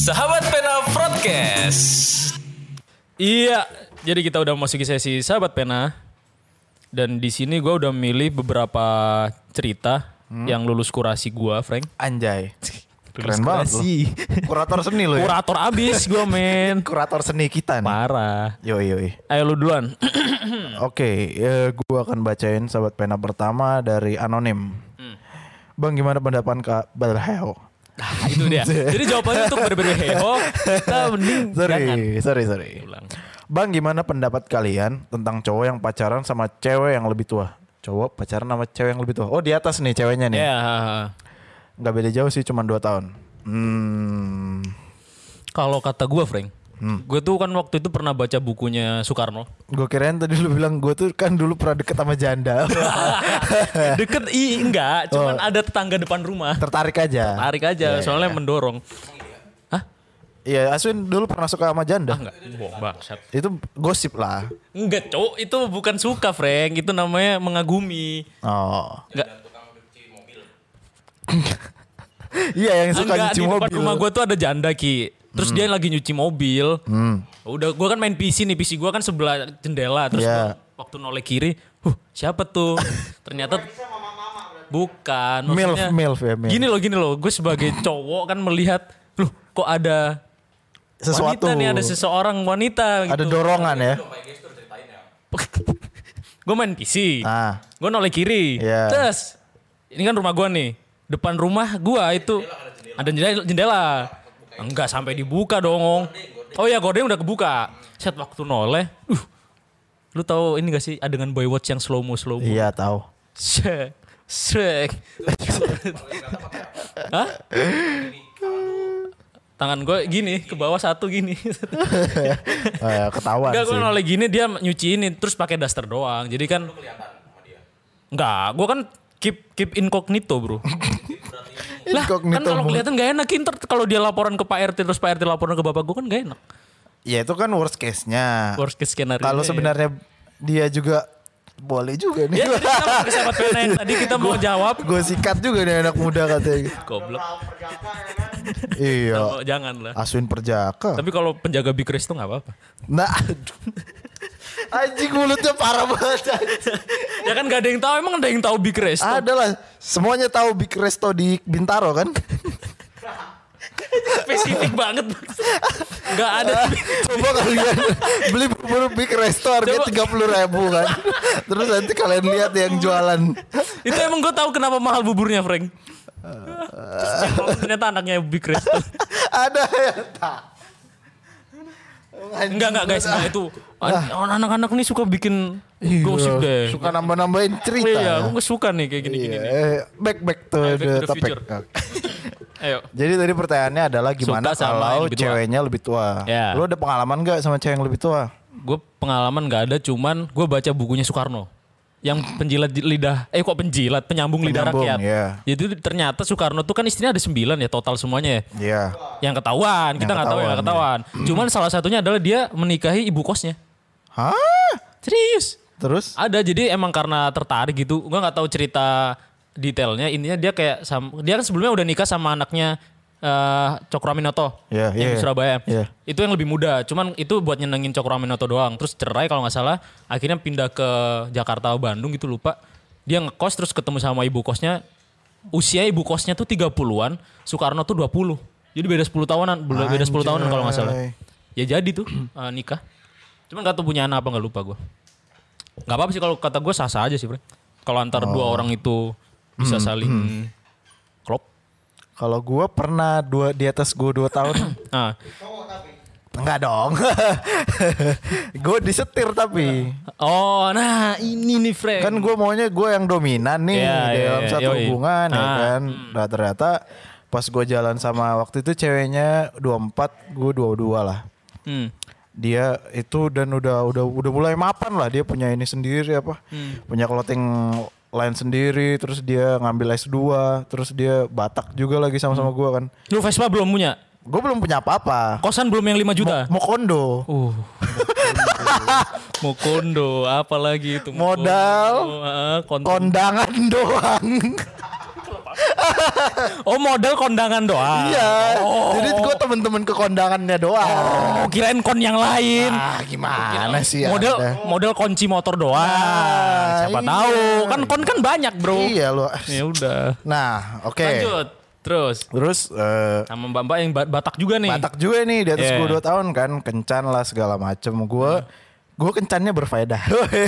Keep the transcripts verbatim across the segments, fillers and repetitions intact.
Sahabat Pena Podcast. Iya, jadi kita udah memasuki sesi Sahabat Pena. Dan di sini gue udah milih beberapa cerita hmm. yang lulus kurasi gue, Frank. Anjay. Lulus Keren banget lu. Kurator seni lu ya? Kurator abis gue, men. Kurator seni kita nih. Parah. Yoi yoi. Ayo lu duluan. Oke, ya, gue akan bacain Sahabat Pena pertama dari Anonim. Hmm. Bang, gimana pendapat Kak Berheo? Nah, itu dia. Jadi jawabannya untuk berbeda-heo, kita mending sorry, jangan. Sorry, sorry. Ulang. Bang, gimana pendapat kalian tentang cowok yang pacaran sama cewek yang lebih tua? Cowok pacaran sama cewek yang lebih tua. Oh, di atas nih ceweknya nih. Ya. Gak beda jauh sih, cuma dua tahun. Hmm. Kalau kata gue, Frank, hmm. gue tuh kan waktu itu pernah baca bukunya Soekarno. Gue kirain tadi lu bilang gue tuh kan dulu pernah deket sama janda. Deket, i enggak, cuman Oh. ada tetangga depan rumah. Tertarik aja. Tarik aja, Ya, soalnya ya. mendorong. Iya, Aswin dulu pernah suka sama janda. Ah, enggak, bohong bangsat. Itu gosip lah. Enggak, Cok, itu bukan suka, Frank. Itu namanya mengagumi. Oh. Enggak. Iya, yang suka Enggak, nyuci di depan mobil. rumah gue tuh ada janda, Ki. Terus Hmm. dia lagi nyuci mobil. Hmm. Udah, gue kan main P C nih. P C gue kan sebelah jendela. Terus Yeah. gua waktu noleh kiri, huh, siapa tuh? Ternyata bukan. Milf, Maksudnya, milf ya, milf. Gini loh, gini loh. Gue sebagai cowok kan melihat, loh kok ada Sesuatu. wanita nih, ada seseorang wanita gitu. Ada dorongan ya. Gue main P C. Ah. Gue noleh kiri. Iya. Terus ini kan rumah gue nih. Depan rumah gue itu ada jendela. jendela. Enggak sampai dibuka dong. Oh ya, gorden udah kebuka. Set waktu noleh. Uh, lu tahu ini gak sih adegan boy watch yang slow mo slow mo? Iya, tahu. Shek. Shek. Hah? Tangan gue gini, ke bawah satu gini. Eh, ketahuan Enggak, gue sih. noleh gini dia nyuci ini terus pakai daster doang. Jadi kan enggak, gue kan keep keep incognito, Bro. Lah, kan Incognito kalau mulu. kelihatan gak enak, Inter kalau dia laporan ke Pak R T terus Pak R T laporan ke bapak gue kan gak enak. Ya itu kan worst case-nya. Worst case scenario. Kalau sebenarnya dia juga boleh juga nih. Ya, jadi kita mau ke sahabat pena yang tadi kita mau jawab. Gue sikat juga nih anak muda katanya. Goblok. Iya. Oh, jangan lah. Aswin Perjaka. Tapi kalau penjaga Big Rest tuh gak apa-apa. Nah, aduh. Anjing mulutnya parah banget. Ya kan gak ada yang tahu, emang ada yang tahu Big Rest? Ada lah. Semuanya tahu Big Resto di Bintaro kan? Spesifik banget. Gak ada. Coba kalian beli bubur Big Resto harganya Coba. tiga puluh ribu kan. Terus nanti kalian lihat yang jualan. Itu emang gue tahu kenapa mahal buburnya, Frank. Terus ternyata anaknya Big Rest. Ada ya tak? Enggak, enggak guys, enggak itu. An- Anak-anak nih suka bikin Iya, gosip deh. Suka nambah-nambahin cerita. Iya, aku gak suka nih kayak gini-gini Iya, nih. eh, back back to Ayo, back the to the topic. future. Ayo. Jadi tadi pertanyaannya adalah gimana Suka sama yang kalau lebih tua. ceweknya lebih tua? Ya. Lo ada pengalaman gak sama cewek yang lebih tua? Gue pengalaman gak ada, cuman gue baca bukunya Soekarno. Yang penjilat lidah, eh kok penjilat, penyambung, lidah Penyambung, rakyat. iya. Jadi ternyata Soekarno tuh kan istrinya ada sembilan ya total semuanya ya. Iya. Yang ketahuan, kita Yang nggak tahu yang ketahuan, ketahuan. Cuman salah satunya adalah dia menikahi ibu kosnya. Hah? Serius? Terus? Ada, jadi emang karena tertarik gitu. Gue nggak tahu cerita detailnya. Intinya dia kayak sam- dia kan sebelumnya udah nikah sama anaknya eh Cokroaminoto Iya, yang iya. di Surabaya. Iya. Itu yang lebih muda. Cuman itu buat nyenengin Cokroaminoto doang. Terus cerai kalau nggak salah. Akhirnya pindah ke Jakarta atau Bandung gitu lupa. Dia ngekos terus ketemu sama ibu kosnya. Usia ibu kosnya tuh tiga puluhan, Soekarno tuh dua puluh. Jadi beda sepuluh tahunan, beda sepuluh tahunan kalau nggak salah. Anjay. Ya jadi tuh eh, nikah. Cuman gak tau punya anak apa, gak lupa gue. Gak apa-apa sih kalau kata gue sah-sah aja sih, Bre. Kalau antara dua orang itu bisa saling klop. Kalau gue pernah dua di atas gue dua tahun. Nah, Enggak dong. Gue disetir tapi. oh, nah ini nih, Frank. Kan gue maunya gue yang dominan nih Iya, dalam iya, iya. satu Yoi. hubungan ya Ah. kan. Nah ternyata pas gue jalan sama waktu itu ceweknya dua puluh empat, gue dua puluh dua lah. Hmm. Dia itu dan udah udah udah mulai mapan lah, dia punya ini sendiri apa? Hmm. Punya clothing line sendiri, terus dia ngambil S dua, terus dia Batak juga lagi sama-sama gue kan. Lu Vespa belum punya? Gue belum punya apa-apa. Kosan belum yang lima juta? Mau kondo. Uh. Mau kondo, apalagi itu mau Modal, kondo. Ah, kondo. kondangan doang. Oh model kondangan doang. Iya. Oh. Jadi gue temen-temen ke kondangannya doang. Oh, kirain kon yang lain. Ah gimana sih Model Anda? model kunci motor doang. Nah, Siapa iya. tahu. Kan kon kan banyak, Bro. Iya lo. Ya udah. Nah oke. Lanjut. Terus Terus eh, sama Mbak-mbak yang Ba- Batak juga nih. Batak juga nih di atas Yeah. gue dua tahun kan. Kencan lah segala macem. Gue gue kencannya berfaedah.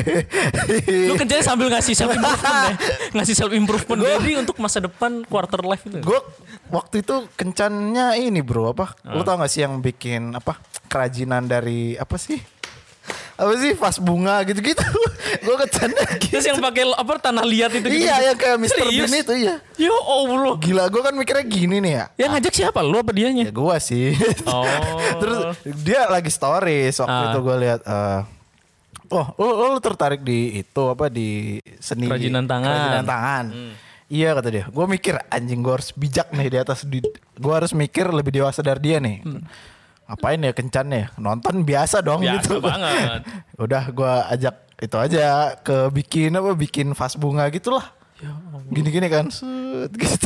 Lu kerjanya sambil ngasih self improvement ya. Ngasih self improvement jadi untuk masa depan quarter life itu. Gue waktu itu kencannya ini bro apa? Lu tau gak sih yang bikin apa kerajinan dari apa sih? Apa sih vas bunga gitu-gitu? Gue kencannya gitu. Terus yang pakai apa tanah liat itu gitu. Iya yang kayak mister Serius? Bean itu iya. Yo Allah. Gila gue kan mikirnya gini nih ya. Yang ngajak siapa? Lu apa dianya? Ya gue sih. Oh. Terus dia lagi stories waktu Ah. itu gue lihat. eh, oh lu, lu tertarik di itu apa di seni Kerajinan tangan. Kerajinan tangan. Iya kata dia. Gue mikir anjing gue harus bijak nih di atas. Di, gue harus mikir lebih dewasa dari dia nih. Apain ya kencannya? Nonton biasa dong Biasa gitu. banget. Udah gue ajak itu aja ke bikin apa bikin vas bunga gitulah. Gini-gini kan. Set, gitu.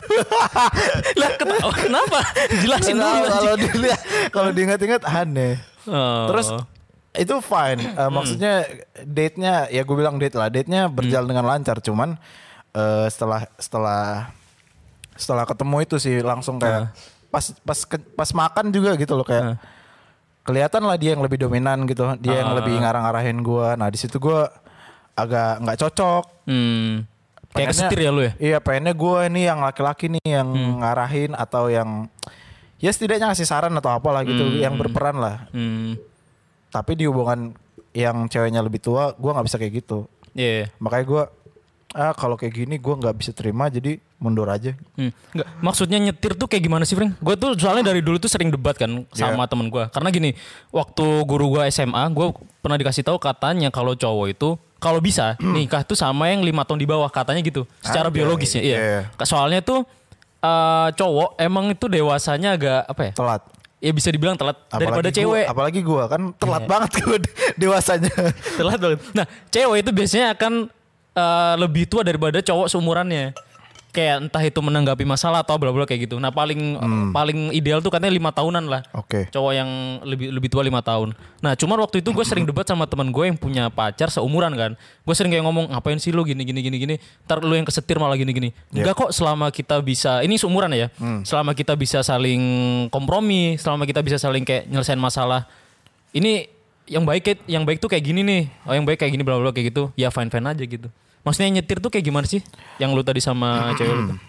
Lah ketawa kenapa? Jelasin Nggak dulu. tahu, kalau anjing. dilihat kalau diingat-ingat aneh. Oh. Terus itu fine. Uh, maksudnya date-nya ya gue bilang date lah. Date-nya berjalan dengan lancar. Cuman uh, setelah setelah setelah ketemu itu sih langsung kayak pas pas ke- pas makan juga gitu loh kayak kelihatan lah dia yang lebih dominan gitu. Dia yang Ah. lebih ngarang-arahin gue. Nah di situ gue agak nggak cocok. Hmm. Kayak Pengennya- kesetir ya lu ya? Iya pengennya gue nih yang laki-laki nih yang ngarahin atau yang ya setidaknya ngasih saran atau apalah gitu yang berperan lah. Hmm. Tapi di hubungan yang ceweknya lebih tua gue nggak bisa kayak gitu. Iya. Makanya gue ah kalau kayak gini gue nggak bisa terima jadi mundur aja. Hmm. Nggak, maksudnya nyetir tuh kayak gimana sih, Frank? Gue tuh soalnya dari dulu tuh sering debat kan sama temen gue. Karena gini, waktu guru gue S M A, gue pernah dikasih tahu katanya kalau cowok itu kalau bisa nikah tuh sama yang lima tahun di bawah katanya gitu. Secara Anjay, biologisnya, iya. iya. Soalnya tuh eh, cowok emang itu dewasanya agak apa ya? Telat. Ya bisa dibilang telat daripada gua- cewek. apalagi gue kan telat banget gue dewasanya. Telat banget. Nah, cewek itu biasanya akan eh, lebih tua daripada cowok seumurannya. Kayak entah itu menanggapi masalah atau bla bla kayak gitu. Nah, paling paling ideal tuh katanya lima tahunan lah. Oke. Cowok yang lebih lebih tua lima tahun. Nah, cuman waktu itu gue sering debat sama teman gue yang punya pacar seumuran kan. Gue sering kayak ngomong, ngapain sih lu gini gini gini gini. Ntar lu yang kesetir malah gini gini. Enggak kok, selama kita bisa, ini seumuran ya. Selama kita bisa saling kompromi, selama kita bisa saling kayak nyelesain masalah. Ini yang baik kayak- yang baik tuh kayak gini nih. Oh, yang baik kayak gini bla bla kayak gitu. Ya fine fine aja gitu. Maksudnya nyetir tuh kayak gimana sih? Yang lu tadi sama cewek lu tuh?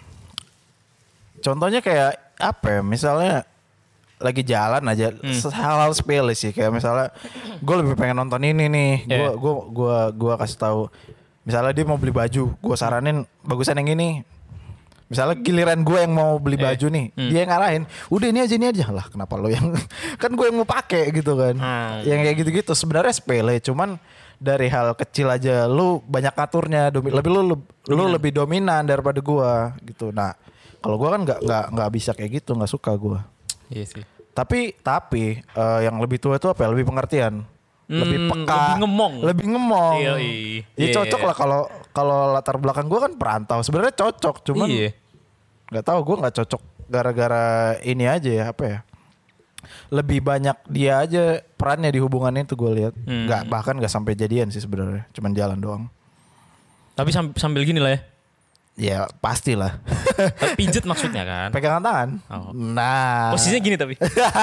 Contohnya kayak apa ya? Misalnya lagi jalan aja hal-hal sepele sih kayak misalnya gue lebih pengen nonton ini nih. Gue Yeah. gue gue gue kasih tahu. Misalnya dia mau beli baju, gue saranin bagusan yang ini. Misalnya giliran gue yang mau beli baju nih, dia yang ngarahin. Udah ini aja ini aja lah. Kenapa lo yang kan gue yang mau pakai gitu kan? Hmm. Yang kayak gitu-gitu sebenarnya sepele, cuman dari hal kecil aja lu banyak aturnya, domi- lebih lu lu, lu lebih dominan daripada gue gitu. Nah kalau gue kan nggak nggak nggak bisa kayak gitu, nggak suka gue. Iya sih. Tapi tapi eh, yang lebih tua itu apa ya? Lebih pengertian, lebih Hmm, peka, lebih ngemong. lebih ngemong. Iya, Ya iya. cocok lah kalau kalau latar belakang gue kan perantau. Sebenarnya cocok, cuman Iya. nggak tahu gue nggak cocok gara-gara ini aja ya apa ya? Lebih banyak dia aja perannya di hubungan itu gue lihat. Hmm. Nggak bahkan nggak sampai jadian sih sebenarnya, cuman jalan doang. Tapi sam- sambil gini lah ya. Ya pastilah. Tapi pijet maksudnya kan. Pegangan tangan. Oh. Nah. Posisinya gini tapi.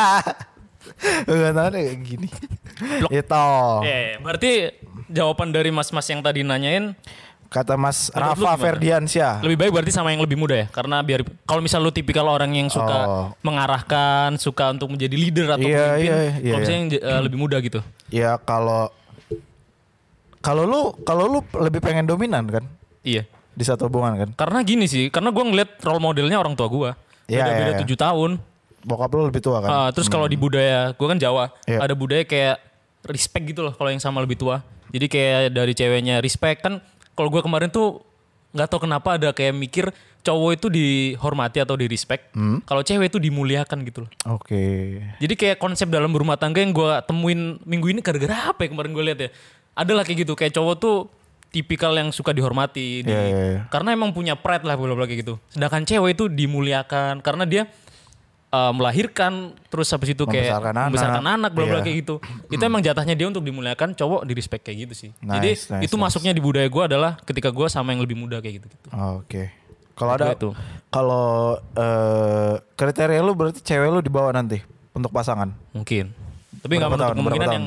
Pegangan tangan kayak gini. Blok. Itu. Eh, berarti jawaban dari mas-mas yang tadi nanyain Kata Mas Menurut lu Rafa gimana? Ferdiansyah. lebih baik berarti sama yang lebih muda ya. Karena biar kalau misal lu tipikal orang yang suka Oh. mengarahkan, suka untuk menjadi leader atau Iya, pemimpin, iya, iya, kalau iya. misalnya yang eh, lebih muda gitu. Ya kalau kalau lu kalau lu lebih pengen dominan kan Iya. di satu hubungan kan. Karena gini sih, karena gua ngeliat role modelnya orang tua gua. Iya, Beda-beda iya, iya. tujuh tahun. Bokap lu lebih tua kan. Ah, terus kalau di budaya, gue kan Jawa, Iya. ada budaya kayak respect gitu loh kalau yang sama lebih tua. Jadi kayak dari ceweknya respect kan. Kalau gue kemarin tuh nggak tahu kenapa ada kayak mikir cowok itu dihormati atau di respect. Hmm? Kalau cewek itu dimuliakan gitu loh. Oke. Jadi kayak konsep dalam berumah tangga yang gue temuin minggu ini gara-gara apa ya kemarin gue lihat ya. Ada lah kayak gitu, kayak cowok tuh tipikal yang suka dihormati. Di, Iya, iya, iya. Karena emang punya pride lah bla-bla kayak gitu. Sedangkan cewek itu dimuliakan karena dia uh, melahirkan terus habis itu kayak Membesarkan anak. membesarkan anak bla-bla Iya. kayak gitu. Itu emang jatahnya dia untuk dimuliakan, cowok di respect kayak gitu sih. Nice, Jadi nice, itu nice. masuknya di budaya gue adalah ketika gue sama yang lebih muda kayak gitu-gitu. Oke. Kalau ada Itu. kalau eh, kriteria lu berarti cewek lu dibawa nanti untuk pasangan. Mungkin. Tapi nggak Berapa menutup tahun? kemungkinan Berapa yang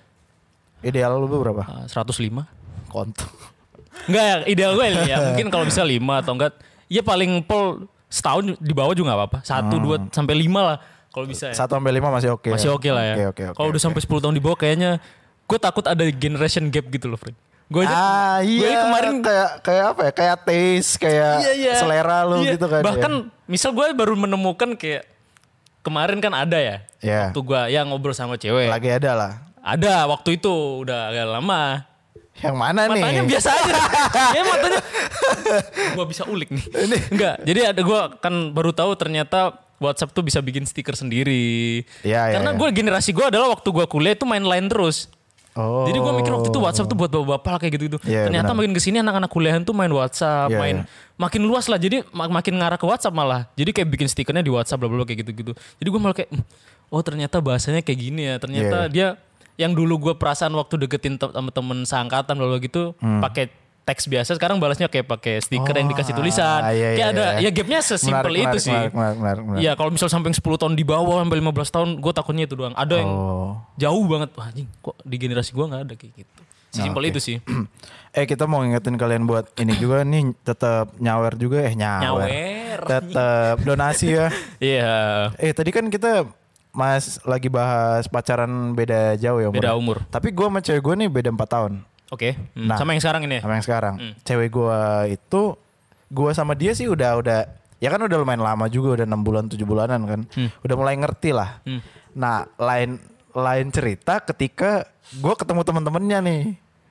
Ideal lu berapa? uh, seratus lima. Konto. Enggak ya, ideal gue ya mungkin kalau bisa lima atau enggak. Ya paling pol setahun di bawah juga gak apa-apa. Satu, Hmm. dua, sampai lima lah kalau bisa ya. Satu sampai lima masih oke. Masih oke lah ya. Oke oke oke. Kalau udah oke. sampai sepuluh tahun di bawah kayaknya gue takut ada generation gap gitu loh, Frank. Gue aja, Ah gue iya aja kemarin kayak kayak apa ya? Kayak taste, kayak Iya, iya. selera lu Iya. gitu kan. Bahkan ya. misal gue baru menemukan kayak kemarin kan ada ya. Iya. Waktu gue ya ngobrol sama cewek. Lagi ada lah. Ada waktu itu udah agak lama. Yang mana nih? Matanya biasa aja. Ya matanya. Gua bisa ulik nih. Enggak. Jadi ada gua kan baru tahu ternyata WhatsApp tuh bisa bikin stiker sendiri. Iya, iya, Karena iya. gue generasi gue adalah waktu gua kuliah itu main line terus. Oh. Jadi gue mikir waktu itu WhatsApp tuh buat bapak-bapak kayak gitu-gitu. Iya, Ternyata benar. makin kesini anak-anak kuliahan tuh main WhatsApp, Iya, main iya. makin luas lah. Jadi mak- makin ngarah ke WhatsApp malah. Jadi kayak bikin stikernya di WhatsApp bla bla bla kayak gitu-gitu. Jadi gue malah kayak, "Hmm, oh ternyata bahasanya kayak gini ya. Ternyata Iya. dia yang dulu gue perasaan waktu deketin te- sama temen seangkatan bla bla gitu pakai teks biasa, sekarang balasnya kayak pakai stiker yang dikasih tulisan. ah, iya, kayak iya, ada iya. ya gapnya sesimpel Menarik, itu menarik, sih. menarik, menarik, menarik, menarik. Iya kalau misal sampai sepuluh tahun di bawah sampai lima belas tahun gue takutnya itu doang. Ada yang Oh. jauh banget. Wah anjing kok di generasi gue gak ada kayak gitu. Sesimpel Oke. itu sih. Eh kita mau ngingetin kalian buat ini juga nih tetap nyawer juga eh nyawer. Nyawer. Tetap donasi ya. Iya. Eh tadi kan kita Mas lagi bahas pacaran beda jauh ya umurnya. Beda umur. Tapi gue sama cewek gue nih beda empat tahun. Oke. Hmm, Nah. sama yang sekarang ini ya. Sama yang sekarang. Hmm. Cewek gue itu gue sama dia sih udah udah ya kan udah lumayan lama juga, udah enam bulan tujuh bulanan kan. Hmm. Udah mulai ngerti lah. Hmm. Nah, lain lain cerita ketika gue ketemu teman-temannya nih.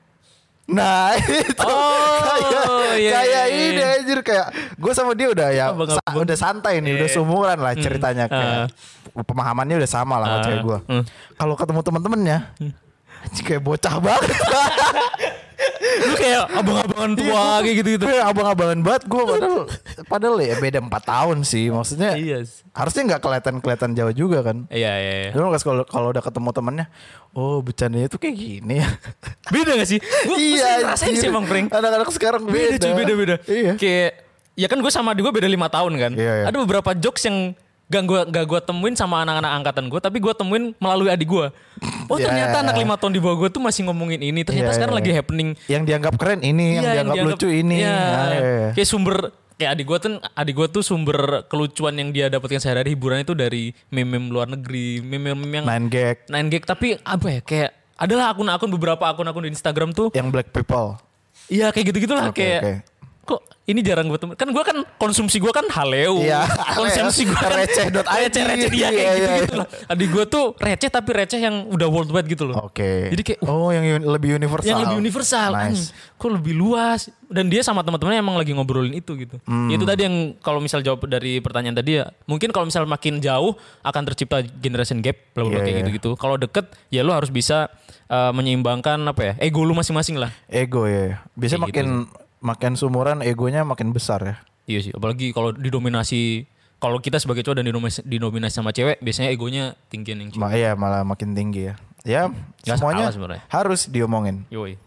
Nah itu Oh, kayak iya, kayak iya, ini iya. anjir kayak gue sama dia udah ya Abang- sa- abang. udah santai nih, udah Iya. seumuran lah ceritanya kayak pemahamannya udah sama lah sama Ah, cewek gue. hmm. Kalau ketemu teman-temannya anjir kayak bocah banget. Lu kayak abang-abangan tua kayak gitu-gitu. Kayak abang-abangan banget gue padahal padahal ya beda empat tahun sih maksudnya. Iya. Harusnya nggak kelihatan-kelihatan jauh juga kan. Iya, iya, iya. Cuma pas kalau kalau udah ketemu temennya, oh bercandanya tuh kayak gini ya. Beda gak sih? Gue Iya, rasain anjir. sih Bang Frank. Anak-anak sekarang Beda beda. cuy, beda-beda. Iya. Kayak, ya kan gue sama adik gue beda lima tahun kan. Iya, iya. Ada beberapa jokes yang gak gue gak gue temuin sama anak-anak angkatan gue, tapi gue temuin melalui adik gue. Oh Iya. ternyata anak lima tahun di bawah gue tuh masih ngomongin ini. Ternyata Iya, sekarang iya. lagi happening. Yang dianggap keren ini, yang Iya, dianggap lucu ini. Iya. Ah, iya, iya. Kayak sumber kayak adik gue tuh adik gue tuh sumber kelucuan yang dia dapatkan sehari-hari hiburan itu dari meme-meme luar negeri, meme-meme yang Nine gag, nine gag, tapi apa ya kayak adalah akun-akun beberapa akun-akun di Instagram tuh yang black people. iya kayak gitu-gitulah Oke, kayak oke. kok ini jarang gue temen. Kan gue kan konsumsi gue kan haleo. Iya, Konsumsi gue kan receh dot i d. receh-receh dia Iya, kayak iya, gitu-gitu iya. lah. Adik gue tuh receh tapi receh yang udah worldwide gitu loh. Oke. Jadi kayak, uh, oh yang un- lebih universal. yang lebih universal. Nice. Anjing, kok lebih luas. Dan dia sama teman-temannya emang lagi ngobrolin itu gitu. Hmm. Itu tadi yang kalau misal jawab dari pertanyaan tadi ya, mungkin kalau misal makin jauh akan tercipta generation gap bla bla bla Iya, kayak iya. gitu-gitu. Kalau deket ya lu harus bisa uh, menyeimbangkan apa ya? Ego lu masing-masing lah. Ego ya. Biasanya Kayak makin makin sumuran egonya makin besar ya. Iya sih, apalagi kalau didominasi kalau kita sebagai cowok dan dinominasi, dinominasi sama cewek, biasanya egonya tinggian yang cewek. Ma iya malah makin tinggi ya. Ya Nggak semuanya salah sebenarnya. harus diomongin. Yoi.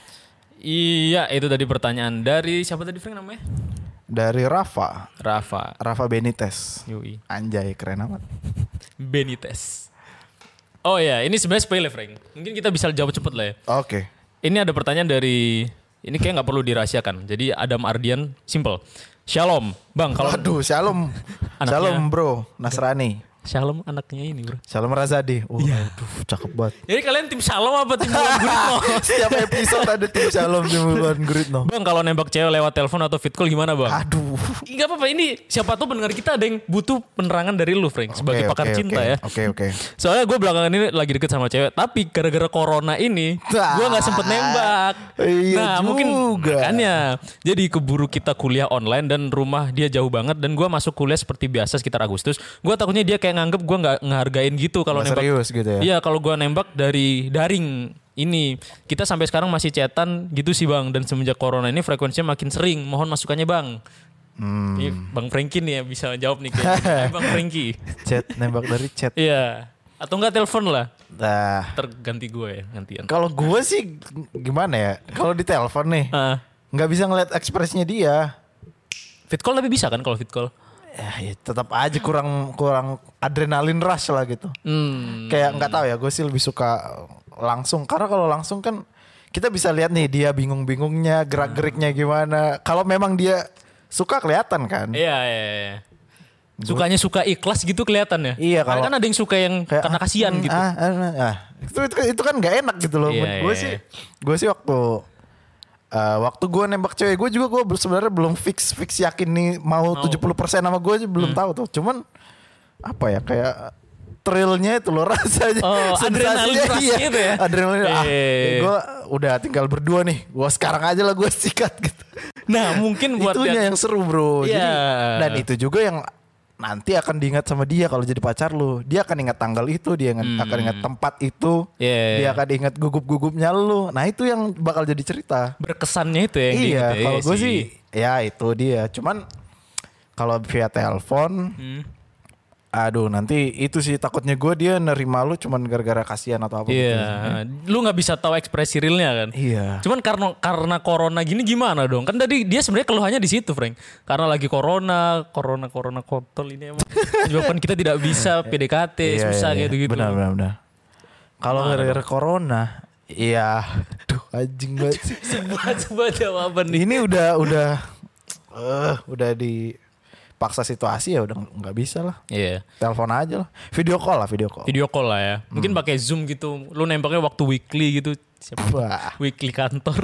Iya, itu tadi pertanyaan dari siapa tadi Frank namanya? Dari Rafa, Rafa. Rafa Benitez. Yoi. Anjay keren amat. Benitez. Oh ya, ini sebenarnya spoiler Frank. Mungkin kita bisa jawab cepet lah ya. Oke. Ini ada pertanyaan dari ini kayak nggak perlu dirahasiakan. Jadi Adam Ardian, simple. Shalom, Bang. Kalau Waduh, Shalom. Anaknya- Shalom bro, Nasrani. Shalom anaknya ini bro. Shalom Razadi. Oh, Iya. aduh, cakep banget. Jadi kalian tim Shalom apa tim Wulan Guritno? Setiap episode ada tim Shalom di Wulan Guritno. Bang, kalau nembak cewek lewat telepon atau fit call gimana bang? Aduh. Gak apa-apa, ini siapa tuh pendengar kita ada yang butuh penerangan dari lu Frank sebagai Oke, pakar oke, cinta oke. ya. Oke oke. Soalnya gue belakangan ini lagi deket sama cewek, tapi gara-gara corona ini gue nggak sempet nembak. Iya nah mungkin juga. makanya jadi keburu kita kuliah online dan rumah dia jauh banget dan gue masuk kuliah seperti biasa sekitar Agustus. Gue takutnya dia kayak nganggep gue nggak ngehargain gitu kalau Nggak nembak. serius gitu ya? Iya kalau gue nembak dari daring ini kita sampai sekarang masih chatan gitu sih bang. Dan semenjak corona ini frekuensinya makin sering. Mohon masukannya bang. Hmm. Ini Bang Franky nih yang bisa jawab nih kayaknya. Bang Franky. Chat, nembak dari chat. Iya. Atau enggak telepon lah. Nah, terganti gue ya gantian. Kalau gue sih gimana ya? Kalau di telepon nih, uh. nggak bisa ngeliat ekspresinya dia. Fit call tapi bisa kan kalau fit call? Ya, ya tetap aja kurang kurang adrenalin rush lah gitu. Hmm. Kayak nggak tahu ya, gue sih lebih suka langsung. Karena kalau langsung kan kita bisa lihat nih dia bingung-bingungnya, gerak-geriknya gimana. Kalau memang dia suka kelihatan kan. Iya, iya, iya. Sukanya suka ikhlas gitu kelihatan ya. Iya, kalau kan ada yang suka yang kayak, karena kasihan mm, gitu. Ah, ah, ah. Itu, itu itu kan nggak enak gitu loh. Iya, gue iya. sih gue sih waktu uh, waktu gue nembak cewek gue juga gue sebenarnya belum fix fix yakin nih mau oh. tujuh puluh persen sama gue aja belum hmm. tahu tuh. Cuman apa ya kayak thrillnya itu loh rasanya. Oh, adrenalin iya. gitu ya. Adrenalin. E. Ah, gue udah tinggal berdua nih. Gue sekarang aja lah gue sikat gitu. Nah mungkin buat itunya yang, yang seru bro. Yeah. Jadi dan itu juga yang nanti akan diingat sama dia kalau jadi pacar lu. Dia akan ingat tanggal itu, dia hmm. akan ingat tempat itu, yeah. dia akan ingat gugup-gugupnya lu. Nah itu yang bakal jadi cerita. Berkesannya itu ya. Iya, gitu, kalau ya, gue sih, ya itu dia. Cuman kalau via telepon, hmm. aduh nanti itu sih takutnya gue dia nerima lu cuman gara-gara kasihan atau apa. Iya, gitu. Lu nggak bisa tahu ekspresi realnya kan. Iya. Cuman karena karena corona gini gimana dong? Kan tadi dia sebenarnya keluhannya di situ, Frank. Karena lagi corona, corona, corona kontol ini emang menyebabkan kita tidak bisa P D K T, iya, susah iya, gitu-gitu. Benar, benar, benar. Kalau gara-gara corona, iya, aduh anjing banget sih. Coba jawaban nih. Ini udah udah uh, udah di paksa situasi ya udah nggak bisa lah. Iya. Yeah. Telepon aja lah. Video call lah, video call. Video call lah ya. Mungkin hmm. pakai Zoom gitu. Lu nembaknya waktu weekly gitu. Siapa? Wah. Weekly kantor.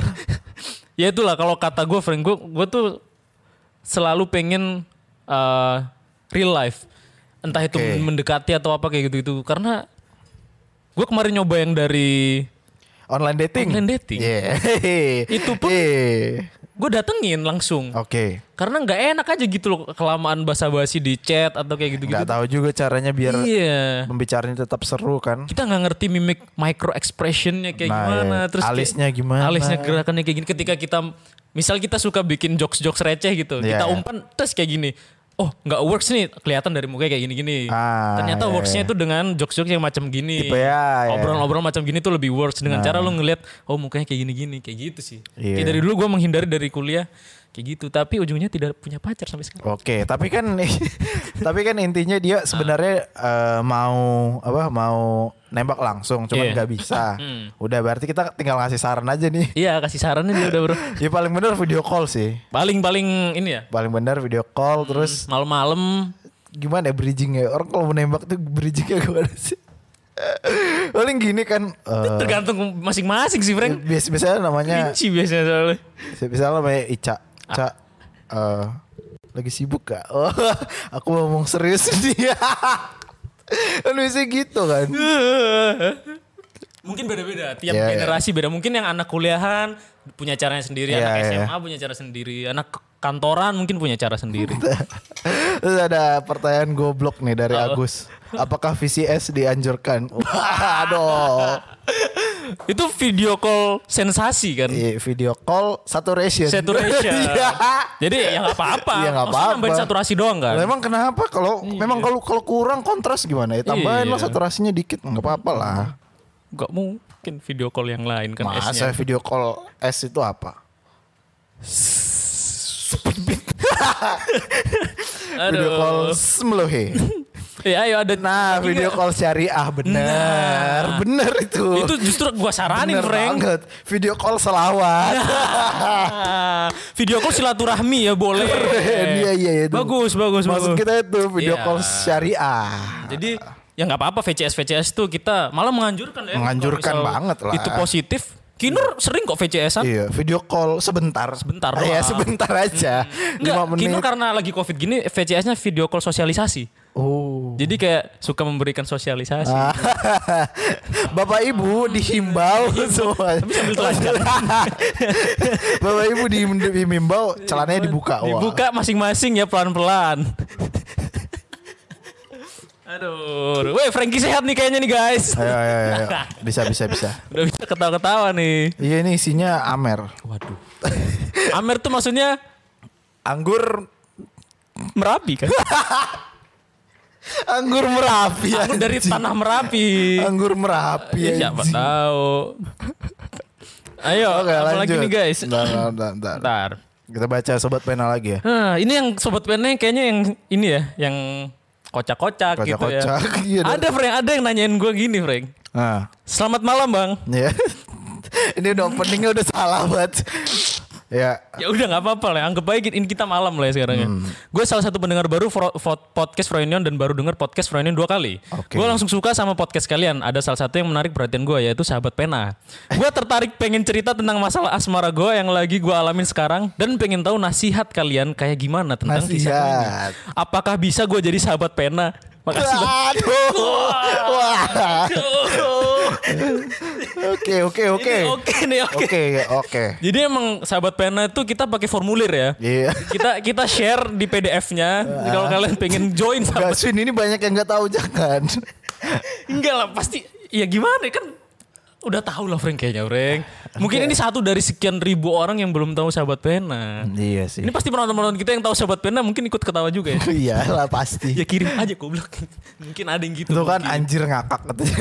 Ya itulah kalau kata gue, Frank, gue gue tuh selalu pengen uh, real life. Entah itu okay. mendekati atau apa kayak gitu-gitu. Karena gue kemarin nyoba yang dari online dating. Online dating. Yeah. Itu pun yeah. gue datengin langsung. Oke. Okay. Karena nggak enak aja gitu loh kelamaan basa-basi di chat atau kayak gitu-gitu. Nggak tahu juga caranya biar iya. pembicaranya tetap seru kan. Kita nggak ngerti mimik micro expressionnya kayak nah, gimana. Ya. Terus alisnya kayak, gimana. Alisnya gerakannya kayak gini. Ketika kita misal kita suka bikin jokes-jokes receh gitu. Yeah, kita umpan terus kayak gini. Oh nggak works nih, kelihatan dari mukanya kayak gini-gini. Ah, ternyata iya, worksnya itu iya. dengan jokes-jokes yang macam gini. Tipe ya, obrolan-obrolan iya. macam gini tuh lebih works dengan nah. cara lo ngeliat, oh mukanya kayak gini-gini, kayak gitu sih. Iya. Kayak dari dulu gue menghindari dari kuliah kayak gitu, tapi ujungnya tidak punya pacar sampai sekarang. Oke, tapi kan tapi kan intinya dia sebenarnya uh, mau apa mau nembak langsung, cuman nggak yeah. bisa. hmm. Udah berarti kita tinggal ngasih saran aja nih. Iya, kasih sarannya dia udah bro. Ya paling benar video call sih. Paling-paling ini ya. Paling benar video call hmm. terus malam-malam. Gimana ya bridgingnya? Orang kalau menembak tuh bridgingnya gimana sih? Paling gini kan. Uh, tergantung masing-masing sih, Frank. Biasa biasanya namanya. Kunci biasanya soalnya. Biasanya namanya Ica. Ca, uh, lagi sibuk gak? Oh, aku ngomong serius nih. Kan biasanya gitu kan. Mungkin beda-beda. Tiap yeah, generasi yeah. beda. Mungkin yang anak kuliahan punya caranya sendiri. Yeah, anak S M A yeah. punya cara sendiri. Anak kantoran mungkin punya cara sendiri. Terus ada pertanyaan goblok nih dari oh. Agus. Apakah V C S dianjurkan? Waduh. Itu video call sensasi kan? Iya, video call saturation. Saturation. Jadi ya nggak apa-apa. Iya nggak apa-apa. Nambahin saturasi doang kan? Memang kenapa? Kalau iya. memang kalau kalau kurang kontras gimana? Ya tambahin iya. lah saturasinya dikit, nggak apa-apa lah. Gak mungkin video call yang lain kan. Masa S-nya. Video call S itu apa? Video call Smlohe. Ya ayo ada. Nah video call syariah bener. Nah, bener itu. Itu justru gua saranin bener Frank. Banget. Video call selawat. Video call silaturahmi ya boleh. Iya iya itu. Bagus bagus. Maksud bagus. kita itu video yeah. call syariah. Jadi ya nggak apa-apa V C S V C S tuh kita malah menganjurkan ya. Menganjurkan banget lah. Itu positif. Kinur sering kok V C S-an. Iya, video call sebentar. Sebentar doang. Iya, sebentar aja. Hmm. Enggak, Kinur karena lagi Covid gini V C S-nya video call sosialisasi. Oh. Jadi kayak suka memberikan sosialisasi. Bapak Ibu dihimbau semua. Tapi sambil telanjang. Bapak Ibu dihimbau celananya dibuka. Dibuka masing-masing ya pelan-pelan. Aduh, weh Frankie sehat nih kayaknya nih guys. Ayo, ayo, ayo. Bisa, bisa, bisa. Udah bisa ketawa-ketawa nih. Iya ini isinya Amer. Waduh. Amer tuh maksudnya Anggur Merapi kan? Anggur Merapi. Anggur dari tanah Merapi. Anggur Merapi. Ya, siapa anjing. tahu. Ayo, Oke, apa lagi lanjut. nih guys? Bentar, bentar, bentar. Bentar. Kita baca Sobat Pena lagi ya. Nah, ini yang sobat pennya kayaknya yang ini ya, yang kocak-kocak gitu ya. Kocak-kocak, iya, Ada Frank, ada yang nanyain gue gini Frank. Nah, Selamat malam bang. ya. Ini udah openingnya udah salah banget. Ya. Ya udah nggak apa-apa lah, anggap aja ini kita malam lah ya sekarang ya. Hmm. Gue salah satu pendengar baru fro- fo- podcast Froynion dan baru denger podcast Froynion dua kali. Oke. Gue langsung suka sama podcast kalian. Ada salah satu yang menarik perhatian gue yaitu Sahabat Pena. Gue tertarik pengen cerita tentang masalah asmara gue yang lagi gue alamin sekarang dan pengen tahu nasihat kalian kayak gimana tentang kisah gue ini. Nasihat. Apakah bisa gue jadi sahabat Pena? Makasih bang. Aduh. Wah. Oke, oke, oke. Ini Oke nih oke. Oke, oke. Jadi emang sahabat Pena itu kita pakai formulir ya. Iya. Kita kita share di P D F-nya. Kalau kalian pengen join sahabat. Gaswin ini banyak yang nggak tahu jangan. Enggak lah pasti. Ya gimana kan. Udah tahu lah Frank kayaknya Frank. Mungkin ini satu dari sekian ribu orang yang belum tahu sahabat Pena. Iya sih. Ini pasti penonton-penonton kita yang tahu sahabat Pena mungkin ikut ketawa juga ya. Iyalah pasti. Ya kirim aja goblok. Mungkin ada yang gitu. Itu kan mungkin. anjir ngakak katanya.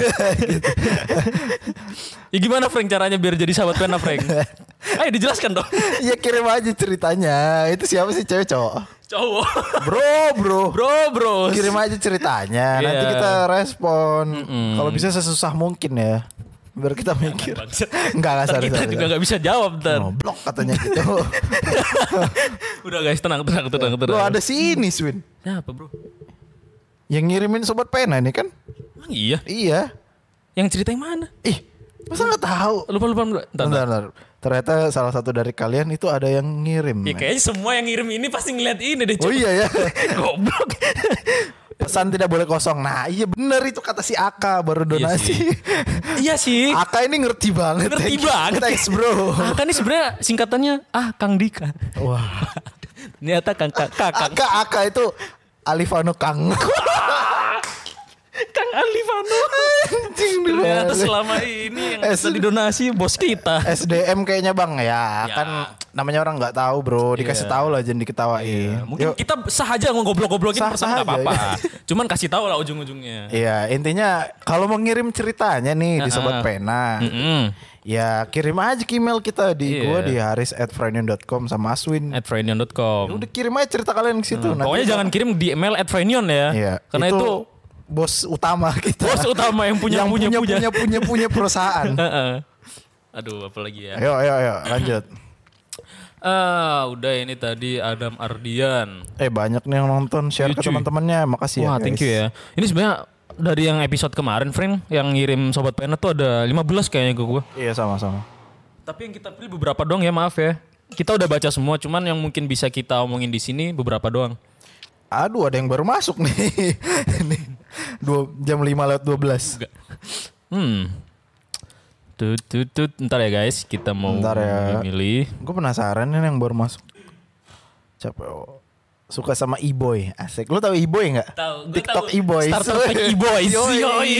Ya gimana Frank caranya biar jadi sahabat Pena Frank? Ayo dijelaskan dong. Ya kirim aja ceritanya. Itu siapa sih cewek cowok? Cowok. Bro, bro. Bro, bro. Kirim aja ceritanya. Nanti Iya. kita respon. Kalau bisa sesusah mungkin ya. Biar kita mikir. Bangsat. Enggak, enggak Ntar sorry, kita sorry, juga sorry. gak bisa jawab ntar. Ngoblok katanya gitu. Udah guys tenang tenang tenang tenang. Lo ada si ini Swin. Siapa bro? Yang ngirimin Sobat Pena ini kan? Emang iya? Iya. Yang cerita yang mana? Ih, masa nggak tahu? Lupa lupa lupa. Bentar, Bentar, bentar. bentar. Ternyata salah satu dari kalian itu ada yang ngirim. Ya kayaknya semua yang ngirim ini pasti ngeliat ini deh. Oh Cuk. iya ya. Goblok. Pesan tidak boleh kosong. Nah iya bener itu kata si Aka baru donasi. Iya sih. Aka ini ngerti banget. Ngerti Thank you. banget. Thanks bro. Ah, kan ini sebenarnya singkatannya ah Kang Dika. Wah. Ternyata Kang Kang Kang, Aka Aka itu Alifano Kang. Kang Alifano. Anjing Ternyata dibalik. selama ini yang Eh, bisa didonasi bos kita. S D M kayaknya bang ya, Ya. kan namanya orang nggak tahu bro, dikasih tahu lah jangan diketawain. Mungkin Yuk. kita sah aja ngogoblok-goblokin Sah- persen sah nggak apa-apa. aja. Cuman kasih tahu lah ujung-ujungnya. Iya intinya kalau mau ngirim ceritanya nih di Sobat Pena, Mm-mm. ya kirim aja ke email kita di Iya. gua di haris at frenion dot com sama Aswin. at frenion dot com. Udah kirim aja cerita kalian ke situ. Nanti Pokoknya jangan kirim di email at frenion ya. Iya. Karena itu, bos utama kita. bos utama yang punya yang punya punya punya. punya punya punya perusahaan. Heeh. Aduh, apalagi ya. Ayo ayo ayo lanjut. Ah, udah ini tadi Adam Ardian. Eh banyak nih yang nonton, share ke Cuy. teman-temannya. Makasih Wah, ya guys. thank you ya. Ini sebenarnya dari yang episode kemarin, friend, yang ngirim Sobat Pena tuh ada lima belas kayaknya ke gue. Iya sama-sama. Tapi yang kita pilih beberapa doang ya, maaf ya. Kita udah baca semua, cuman yang mungkin bisa kita omongin di sini beberapa doang. Aduh ada yang baru masuk nih. Ini dua, jam lima lewat dua belas. Enggak. Hmm. Tut tut tut. Ntar ya guys, kita mau Ntar ya. milih. Gue penasaran nih yang baru masuk. Siapa? Oh, suka sama E-boy. Asik. Lu tahu E-boy enggak? Tahu, gua TikTok tahu. E-boy. Starter pack E-boys. Yoi. Yoi.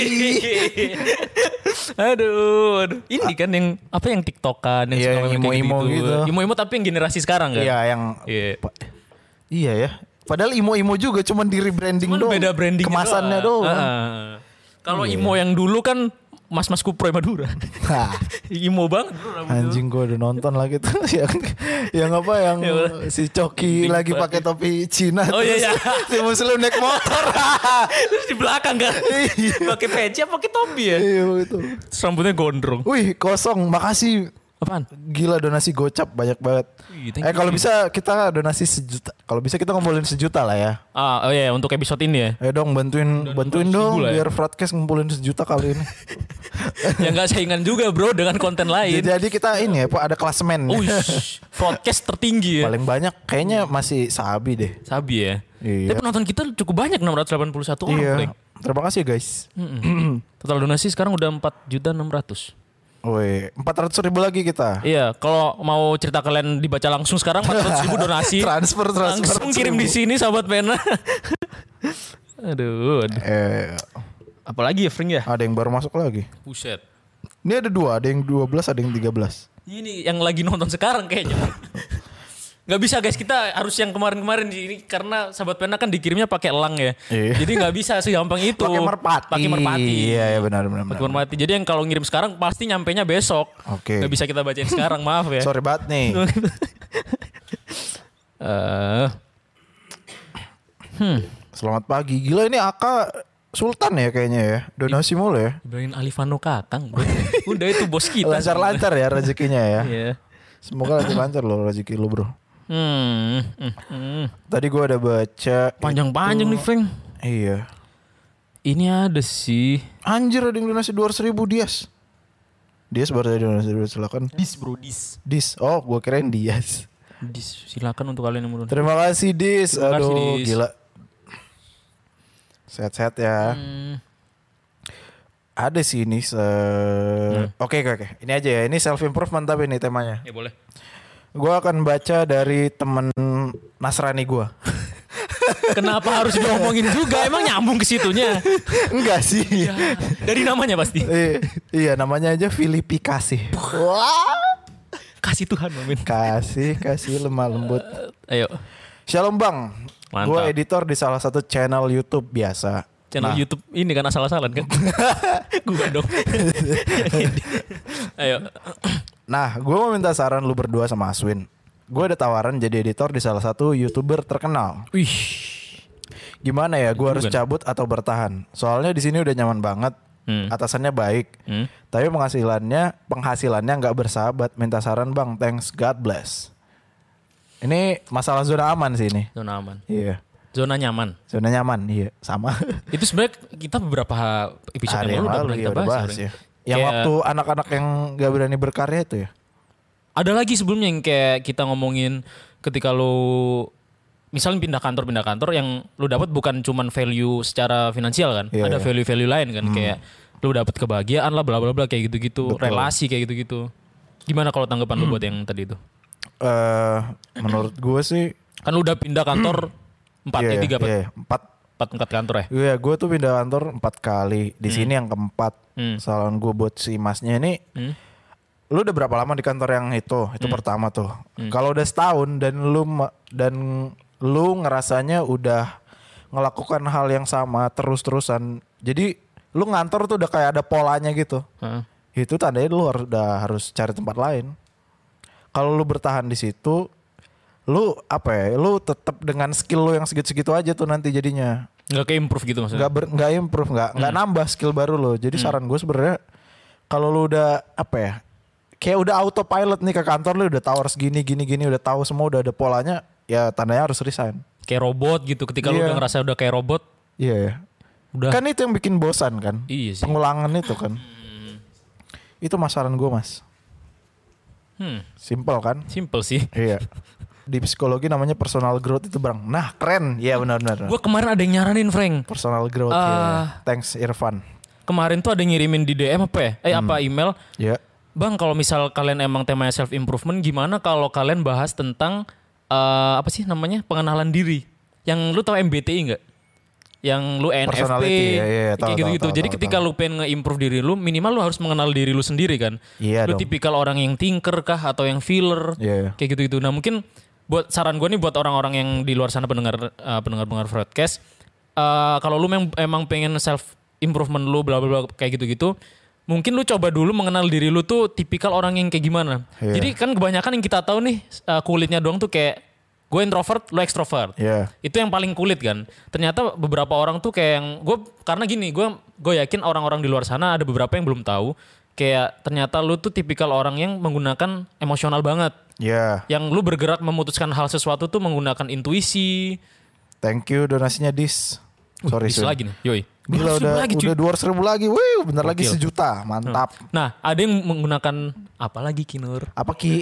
aduh, aduh. Ini kan yang apa yang TikTokan yang Iya, suka yang kayak imo-imo gitu. Imo-imo tapi yang generasi sekarang kan? Iya yang Iya. Pa- Iya ya. Padahal imo-imo juga cuman di rebranding Cuman doang. beda branding Kemasannya doang. Kalau imo yang dulu kan Mas-mas Kuproy Madura. Hah, Imo banget bro rambutnya. anjing gue udah nonton lagi tuh yang yang apa yang Ya udah. si Coki Ding lagi banget. pakai topi Cina Oh, iya, terus iya. si Muslim naik motor. Terus di belakang kan. Iya. Pakai peci apa pakai topi ya? Iya itu. Terus rambutnya gondrong. Wih kosong, makasih. Apaan? Gila donasi gocap banyak banget. Wih, thank Eh you. kalau bisa kita donasi sejuta. Kalau bisa kita ngumpulin sejuta lah ya. Ah, oh iya untuk episode ini ya. Ayo dong bantuin bantuin ratus dong ribu lah ya. biar broadcast ngumpulin sejuta kali ini. Ya nggak saingan juga bro dengan konten lain. Jadi kita ini ya, Pak, ada klasemen. Uish, broadcast tertinggi ya. Paling banyak kayaknya masih Sabi deh. Sabi ya. Iya. Tapi penonton kita cukup banyak enam ratus delapan puluh satu orang. Iya. Frank. Terima kasih ya, guys. Total donasi sekarang udah empat juta enam ratus. Woi, empat ratus ribu lagi kita. Iya, kalau mau cerita kalian dibaca langsung sekarang empat ratus ribu donasi. Transfer, transfer. Langsung kirim di sini sahabat Pena. Aduh. aduh. Eh, Apalagi ya Frank ya? ada yang baru masuk lagi. Buset. Ini ada dua, ada yang dua belas, ada yang tiga belas. Ini yang lagi nonton sekarang kayaknya. Gak bisa guys, kita harus yang kemarin-kemarin ini karena sahabat pena kan dikirimnya pakai elang ya. Iya. Jadi nggak bisa segampang itu. Pakai merpati. Pakai merpati. Iya, iya benar benar. Pakai benar. merpati. Jadi yang kalau ngirim sekarang pasti nyampenya besok. Oke. Gak bisa kita bacain sekarang, maaf ya. Sorry banget nih. Eh, hmm. Selamat pagi. Gila ini Aka Sultan ya kayaknya ya. Donasi mulu ya. Dibilangin Alifano Kakang. Bro. Udah itu bos kita. Lancar-lancar ya rezekinya ya. Iya. Semoga lancar-lancar loh rezeki lu bro. Hmm, hmm, hmm. Tadi gue ada baca. Panjang-panjang itu- nih Frank. Iya. Ini ada sih. Anjir ada yang donasi dua ratus ribu Dias. Dias baru tadi donasi dua ratus, silakan. Dis bro, dis. Dis. Oh gue kirain Dias. Dis, silakan untuk kalian yang mau. Terima kasih Dis. Terima kasih, Aduh Dis. gila. Sehat-sehat ya. Hmm. Ada sih ini. Se... Oke oke oke. Ini aja ya. Ini self improvement tapi ini temanya. Ya boleh. Gue akan baca dari temen Nasrani gue. Kenapa harus diomongin juga? Emang nyambung ke situnya? Enggak sih. Ya, dari namanya pasti. Eh, iya namanya aja Filipi Kasih. Wah. Kasih Tuhan, Mamin. Kasih kasih lemah lembut. Ayo. Shalom bang. Mantap. Gue editor di salah satu channel YouTube biasa. Channel Nah, YouTube ini kan asal-asalan kan? Gue dong. Ayo. Nah, gue mau minta saran lu berdua sama Aswin. Gue ada tawaran jadi editor di salah satu YouTuber terkenal. Wih. Gimana ya? Gue harus kan? cabut atau bertahan? Soalnya di sini udah nyaman banget. Hmm. Atasannya baik. Hmm. Tapi penghasilannya penghasilannya nggak bersahabat. Minta saran bang. Thanks. God bless. Ini masalah zona aman sih ini. Zona aman. Iya. Zona nyaman. Zona nyaman. Iya. Sama. Itu sebenarnya kita beberapa episode Ada yang lalu udah lalu, pernah iya, kita udah bahas. bahas sebenarnya. ya. Yang Kayak- waktu anak-anak yang gak berani berkarya itu ya. Ada lagi sebelumnya yang kayak kita ngomongin ketika lu misalnya pindah kantor pindah kantor yang lu dapat bukan cuman value secara finansial kan, Iya, ada iya. value-value lain kan kayak lu dapat kebahagiaan lah bla bla bla kayak gitu-gitu, Betul. relasi kayak gitu-gitu. Gimana kalau tanggapan lu buat yang tadi itu? Eh, menurut gue sih. Kan lu udah pindah kantor empat Iya, ya tiga empat iya, empat. empat empat kantor ya. Iya, gue tuh pindah kantor empat kali. Di sini yang keempat. Hmm. Kesalahan gue buat si masnya ini. Hmm. Lu udah berapa lama di kantor yang itu? Itu pertama tuh. Kalau udah setahun dan lu ma- dan lu ngerasanya udah ngelakukan hal yang sama terus-terusan. Jadi lu ngantor tuh udah kayak ada polanya gitu. Heeh. Itu tandanya lu harus udah harus cari tempat lain. Kalau lu bertahan di situ, lu apa ya? Lu tetap dengan skill lu yang segitu-segitu aja tuh nanti jadinya. Nggak kayak improve gitu maksudnya. Nggak ber, nggak improve, nggak nggak nambah skill baru lo. Jadi saran gue sebenarnya kalau lu udah apa ya? Kayak udah autopilot nih ke kantor lu udah tahu harus gini gini gini udah tahu semua udah ada polanya, ya tandanya harus resign. Kayak robot gitu ketika lu Iya. udah ngerasa udah kayak robot, Iya ya. udah Kan itu yang bikin bosan kan? iya sih. Pengulangan itu kan. Itu mas saran gue mas. Hmm, Simple kan? simple sih. Iya. Di psikologi namanya personal growth itu bang. Nah keren. Iya benar-benar. Gue kemarin ada yang nyaranin Frank. Personal growth. Ah. ya. Thanks Irfan. Kemarin tuh ada yang ngirimin di D M apa ya? Eh apa email? Ya. Bang kalau misal kalian emang temanya self improvement, gimana kalau kalian bahas tentang eh, apa sih namanya pengenalan diri? Yang lu tahu M B T I nggak? Yang lu N F P, Personality, ya, iya, tahu, kayak gitu-gitu. tahu, Jadi tahu, ketika tahu. lu pengen nge-improve diri lu, minimal lu harus mengenal diri lu sendiri kan. Iya Lu dong. tipikal orang yang thinker kah atau yang feeler? Iya, iya. Kayak gitu-gitu. Nah mungkin buat saran gue nih buat orang-orang yang di luar sana pendengar eh, pendengar-pendengar broadcast, eh, kalau lu memang emang pengen self improvement lu bla bla bla kayak gitu-gitu, mungkin lu coba dulu mengenal diri lu tuh tipikal orang yang kayak gimana. Iya. Jadi kan kebanyakan yang kita tahu nih eh, kulitnya doang tuh kayak gue introvert, lu extrovert. Iya. Itu yang paling kulit kan. Ternyata beberapa orang tuh kayak yang gue karena gini, gue gue yakin orang-orang di luar sana ada beberapa yang belum tahu kayak ternyata lu tuh tipikal orang yang menggunakan emosional banget. Ya. Yang lu bergerak memutuskan hal sesuatu tuh menggunakan intuisi. Thank you donasinya Dis. Sorry Bisa Sun. lagi nih, yoi. Gila udah lagi, cuy. udah dua ratus ribu lagi. Wih, bentar lagi Gokil. sejuta. Mantap. Nah, ada yang menggunakan apa lagi Kinur? Apa Ki?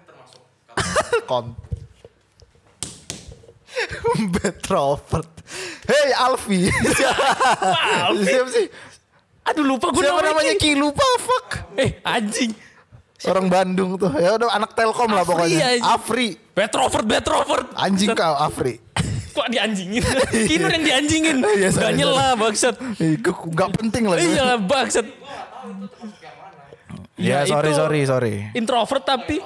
Kon. Betrovert. Hey Alfi. Siapa sih? Aduh lupa gue Siapa namanya Ki? Lupa fuck. Eh anjing. Orang Bandung tuh. Ya udah anak Telkom lah Afri, pokoknya. anjing. Afri. Betrovert, Betrovert. Anjing kau Afri. Kok dianjingin? Kinur yang dianjingin. Iya, Gak sorry, nyela bangsat. Ih, gue gak penting lah. Iya bangsat. Ya, Ya, sorry, itu sorry, sorry. Introvert tapi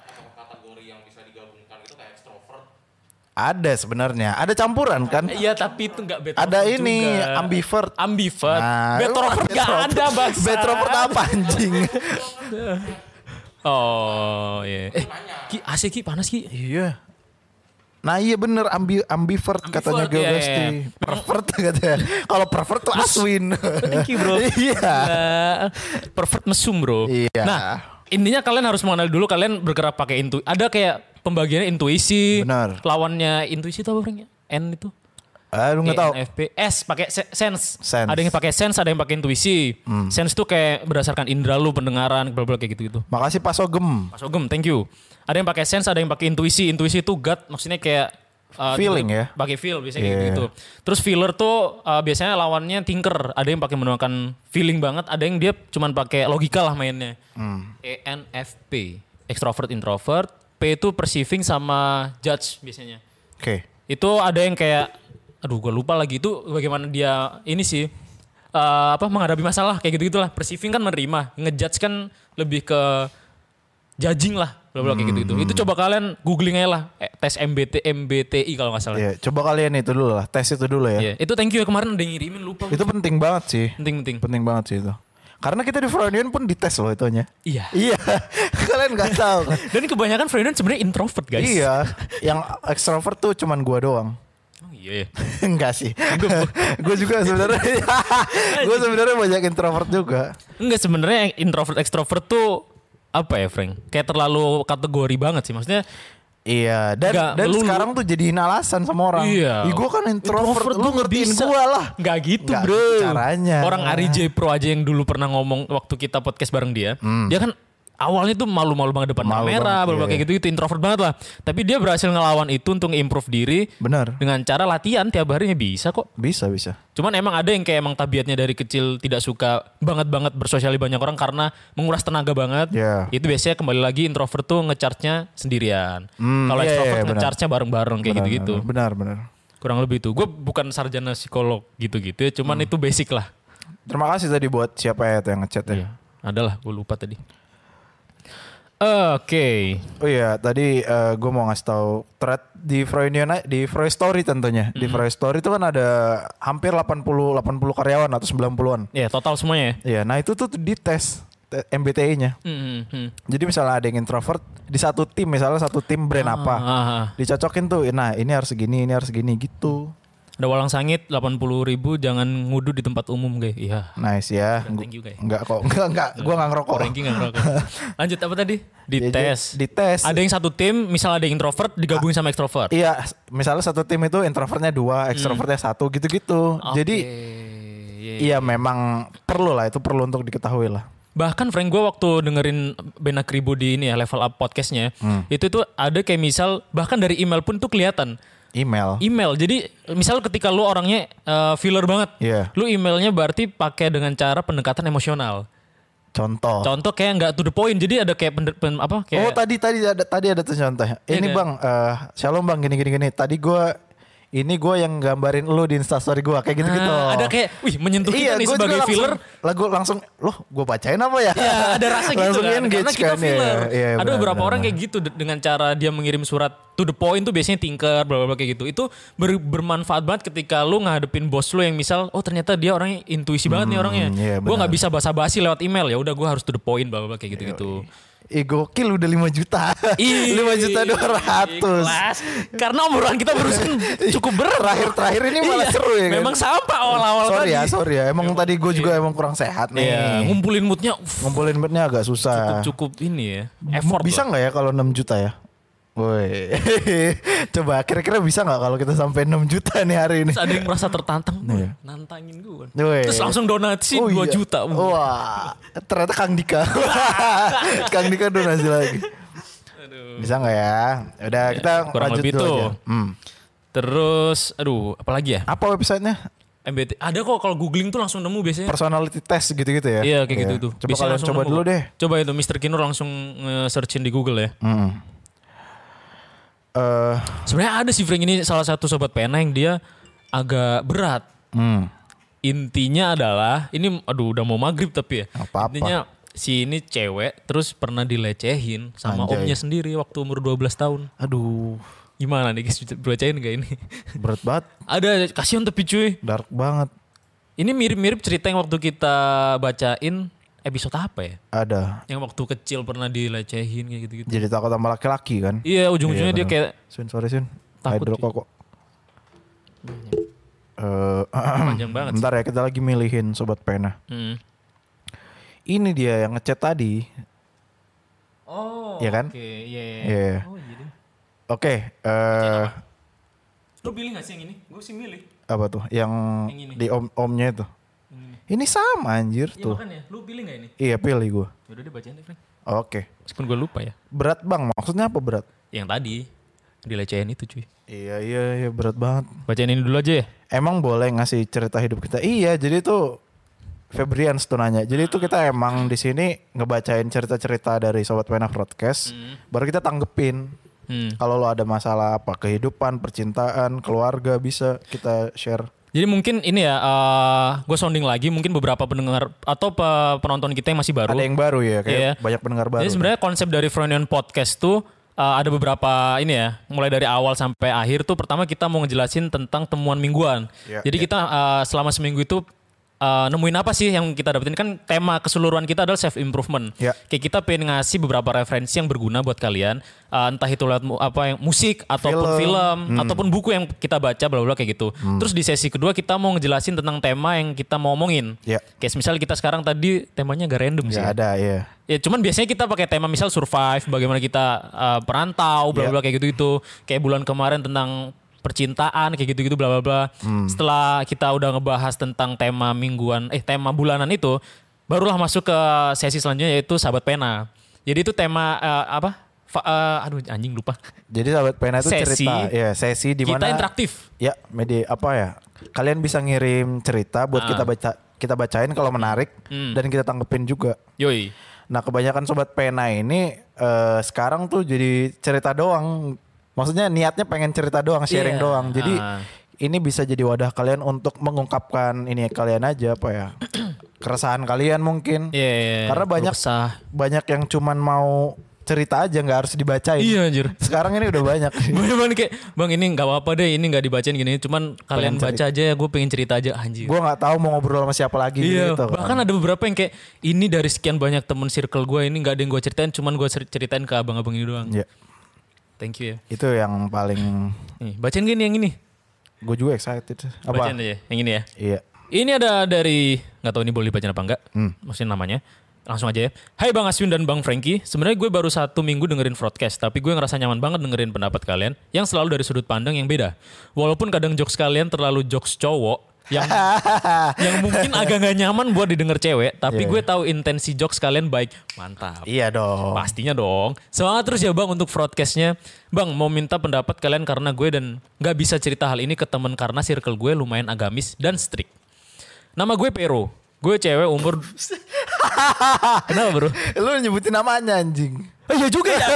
Ada sebenarnya, ada campuran kan? iya tapi itu enggak betrovert Ada ini juga. ambivert. Ambivert. Nah, Betrovert lu gak ada bangsat. Betrovert apa anjing? Oh iya. Eh Ki A C Ki panas Ki. Iya. Nah iya bener ambi ambivert, katanya Ambivert, Geogasti. iya, iya. Pervert katanya. Kalau pervert tuh Aswin. Thank you bro. Iya. Nah, pervert mesum bro. Iya. Nah intinya kalian harus mengenal dulu kalian bergerak pakai intu. Ada kayak pembagiannya intuisi. Benar. Lawannya intuisi itu apa Frank? N itu? Ah, lu nggak E tahu. N F P S pakai se- sense. Sense. Ada yang pakai sense, ada yang pakai intuisi. Hmm. Sense tuh kayak berdasarkan indera lu, pendengaran, bla bla kayak gitu-gitu. Makasih Pak Sogem. Mas Ogem, thank you. Ada yang pakai sense, ada yang pakai intuisi. Intuisi itu gut, maksudnya kayak uh, Feeling ya? Pakai feel biasanya Yeah. kayak gitu. Terus feeler tuh uh, biasanya lawannya thinker. Ada yang pakai menggunakan feeling banget, ada yang dia cuman pakai logika lah mainnya. Hmm. E N F P, extrovert introvert. P itu perceiving sama judge biasanya. Oke. Itu ada yang kayak, aduh gue lupa lagi itu bagaimana dia ini sih uh, apa menghadapi masalah kayak gitu gitulah. Perceiving kan menerima, ngejudge kan lebih ke judging lah, bla bla kayak gitu gitu. Itu coba kalian googling aja lah, eh, tes M B T M B T I kalau nggak salah. Iya, coba kalian itu dulu lah, tes itu dulu ya. Iya, itu thank you ya kemarin ada yang ngirimin lupa. Itu penting banget sih. penting penting. Penting banget sih itu. Karena kita di Freudian pun dites loh itunya. Iya. Iya. Kalian nggak tahu kan? Dan kebanyakan Freudian sebenarnya introvert guys. Iya. Yang ekstrovert tuh cuman gua doang. Oh, iya. Enggak sih. Gue juga sebenarnya. Gue sebenarnya banyak introvert juga. Enggak sebenarnya yang introvert ekstrovert tuh apa ya Frank? Kayak terlalu kategori banget sih maksudnya. Iya, dan Nggak dan melulu. sekarang tuh jadiin alasan sama orang. Iya. Ih, gue kan introvert, lu gua nggak ngertiin bisa. gue lah. Nggak gitu Nggak bro. gitu caranya. Orang Ari J Pro aja yang dulu pernah ngomong waktu kita podcast bareng dia. Dia kan awalnya tuh malu-malu banget depan Hmm. Malu kamera. banget, Berbagai iya. kayak gitu. Itu introvert banget lah. Tapi dia berhasil ngelawan itu untuk improve diri. Benar. Dengan cara latihan tiap harinya bisa kok. Bisa, bisa. Cuman emang ada yang kayak emang tabiatnya dari kecil tidak suka banget-banget bersosial banyak orang karena menguras tenaga banget. Iya. Itu biasanya kembali lagi introvert tuh ngecharge-nya sendirian. Hmm, Kalau iya, extrovert iya, benar. ngecharge-nya bareng-bareng kayak Benar, gitu-gitu. Benar, benar. Kurang lebih itu. Gue bukan sarjana psikolog gitu-gitu ya. Cuman Hmm. itu basic lah. Terima kasih tadi buat siapa ya tuh yang ngechat ya. Iya. Adalah gue lupa tadi. Oke. Oh iya, tadi gue mau ngasih tahu thread di Freudian di Freud Story tentunya. Di Freud Story itu kan ada hampir delapan puluh karyawan atau sembilan puluhan. Ya total semuanya ya. Iya, nah itu tuh dites te- M B T I-nya. Hmm, hmm. Jadi misalnya ada yang introvert di satu tim, misalnya satu tim brand apa, Ah, ah. dicocokin tuh. Nah ini harus segini, ini harus segini gitu. Ada walang sangit delapan puluh ribu jangan ngudu di tempat umum guys. Iya. Nice ya. Thank you, guys. Enggak kok, enggak enggak. Gue nggak ngerokok. Ranking nggak ngerokok. Lanjut apa tadi? Di Jadi, tes. Di tes. Ada yang satu tim, misalnya ada yang introvert digabungin sama extrovert. Iya, misalnya satu tim itu introvertnya dua, extrovertnya satu, gitu-gitu. Jadi Iya. iya memang perlu lah, itu perlu untuk diketahui lah. Bahkan Frank gue waktu dengerin Benak Ribu di ini ya level up podcastnya, Hmm. itu tuh ada kayak misal bahkan dari email pun tuh kelihatan. Email. Email, jadi misal ketika lu orangnya uh, filler banget, Iya. lu emailnya berarti pakai dengan cara pendekatan emosional. Contoh. Contoh kayak nggak to the point, jadi ada kayak pen, pen- apa kayak Oh tadi tadi ada tadi ada tuh contohnya. Iya Ini kan? bang, eh shalom bang, gini gini gini. Tadi gue ini gue yang gambarin lu di instastory gue kayak gitu gitu. Nah, ada kayak, wih menyentuh kita nih gua sebagai juga filler. langsung, lagu langsung, loh gue bacain apa ya? Ya ada rasa gitu Langsung kan, engage karena kita kan, filler. ya. Iya, ada benar, beberapa benar, orang benar. kayak gitu de- dengan cara dia mengirim surat to the point tuh biasanya tinker, bla bla bla kayak gitu. Itu ber- bermanfaat banget ketika lu ngadepin bos lu yang misal, oh ternyata dia orangnya intuisi banget nih orangnya. iya, Gue nggak benar. bisa basa-basi lewat email, ya udah gue harus to the point, bla bla bla kayak gitu gitu. Ih gokil udah lima juta. lima juta dua ratus. Kelas. Karena obrolan kita barusan cukup berat. Terakhir-terakhir ini malah Iya, seru ya kan. Memang sampah awal-awal Sorry tadi. ya, sorry ya. Emang tadi gue juga emang kurang sehat nih. Iya, ngumpulin moodnya uff, Ngumpulin moodnya agak susah. cukup ini ya. Effort Bisa loh. nggak ya kalau enam juta ya? Woi, coba kira-kira bisa nggak kalau kita sampai enam juta nih hari ini? Terus ada yang merasa tertantang, Iya. nantangin gue. Woi. Terus langsung donasi Oh dua iya. juta. Uh. Wah, ternyata Kang Dika. Kang Dika donasi lagi. Bisa nggak ya? Udah kita kurang lanjut lebih dulu tuh. aja. Hmm. Terus, aduh, apalagi ya? Apa websitenya? M B T. Ada kok kalau googling tuh langsung nemu biasanya. Personality test gitu-gitu ya? Iya kayak gitu tuh. Coba Biasanya kalian langsung coba nemu. dulu deh. Coba itu mister Kinur langsung nge-searchin di Google ya. Hmm. eh Sebenarnya ada sih Frank, ini salah satu sobat pena yang dia agak berat. hmm, Intinya adalah ini aduh udah mau maghrib tapi ya. Apa-apa. Intinya si ini cewek terus pernah dilecehin sama Anjay. omnya sendiri waktu umur dua belas tahun. aduh Gimana nih guys, bacain gak ini? berat banget, Ada, kasihan tapi cuy. dark banget. Ini mirip-mirip cerita yang waktu kita bacain episode apa ya? Ada. Yang waktu kecil pernah dilecehin kayak gitu-gitu. Jadi takut sama laki-laki kan? Iya, ujung-ujungnya Iya, dia bener. kayak Sun, sorry Sun. Takut, Hydro cuy. kok. Eh, panjang banget sih. bentar ya, kita lagi milihin sobat pena. Hmm. Ini dia yang ngechat tadi. Oh, Iya kan? oke, iya. iya. Iya. Oh, jadi. Oke, eh Lu pilih gak sih yang ini? Gue sih milih. apa tuh? Yang, Yang ini. di om-omnya itu. Ini sama anjir Iya tuh. makanya, lu pilih gak ini? Iya, pilih gue. Yaudah deh bacain deh Frank. Oke. Meskipun gue lupa ya. Berat bang, maksudnya apa berat? Yang tadi, dilecehin itu cuy. Iya, iya, iya berat banget. Bacain ini dulu aja ya? Emang boleh ngasih cerita hidup kita? Iya, jadi tuh Febrian tuh nanya. Jadi tuh kita emang di sini ngebacain cerita-cerita dari Sobat Pena Broadcast. Baru kita tanggepin. Hmm. Kalau lo ada masalah apa, kehidupan, percintaan, keluarga, bisa kita share. Jadi mungkin ini ya, gue sounding lagi, mungkin beberapa pendengar atau pe- penonton kita yang masih baru. Ada yang baru ya, kayak Iya. banyak pendengar baru. Jadi sebenarnya konsep dari Freudian Podcast tuh uh, ada beberapa ini ya, mulai dari awal sampai akhir tuh pertama kita mau ngejelasin tentang temuan mingguan. Iya, Jadi iya. kita uh, selama seminggu itu uh, nemuin apa sih yang kita dapetin, kan tema keseluruhan kita adalah self improvement. Iya. Kayak kita pengen ngasih beberapa referensi yang berguna buat kalian, uh, entah itu lewat mu- apa yang musik ataupun Film. film, Hmm. ataupun buku yang kita baca bla bla kayak gitu. Terus di sesi kedua kita mau ngejelasin tentang tema yang kita mau omongin. Iya. Kayak misal kita sekarang tadi temanya agak random sih. Nggak ya. ada ya. Ya cuman biasanya kita pakai tema misal survive, bagaimana kita uh, perantau, bla bla bla kayak gitu-gitu. Kayak bulan kemarin tentang percintaan kayak gitu-gitu bla bla bla. Setelah kita udah ngebahas tentang tema mingguan eh tema bulanan itu, barulah masuk ke sesi selanjutnya yaitu sahabat pena. Jadi itu tema uh, apa? Fa- uh, aduh anjing lupa. Jadi Sobat Pena itu Sesi. cerita, ya sesi di Kita mana interaktif. ya media apa ya? Kalian bisa ngirim cerita buat Ah. kita baca, kita bacain kalau menarik Hmm. dan kita tanggepin juga. Yoi. Nah kebanyakan Sobat Pena ini eh, sekarang tuh jadi cerita doang. Maksudnya niatnya pengen cerita doang, sharing Iya. doang. Jadi Ah. ini bisa jadi wadah kalian untuk mengungkapkan ini kalian aja apa ya. Keresahan kalian mungkin. Iya. iya, iya. Karena banyak Keluh kesah. banyak yang cuman mau cerita aja nggak harus dibacain. Iya anjir. Sekarang ini udah banyak. Bener-bener kayak bang ini nggak apa-apa deh, ini nggak dibacain gini, cuman kalian Pengen baca aja ya, gue pengen cerita aja anjir. Gue nggak tahu mau ngobrol sama siapa lagi Iya, gitu. kan. bahkan ada beberapa yang kayak ini dari sekian banyak temen circle gue ini nggak ada yang gue ceritain, cuman gue ceritain ke abang-abang ini doang. Ya, Thank you ya. itu yang paling Nih, bacain gini yang ini. gue juga excited. Apa? Bacain aja yang ini ya. Iya. Ini ada dari nggak tahu ini boleh dibacain apa enggak. Hmm. Maksudnya namanya. Langsung aja ya. Hai Bang Aswin dan Bang Frankie. Sebenarnya gue baru satu minggu dengerin broadcast, tapi gue ngerasa nyaman banget dengerin pendapat kalian yang selalu dari sudut pandang yang beda. Walaupun kadang jokes kalian terlalu jokes cowok yang yang mungkin agak nggak nyaman buat didengar cewek, tapi Iya. gue tahu intensi jokes kalian baik. Mantap. Iya dong. Pastinya dong. Semangat terus ya Bang untuk broadcastnya. Bang mau minta pendapat kalian karena gue dan nggak bisa cerita hal ini ke temen karena circle gue lumayan agamis dan strict. Nama gue Pero. Gue cewek umur... Kenapa bro? Lu nyebutin namanya anjing. Oh, iya juga ya.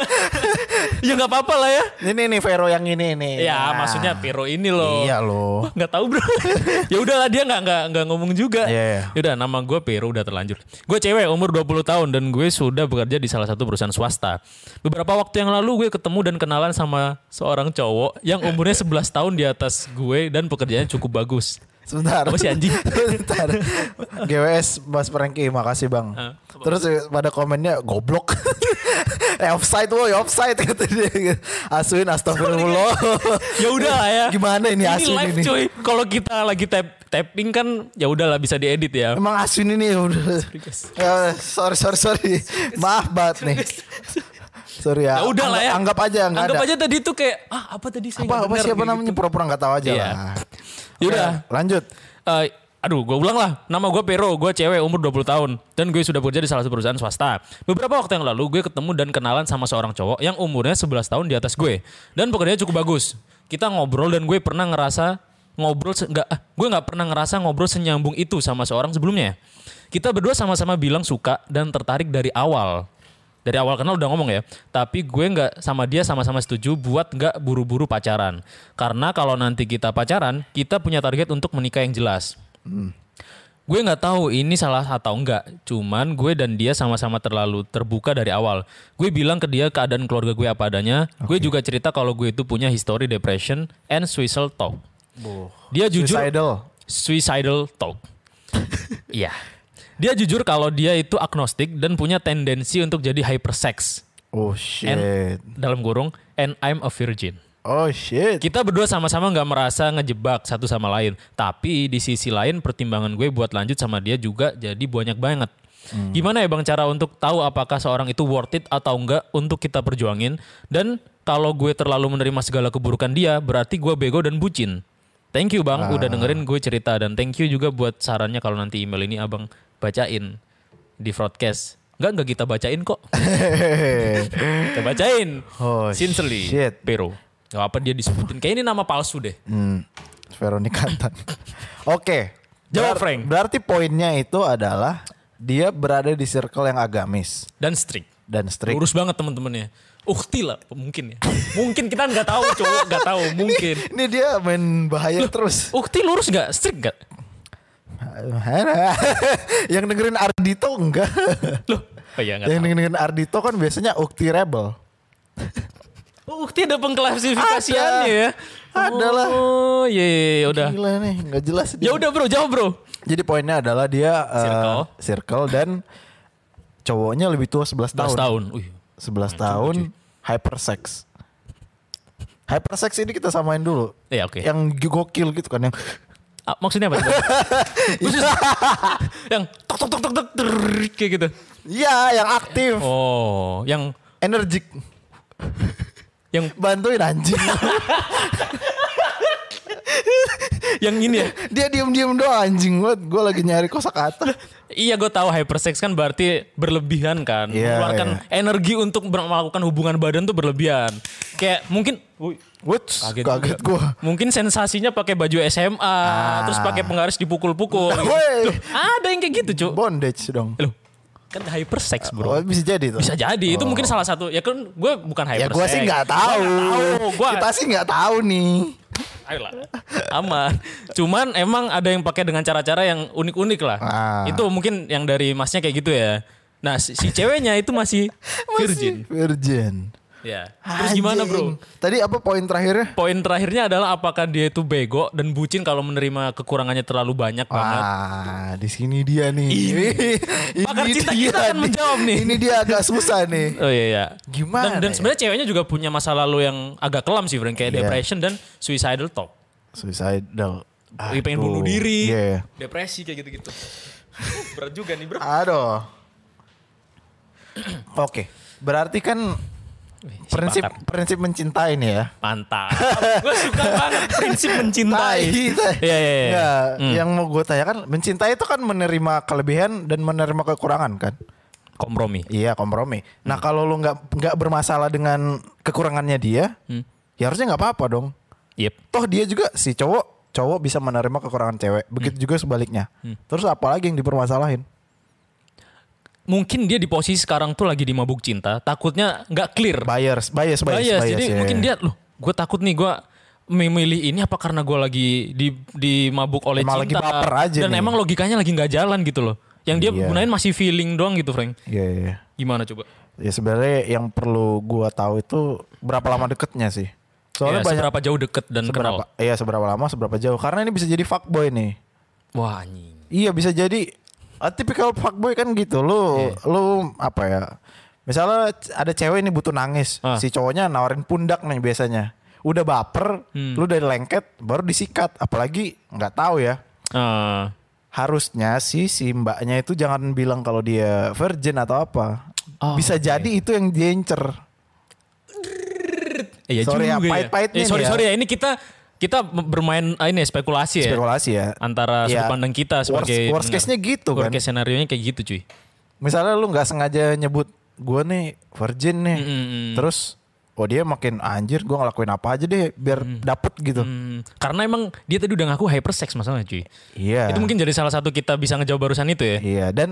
Ya nggak apa-apa lah ya. Ini nih Vero yang ini nih. Ya Nah. maksudnya Pero ini loh. Iya loh. Wah, nggak tahu bro. Ya udahlah dia nggak nggak nggak ngomong juga. Iya, iya. Yaudah nama gue Pero udah terlanjur. Gue cewek umur dua puluh tahun dan gue sudah bekerja di salah satu perusahaan swasta. Beberapa waktu yang lalu gue ketemu dan kenalan sama seorang cowok yang umurnya sebelas tahun di atas gue dan pekerjaannya cukup bagus. Sebentar. Apa sih, anjing? Sebentar. G W S Mas Franky, makasih Bang. Hah? Terus pada komennya goblok. eh offside woy, offside kata dia. Aswin astagfirullah. Ya udah lah ya. Gimana ini Aswin live ini? cuy. Kalau kita lagi tap tapping kan ya udahlah bisa diedit ya. Emang Aswin ini udah. Ya, sorry sorry sorry. Maaf banget nih. Sorry ya. Ya udah lah ya. Anggap aja enggak Anggap ada. aja tadi tuh kayak ah apa tadi saya apa nggak apa dengar siapa gitu. namanya pura-pura enggak tahu aja Iya. lah. Yaudah. Oke, lanjut. Eh, aduh, gue ulang lah. Nama gue Pero, gue cewek umur dua puluh tahun. Dan gue sudah bekerja di salah satu perusahaan swasta. Beberapa waktu yang lalu gue ketemu dan kenalan sama seorang cowok yang umurnya sebelas tahun di atas gue. Dan pekerjaannya cukup bagus. Kita ngobrol dan gue pernah ngerasa ngobrol, se- nggak, ah, gue gak pernah ngerasa ngobrol senyambung itu sama seorang sebelumnya. Kita berdua sama-sama bilang suka dan tertarik dari awal. Dari awal kenal udah ngomong ya. Tapi gue nggak sama dia sama-sama setuju buat nggak buru-buru pacaran. Karena kalau nanti kita pacaran, kita punya target untuk menikah yang jelas. Hmm. Gue nggak tahu ini salah atau enggak. Cuman gue dan dia sama-sama terlalu terbuka dari awal. Gue bilang ke dia keadaan keluarga gue apa adanya. Okay. Gue juga cerita kalau gue itu punya history depression and suicidal talk. Oh. Dia jujur. Suicidal. Suicidal talk. Iya. Dia jujur kalau dia itu agnostik dan punya tendensi untuk jadi hypersex. Oh shit. And, dalam kurung, and I'm a virgin. Oh shit. Kita berdua sama-sama gak merasa ngejebak satu sama lain. Tapi di sisi lain pertimbangan gue buat lanjut sama dia juga jadi banyak banget. Hmm. Gimana ya bang cara untuk tahu apakah seorang itu worth it atau enggak untuk kita perjuangin. Dan kalau gue terlalu menerima segala keburukan dia berarti gue bego dan bucin. Thank you bang ah. udah dengerin gue cerita. Dan thank you juga buat sarannya kalau nanti email ini abang bacain di broadcast. Enggak, enggak kita bacain kok. Kita bacain. Oh Sincerely, shit. Pero. Gak apa dia disebutin. Kayak ini nama palsu deh. Hmm, Veronica Tan. Oke. Jawab Ber- Frank. Berarti poinnya itu adalah dia berada di circle yang agamis. Dan strict. Dan strict. Lurus banget teman-temannya. Ukti lah mungkin ya. Mungkin kita gak tahu cowok. Gak tahu mungkin. Ini, ini dia main bahaya Loh, terus. Ukti lurus gak? Strict gak? Yang dengerin Ardito enggak. Loh, oh iya, yang tahu. Dengerin Ardito kan biasanya Ukti rebel. Oh, Ukti ada pengklasifikasiannya ya. Ada lah. Oh, iya, iya, iya udah. Gila nih, enggak jelas dia. Ya udah bro, jawab bro. Jadi poinnya adalah dia circle, uh, circle dan cowoknya lebih tua sebelas tahun. sebelas tahun. Uy. sebelas tahun hypersex. Hypersex ini kita samain dulu. Iya, oke. Okay. Yang gokil gitu kan yang ah, maksudnya apa? Yang tok tok tok tok tok kayak gitu. Iya, yang aktif. Oh, yang energik. Yang bantuin anjing. Yang ini ya. Dia diem-diem doang anjing. Gue gue lagi nyari kosakata. Iya gue tahu hypersex kan berarti berlebihan kan. Yeah, mengeluarkan yeah. energi untuk melakukan hubungan badan tuh berlebihan. Kayak mungkin What's kaget, kaget gue. Mungkin sensasinya pakai baju S M A, ah. terus pakai penggaris dipukul-pukul. Gitu. Loh, ada yang kayak gitu, Cuk. Bondage dong. Loh, kan hypersex bro. Oh, bisa jadi tuh. Bisa jadi. Oh. Itu mungkin salah satu. Ya kan gue bukan hypersex. Ya gue sih nggak tahu. tahu. Gua... Kita sih nggak tahu nih. Ayolah, aman. Cuman emang ada yang pakai dengan cara-cara yang unik-unik lah. Ah. Itu mungkin yang dari masnya kayak gitu ya. Nah si, si ceweknya itu masih virgin. Masih virgin. Ya. Terus gimana bro? Tadi apa poin terakhirnya? Poin terakhirnya adalah apakah dia itu bego dan bucin kalau menerima kekurangannya terlalu banyak banget. Ah, di sini dia nih. Ini, ini pakar cinta kita akan menjawab nih. Ini dia agak susah nih. Oh iya iya. Gimana? Dan, dan ya? sebenarnya ceweknya juga punya masa lalu yang agak kelam sih, Frank, kayak yeah. depression dan suicidal talk. Suicidal. Aduh. Pengen bunuh diri, yeah. depresi kayak gitu-gitu. Berat juga nih bro. Aduh. Oke, okay. Berarti kan Si prinsip bakar. prinsip mencintai nih ya. Mantap. Gue suka banget prinsip mencintai. Iya iya iya. Hmm. Yang mau gue tanya kan, mencintai itu kan menerima kelebihan dan menerima kekurangan kan. Kompromi. Iya kompromi. Hmm. Nah kalau lu nggak nggak bermasalah dengan kekurangannya dia, hmm. ya harusnya nggak apa-apa dong. Yep. Toh dia juga si cowok cowok bisa menerima kekurangan cewek. Begitu hmm. juga sebaliknya. Hmm. Terus apa lagi yang dipermasalahin? Mungkin dia di posisi sekarang tuh lagi di mabuk cinta, takutnya nggak clear. Bias, bias, bias. bias, bias. Jadi ya, mungkin ya. dia, loh, gue takut nih gue memilih ini apa karena gue lagi di di mabuk oleh emang cinta. Lagi baper aja dan nih. Emang logikanya lagi nggak jalan gitu loh. Yang dia iya. gunain masih feeling doang gitu, Frank. Iya, yeah, yeah. Gimana coba? Ya sebenarnya yang perlu gue tahu itu berapa lama deketnya sih. Soalnya ya, banyak, seberapa jauh deket dan seberapa, kenal. Iya seberapa lama, seberapa jauh. Karena ini bisa jadi fuckboy nih. Wah anjing. Iya bisa jadi. Uh, tipikal fuckboy kan gitu. Lu yeah. lu apa ya? Misalnya ada cewek ini butuh nangis, ah. si cowoknya nawarin pundak nih biasanya. Udah baper, hmm. lu dari lengket baru disikat. Apalagi nggak tahu ya. Uh. Harusnya sih si mbaknya itu jangan bilang kalau dia virgin atau apa. Oh, Bisa okay. jadi itu yang dia incer. Eh, ya sorry ya, pahit-pahitnya eh, sorry ya. sorry ya ini kita kita bermain ini spekulasi ya. Spekulasi ya. Antara ya. sudut pandang kita sebagai worst, worst case-nya gitu worst kan. Worst case scenario-nya kayak gitu cuy. Misalnya lu gak sengaja nyebut gue nih virgin nih. Mm-hmm. Terus oh dia makin anjir gue ngelakuin apa aja deh biar mm. dapet gitu. Mm. Karena emang dia tadi udah ngaku hypersex masalahnya cuy. Iya. Itu mungkin jadi salah satu kita bisa ngejawab barusan itu ya. Iya dan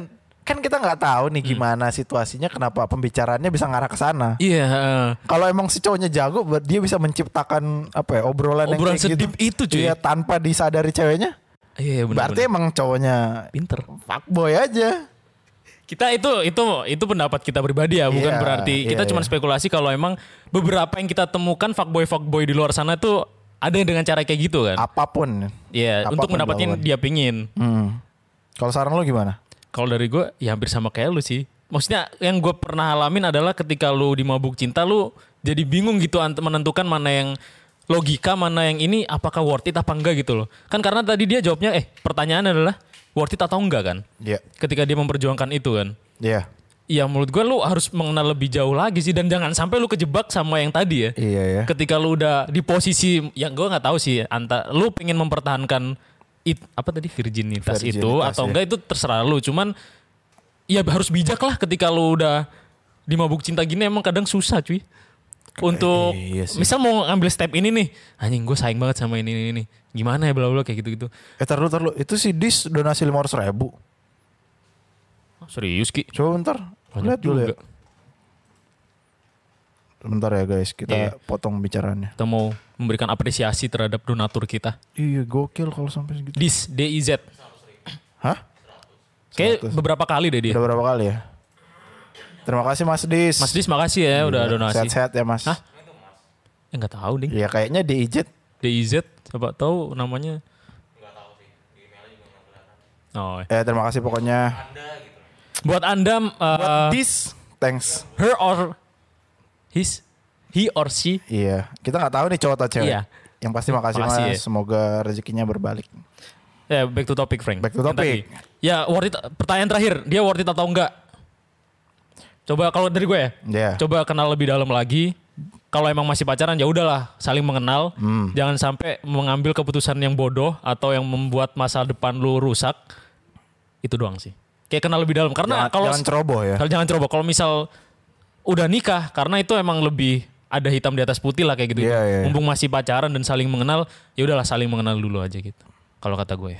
kan kita nggak tahu nih gimana hmm. situasinya, kenapa pembicaraannya bisa ngarah ke sana. Iya. Uh. Kalau emang si cowoknya jago, dia bisa menciptakan apa ya obrolan, obrolan yang kayak sedip gitu. itu cuy. Iya, tanpa disadari ceweknya. Iya, bener, berarti bener. Emang cowoknya pinter, fuckboy aja. Kita itu itu itu pendapat kita pribadi ya, bukan yeah, berarti kita yeah, cuma yeah. spekulasi kalau emang beberapa yang kita temukan fuckboy fuckboy di luar sana tuh ada dengan cara kayak gitu kan. Apapun. Iya, yeah, untuk mendapatkan yang dia pingin. Hmm. Kalau saran lo gimana? Kalau dari gue ya hampir sama kayak lu sih. Maksudnya yang gue pernah alamin adalah ketika lu di mabuk cinta lu jadi bingung gitu menentukan mana yang logika, mana yang ini apakah worth it apa enggak gitu loh. Kan karena tadi dia jawabnya eh pertanyaan adalah worth it atau enggak kan? Iya. Yeah. Ketika dia memperjuangkan itu kan. Iya. Yeah. Ya menurut gue lu harus mengenal lebih jauh lagi sih, dan jangan sampai lu kejebak sama yang tadi ya. Iya ya. Ketika lu udah di posisi yang gue nggak tahu sih, anta lu pengen mempertahankan It, apa tadi virginitas, virginitas itu atau ya. Enggak itu terserah lu, cuman ya harus bijak lah ketika lu udah di mabuk cinta gini, emang kadang susah cuy untuk eh, iya misal mau ngambil step ini nih, anjing gue sayang banget sama ini ini, ini. Gimana ya bla bla kayak gitu gitu. Eh tar lu tar lu itu si Dis donasi lima ratus ribu. Oh, serius Ki? Coba bentar lihat dulu ya. Bentar ya guys, kita yeah. potong bicaraannya. Kita mau memberikan apresiasi terhadap donatur kita. Iya gokil kalau sampai segitu. Dis, D I Z. Hah? Kayak beberapa kali deh dia. Udah berapa kali ya? Terima kasih Mas Dis. Mas Dis makasih ya iya, udah donasi. Sehat-sehat ya Mas. Hah? Eh gak tahu ding. Iya kayaknya D I Z. D I Z, coba tahu namanya. Gak tahu sih, emailnya juga gak kelihatan. Oh. Eh terima kasih pokoknya. Anda, gitu. Buat Anda. Uh, Buat Dis, thanks. Her or his, he or she. Iya, kita nggak tahu nih cowok atau cewek. Iya. Yang pasti makasih, makasih Mas, ya. Semoga rezekinya berbalik. Ya, back to topic Frank. Back to topic. Ya, worth it. Pertanyaan terakhir, dia worth it atau enggak? Coba kalau dari gue ya. Yeah. Coba kenal lebih dalam lagi. Kalau emang masih pacaran ya udahlah, saling mengenal. Hmm. Jangan sampai mengambil keputusan yang bodoh atau yang membuat masa depan lu rusak. Itu doang sih. Kayak kenal lebih dalam, karena kalau jangan ceroboh ya. Kalau jangan ceroboh. Kalau misal udah nikah, karena itu emang lebih ada hitam di atas putih lah kayak gitu. Yeah, yeah. Mumpung masih pacaran dan saling mengenal, ya udahlah saling mengenal dulu aja gitu. Kalau kata gue.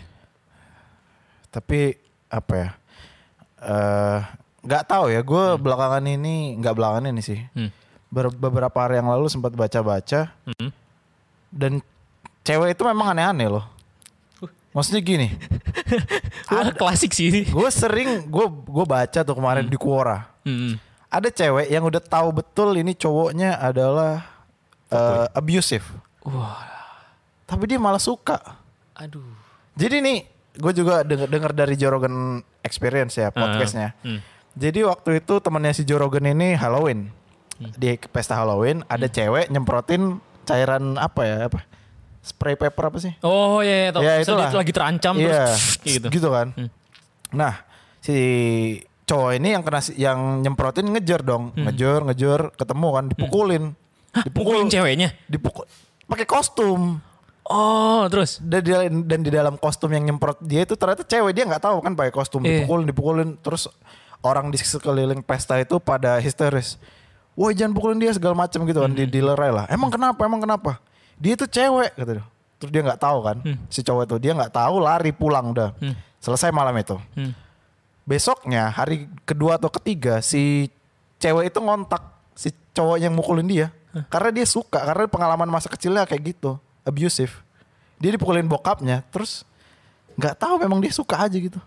Tapi apa ya? Uh, gak tahu ya. Gue hmm. belakangan ini, nggak belakangan ini sih. Hmm. Ber- beberapa hari yang lalu sempat baca-baca. Hmm. Dan cewek itu memang aneh-aneh loh. Maksudnya gini. Wah, klasik sih. Gue sering, gue gue baca tuh kemarin hmm. di Quora. Hmm. Ada cewek yang udah tahu betul ini cowoknya adalah uh, abusive. Wah. Tapi dia malah suka. Aduh. Jadi nih, gue juga denger, denger dari Joe Rogan Experience ya podcastnya. Uh, hmm. Jadi waktu itu temannya si Joe Rogan ini Halloween. Hmm. Di pesta Halloween ada hmm. cewek nyemprotin cairan apa ya apa? Spray paper apa sih? Oh iya, iya. Ya, itulah. Dia lagi terancam yeah, terus gitu. Gitu kan. Hmm. Nah, si cowok ini yang kena yang nyemprotin ngejar dong, hmm. ngejar ngejar ketemu kan, dipukulin. Hah, Dipukul, pukulin ceweknya? Dipukul pakai kostum. Oh, terus dan di, dan di dalam kostum yang nyemprot dia itu ternyata cewek, dia nggak tahu kan pakai kostum, yeah. dipukulin dipukulin terus orang di sekeliling pesta itu pada histeris. Woi jangan pukulin dia segala macam gitu kan, hmm. di dilerai lah. Emang kenapa? Emang kenapa? Dia itu cewek gitu. Terus dia nggak tahu kan, hmm. si cowok itu dia nggak tahu, lari pulang udah. Hmm. Selesai malam itu. Hmm. Besoknya hari kedua atau ketiga si cewek itu ngontak si cowok yang mukulin dia. Huh? Karena dia suka, karena pengalaman masa kecilnya kayak gitu, abusive. Dia dipukulin bokapnya, terus nggak tahu memang dia suka aja gitu.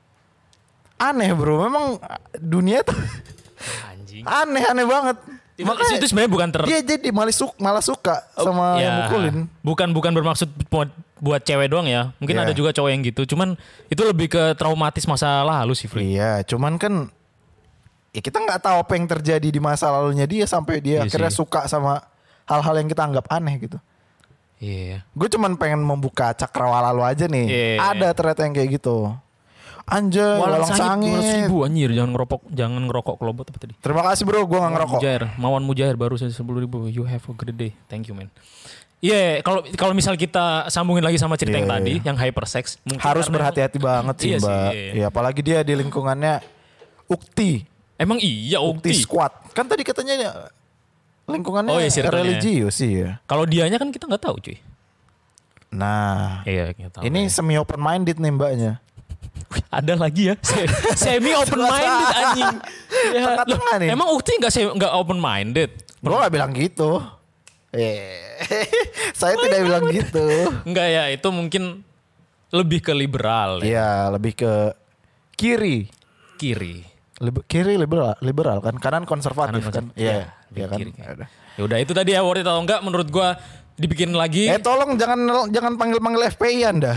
Aneh bro, memang dunia tuh anjing. Aneh aneh banget. Makanya itu sebenarnya bukan ter. Dia jadi malah suka, malah suka sama oh, yang ya. mukulin. Bukan bukan bermaksud buat, buat cewek doang ya. Mungkin yeah. ada juga cowok yang gitu. Cuman itu lebih ke traumatis masa lalu sih, Fri. Iya, cuman kan ya kita nggak tahu apa yang terjadi di masa lalunya dia sampai dia iya akhirnya sih. suka sama hal-hal yang kita anggap aneh gitu. Iya. Yeah. Gue cuman pengen membuka cakrawala lu aja nih. Yeah. Ada ternyata yang kayak gitu. Anjay, walang sangit. dua ratus ribu anjir, jangan ngerokok, jangan ngerokok kelobot apa tadi. Terima kasih bro, gue gak ngerokok. Mujair, Mawan Mujair baru saja sepuluh ribu. You have a great day. Thank you man. Iya, yeah, kalau kalau misal kita sambungin lagi sama cerita yeah, yang tadi, yeah. yang hypersex, harus berhati-hati banget sih, iya Mbak. Sih, iya. Ya, apalagi dia di lingkungannya ukti. Emang iya ukti. Ukti squad. Kan tadi katanya lingkungannya oh, iya, religius sih ya. Kalau dianya kan kita nggak tahu, cuy. Nah, iya, kita tahu, ini ya. semi open minded nih mbaknya. Wih, ada lagi ya. Se- Semi open minded anjing. Ya, Tengah-tengah loh, nih. emang Ukti enggak enggak open minded? Gue gak bilang gitu. Eh, saya tidak bilang gitu. Enggak ya, itu mungkin lebih ke liberal ya. Iya, lebih ke kiri. Kiri. Liber- kiri liberal, liberal kan, kanan konservatif Kanan kan. konservatif. Iya, Iya, iya kan. kiri. Yaudah. Ya udah itu tadi ya worth it atau enggak menurut gua dibikin lagi. Eh tolong jangan jangan panggil-panggil F P I Anda.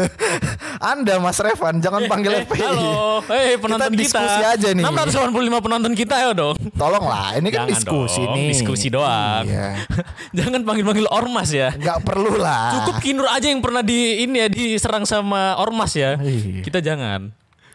Anda Mas Revan jangan panggil Eh, F P I. halo, eh penonton kita, diskusi aja nih. enam ratus delapan puluh lima penonton kita ya dong. Tolong lah, ini kan Jangan diskusi dong, nih. diskusi doang. Iya. Jangan panggil-panggil ormas ya. Gak perlu lah. Cukup Kinur aja yang pernah di ini ya diserang sama ormas ya. Iya. Kita jangan.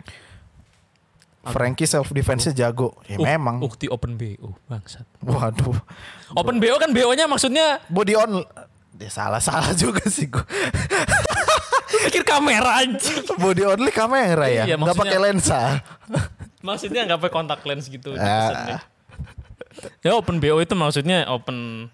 Frankie self defense-nya jago. Ya Uk- memang. Ukti open B O bangsat. Waduh. Open B O kan B O-nya maksudnya Body on. Ya salah-salah juga sih gue. pikir kamera anjing. Body only kamera ya. Iya, Gak maksudnya- pakai lensa. Maksudnya nggak pakai kontak lens gitu. Ah. Ya open B O itu maksudnya open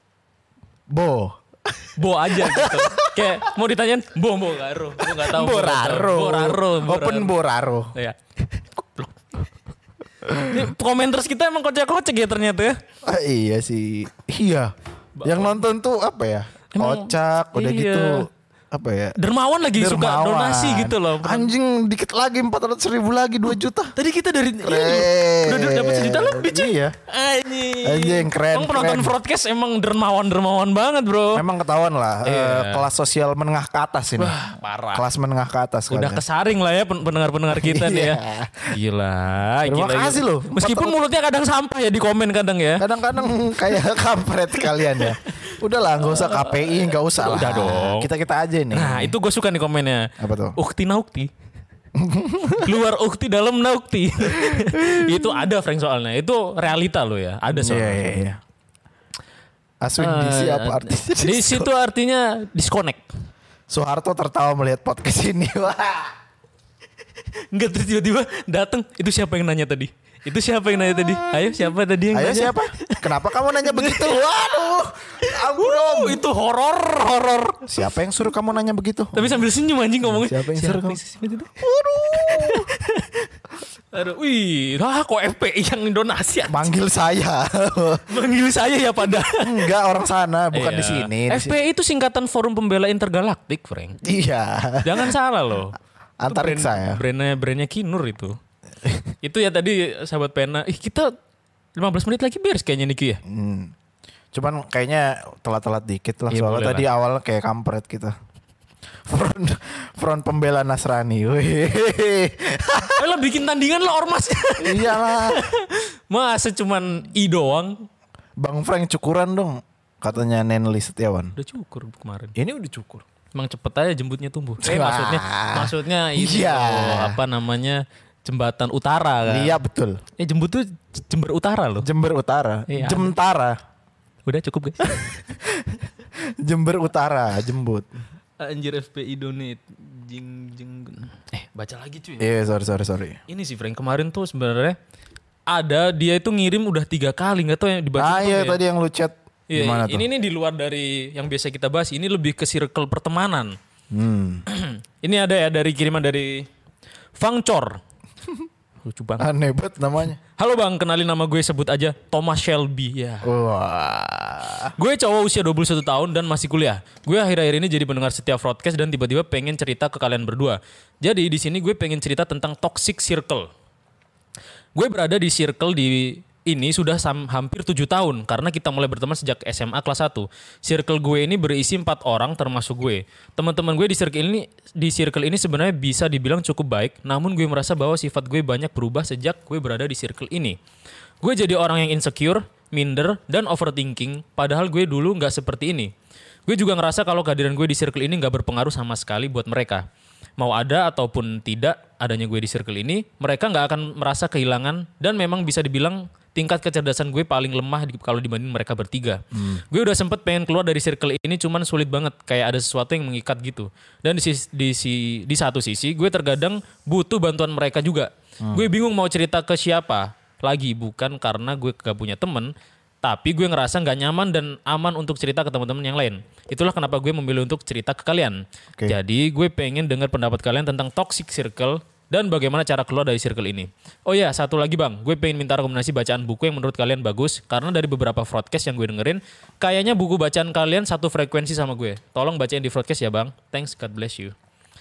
Bo. bo aja gitu. Kayak mau ditanyain bo bo garo. Gue nggak tahu. Boraro. Boraro. Open Boraro. Ya. Goblok. Ini komenters kita emang kocak-kocak ya ternyata ya. Ah, iya sih. Iya. Yang nonton tuh apa ya? Emang- Kocak, udah iya. gitu. Apa ya? Dermawan lagi suka Dermawan. donasi gitu loh. Anjing dikit lagi empat ratus ribu lagi dua juta. Tadi kita dari iya, Keren. udah dapat sejuta lebih cuy. Iya. Anjing. Anjing, keren, Emang penonton keren. broadcast emang dermawan-dermawan banget bro. Memang ketahuan lah. eh, Iya. kelas sosial menengah ke atas ini. Wah, parah. Kelas menengah ke atas. Udah kalian. kesaring lah ya pen- pendengar-pendengar kita nih ya. Iya. Gila. Terima gila, kasih gila. loh. Meskipun mulutnya kadang sampah ya di komen kadang ya. Kadang-kadang kayak kampret kalian ya. Udahlah, nggak usah K P I, nggak usah lah. Udah dong. Kita kita aja nih. Nah itu gue suka nih komennya. Apa tuh? Ukti naukti. Luar ukti dalam naukti. Itu ada Frank soalnya. Itu realita loh ya. Ada Iya soalnya. iya iya. Aswin D C apa Eh, artisnya? Di situ artinya disconnect. Soeharto tertawa melihat podcast ini. Wah. Enggak terus tiba-tiba datang. Itu siapa yang nanya tadi? Itu siapa yang nanya tadi? Ayo siapa tadi yang Ayo nanya? siapa? Kenapa kamu nanya begitu? Waduh. Ampun. Oh, itu horor, horor. Siapa yang suruh kamu nanya begitu? Tapi sambil senyum anjing ngomongnya. Siapa yang suruh kamu? Waduh. Aduh, wih, lah kok F P I yang donasi? Manggil saya. Manggil saya ya pada. Enggak, orang sana, bukan Iya. di sini. Di F P I itu singkatan Forum Pembela Intergalaktik, Frank. sini. Iya. Jangan salah loh. Antariksa Brand- ya. Brandnya brandnya Kinur itu. Itu ya tadi sahabat pena. Ih kita lima belas menit lagi beres kayaknya Niki ya. Hmm. Cuman kayaknya telat-telat dikit lah. Iya, Soalnya boleh tadi lah. awal kayak kampret kita. Front, front pembela Nasrani. Wih. Eh lo bikin tandingan lo ormas. Iyalah. Masa cuman I doang. Bang Frank cukuran dong. Katanya Nenli Setiawan. Udah cukur kemarin. Ini udah cukur. Emang cepet aja jembutnya tumbuh. Eh Wah. maksudnya maksudnya itu Iya. loh, apa namanya jembatan utara kan. Iya betul. Eh jembut tuh Jember Utara loh. Jember Utara. Iya, Jemtara. Udah cukup guys. Jember Utara. Jembut. Anjir F P I donate. Jing jing. Eh baca lagi cuy. Iya sorry sorry sorry. Ini sih Frank kemarin tuh sebenarnya ada dia itu ngirim udah tiga kali nggak tahu yang dibaca. Ah apa iya ya. tadi yang lu chat. Iya, Gimana tuh? ini nih di luar dari yang biasa kita bahas. Ini lebih ke circle pertemanan. Hmm. Ini ada ya dari kiriman dari Fangcor. Lucu banget. Aneh banget namanya. Halo bang, kenalin nama gue sebut aja Thomas Shelby ya. Wah. Gue cowok usia dua puluh satu tahun dan masih kuliah. Gue akhir-akhir ini jadi pendengar setiap broadcast dan tiba-tiba pengen cerita ke kalian berdua. Jadi di sini gue pengen cerita tentang toxic circle. Gue berada di circle di ini sudah sam- hampir tujuh tahun karena kita mulai berteman sejak S M A kelas satu. Circle gue ini berisi empat orang termasuk gue. Teman-teman gue di circle ini di circle ini sebenarnya bisa dibilang cukup baik, namun gue merasa bahwa sifat gue banyak berubah sejak gue berada di circle ini. Gue jadi orang yang insecure, minder, dan overthinking, padahal gue dulu nggak seperti ini. Gue juga ngerasa kalau kehadiran gue di circle ini nggak berpengaruh sama sekali buat mereka. Mau ada ataupun tidak adanya gue di circle ini, mereka nggak akan merasa kehilangan dan memang bisa dibilang tingkat kecerdasan gue paling lemah di, kalau dibanding mereka bertiga. Hmm. Gue udah sempet pengen keluar dari circle ini cuman sulit banget. Kayak ada sesuatu yang mengikat gitu. Dan di, di, di, di satu sisi gue terkadang butuh bantuan mereka juga. Hmm. Gue bingung mau cerita ke siapa lagi. Bukan karena gue gak punya temen. Tapi gue ngerasa nggak nyaman dan aman untuk cerita ke teman-teman yang lain. Itulah kenapa gue memilih untuk cerita ke kalian. Oke. Jadi gue pengen dengar pendapat kalian tentang toxic circle dan bagaimana cara keluar dari circle ini. Oh ya, satu lagi bang, gue pengen minta rekomendasi bacaan buku yang menurut kalian bagus. Karena dari beberapa broadcast yang gue dengerin, kayaknya buku bacaan kalian satu frekuensi sama gue. Tolong bacain di broadcast ya bang. Thanks, God bless you.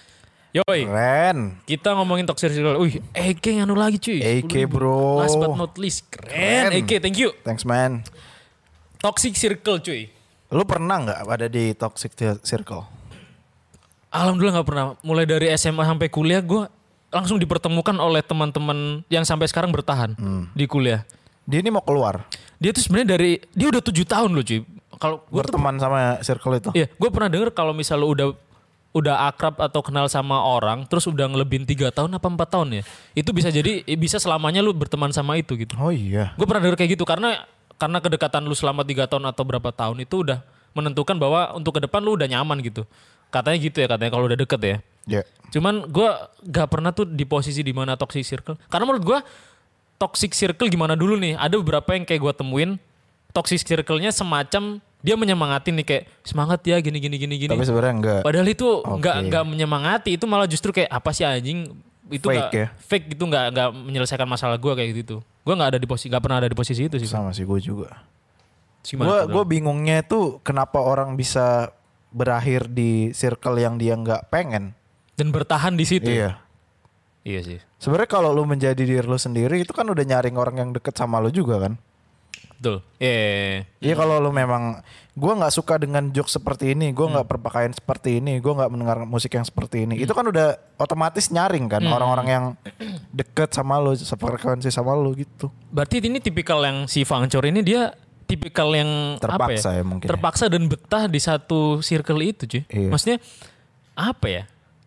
Yoi, Keren. kita ngomongin toxic circle. Wih, E K anu lagi cuy. E K bro. Last but not least, keren. Keren. E K, thank you. Thanks man. Toxic circle cuy. Lu pernah nggak ada di toxic circle? Alhamdulillah nggak pernah. Mulai dari S M A sampai kuliah gue langsung dipertemukan oleh teman-teman yang sampai sekarang bertahan Hmm. di kuliah. Dia ini mau keluar. Dia tuh sebenarnya dari dia udah tujuh tahun loh cuy. Kalau gue tuh, Berteman sama circle itu. iya, gue pernah denger kalau misal lu udah udah akrab atau kenal sama orang, terus udah ngelebihin tiga tahun apa empat tahun ya, itu bisa jadi bisa selamanya lu berteman sama itu gitu. Oh iya. Gue pernah denger kayak gitu karena karena kedekatan lu selama tiga tahun atau berapa tahun itu udah menentukan bahwa untuk ke depan lu udah nyaman gitu. Katanya gitu ya, katanya kalau udah deket ya. Ya. Cuman gue gak pernah tuh di posisi di mana toxic circle. Karena menurut gue toxic circle gimana dulu nih. Ada beberapa yang kayak gue temuin toxic circle-nya semacam dia menyemangatin nih kayak semangat ya gini gini gini gini. Tapi sebenarnya enggak. Padahal itu Oke. nggak nggak menyemangati, itu malah justru kayak apa sih anjing itu Fake nggak- ya? fake gitu, nggak nggak menyelesaikan masalah gue kayak gitu. Gue nggak ada di posisi nggak pernah ada di posisi itu sih. Sama sih gue juga. Gimana Gue tuh, gue Bang? bingungnya tuh kenapa orang bisa berakhir di circle yang dia nggak pengen. Dan bertahan di situ. Iya. Iya sih. Sebenarnya kalau lu menjadi diri lu sendiri itu kan udah nyaring orang yang deket sama lu juga kan. Betul. Iya. Iya kalau lu memang gue nggak suka dengan joke seperti ini, gue nggak berpakaian seperti ini, gue nggak mendengar musik yang seperti ini, itu kan udah otomatis nyaring kan orang-orang yang deket sama lu, sefrekuensi sama lu gitu. Berarti ini tipikal yang si Fangcor ini dia tipikal yang Terpaksa apa ya? ya mungkin ya. Terpaksa dan betah di satu circle itu cuy. Iya. Maksudnya apa ya?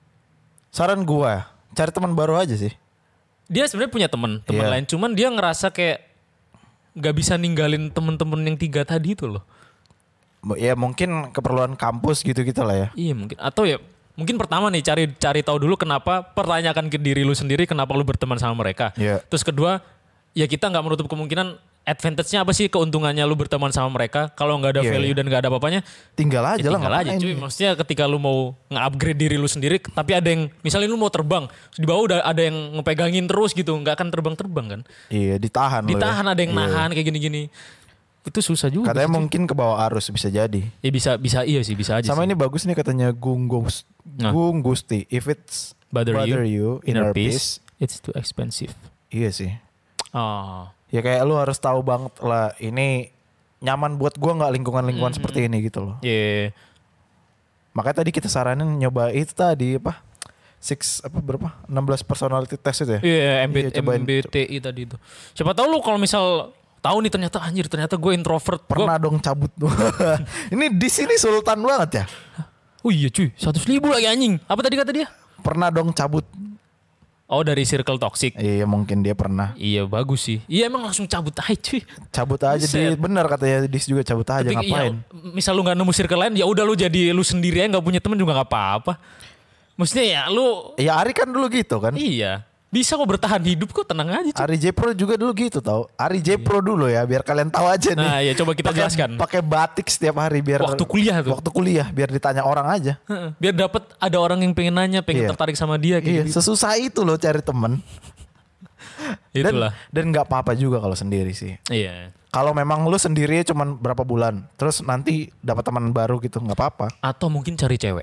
Saran gue, cari teman baru aja sih. Dia sebenarnya punya teman, teman Iya. lain. Cuman dia ngerasa kayak nggak bisa ninggalin temen-temen yang tiga tadi itu loh. Ya mungkin keperluan kampus gitu-gitu lah ya. Iya mungkin. Atau ya mungkin pertama nih cari cari tahu dulu kenapa, pertanyakan ke diri lu sendiri kenapa lu berteman sama mereka. Iya. Terus kedua, ya kita nggak menutup kemungkinan advantage-nya apa sih keuntungannya lu berteman sama mereka. Kalau nggak ada Iya, value iya. dan nggak ada apa-apanya, Tinggal aja ya lah tinggal aja ngapain. cuy. Maksudnya ketika lu mau nge-upgrade diri lu sendiri, tapi ada yang misalnya lu mau terbang, di bawah udah ada yang ngepegangin terus gitu, nggak akan terbang-terbang kan. Iya ditahan lu ya. Ditahan ada yang Iya. nahan kayak gini-gini. Itu susah juga. Katanya sih, cuy. mungkin ke bawah arus bisa jadi. Ya bisa bisa iya sih bisa aja Sama sih. ini bagus nih katanya Gung Gus, Nah. Gung Gusti. If it's Bother, bother you, you, inner peace. it's too expensive. Iya sih. Oh. Ya kayak lu harus tahu banget lah ini nyaman buat gua nggak lingkungan-lingkungan Hmm. seperti ini gitu loh. Iya. Makanya tadi kita saranin nyoba itu tadi apa? Six apa berapa? enam belas personality test itu ya? Iya, M B, Iya, cobain. M B T I tadi itu. Siapa tahu lu kalau misal tahu nih ternyata anjir ternyata gue introvert. Pernah Gua, dong cabut tuh. Ini di sini sultan banget ya. oh iya cuy, seratus ribu lagi anjing. Apa tadi kata dia? Pernah dong cabut. Oh dari circle toxic. Iya mungkin dia pernah. Iya bagus sih. Iya emang langsung cabut aja cuy. Cabut aja Buset. di bener katanya Dis juga cabut aja Tapi ngapain? ya, misal lu nggak nemu circle lain, ya udah lu jadi lu sendiri aja nggak punya temen juga nggak apa-apa. Maksudnya ya lu Ya Ari kan dulu gitu kan. iya bisa kok bertahan hidup kok tenang aja cuy. Ari J Pro juga dulu gitu tau. Ari J Pro dulu ya biar kalian tahu aja nih. Nah ya coba kita Pakai- jelaskan. Pakai batik setiap hari biar Waktu kuliah tuh. Waktu kuliah biar ditanya orang aja. Heeh, biar dapat ada orang yang pengen nanya, pengen Iya. tertarik sama dia kayak Iya, gitu. sesusah itu loh cari temen. Dan Itulah. dan nggak apa-apa juga kalau sendiri sih. Iya. Kalau memang lu sendiri cuman berapa bulan, terus nanti dapat teman baru gitu nggak apa-apa. Atau mungkin cari cewek.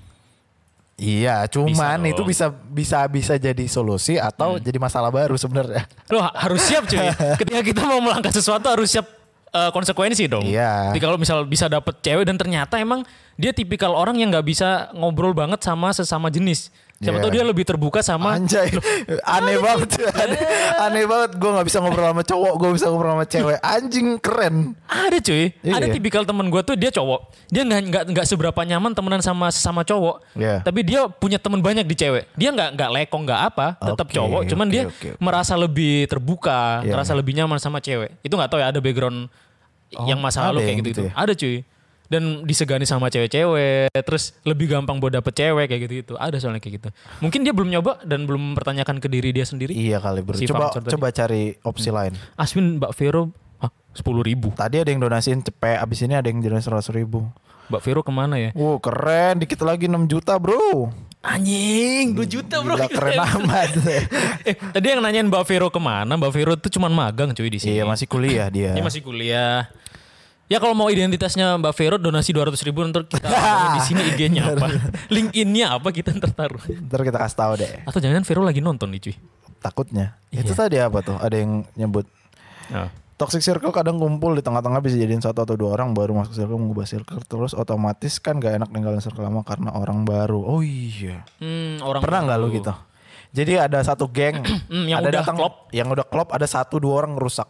Iya, cuman Bisa itu dong. bisa bisa bisa jadi solusi atau jadi masalah baru sebenarnya. Lo ha- harus siap cuy. Ketika kita mau melangkah sesuatu harus siap eh, konsekuensi dong. Iya. Jadi kalau misal bisa dapet cewek dan ternyata emang dia tipikal orang yang nggak bisa ngobrol banget sama sesama jenis. Siapa Iya. tahu dia lebih terbuka sama. Anjay, aneh banget, aneh, aneh banget. Gue nggak bisa ngobrol sama cowok, gue bisa ngobrol sama cewek. Anjing keren. Ada cuy. Iya. Ada tipikal temen gue tuh dia cowok. Dia nggak nggak nggak seberapa nyaman temenan sama sesama cowok. Iya. Tapi dia punya temen banyak di cewek. Dia nggak nggak lekong nggak apa. Tetap Oke, cowok. Cuman oke, dia oke, oke. merasa lebih terbuka, Iya. merasa lebih nyaman sama cewek. Itu nggak tahu ya ada background Oh, yang masa ada lalu kayak yang gitu, gitu gitu. ya? Ada cuy. Dan disegani sama cewek-cewek. Terus lebih gampang buat dapet cewek kayak gitu-gitu. Ada soalnya kayak gitu. Mungkin dia belum nyoba dan belum mempertanyakan ke diri dia sendiri. Iya kali bro. Si Coba Fangcor tadi. coba cari opsi lain. Aswin Mbak Vero Hah? sepuluh ribu? Tadi ada yang donasiin cepet, abis ini ada yang donasi seratus ribu. Mbak Vero kemana ya? Wow keren, dikit lagi enam juta bro. Anjing, dua juta bro. Gila, keren amat. eh, tadi yang nanyain Mbak Vero kemana? Mbak Vero tuh cuman magang cuy di sini. Iya masih kuliah dia. Dia masih kuliah. Ya kalau mau identitasnya Mbak Vero donasi dua ratus ribu ntar kita ngomongin di sini I G-nya apa. LinkedIn-nya apa kita ntar taruh. Ntar kita kasih tahu deh. Atau jangan Vero lagi nonton nih cuy. Takutnya. Iya. Itu tadi apa tuh? Ada yang nyebut. Oh. Toxic circle kadang kumpul di tengah-tengah bisa jadiin satu atau dua orang baru masuk circle mengubah circle terus otomatis kan gak enak ninggalin circle lama karena orang baru. Oh iya. Hmm, orang Pernah nggak lu gitu? Jadi ada satu geng Hmm, yang ada udah datang, klop. yang udah klop ada satu dua orang ngerusak.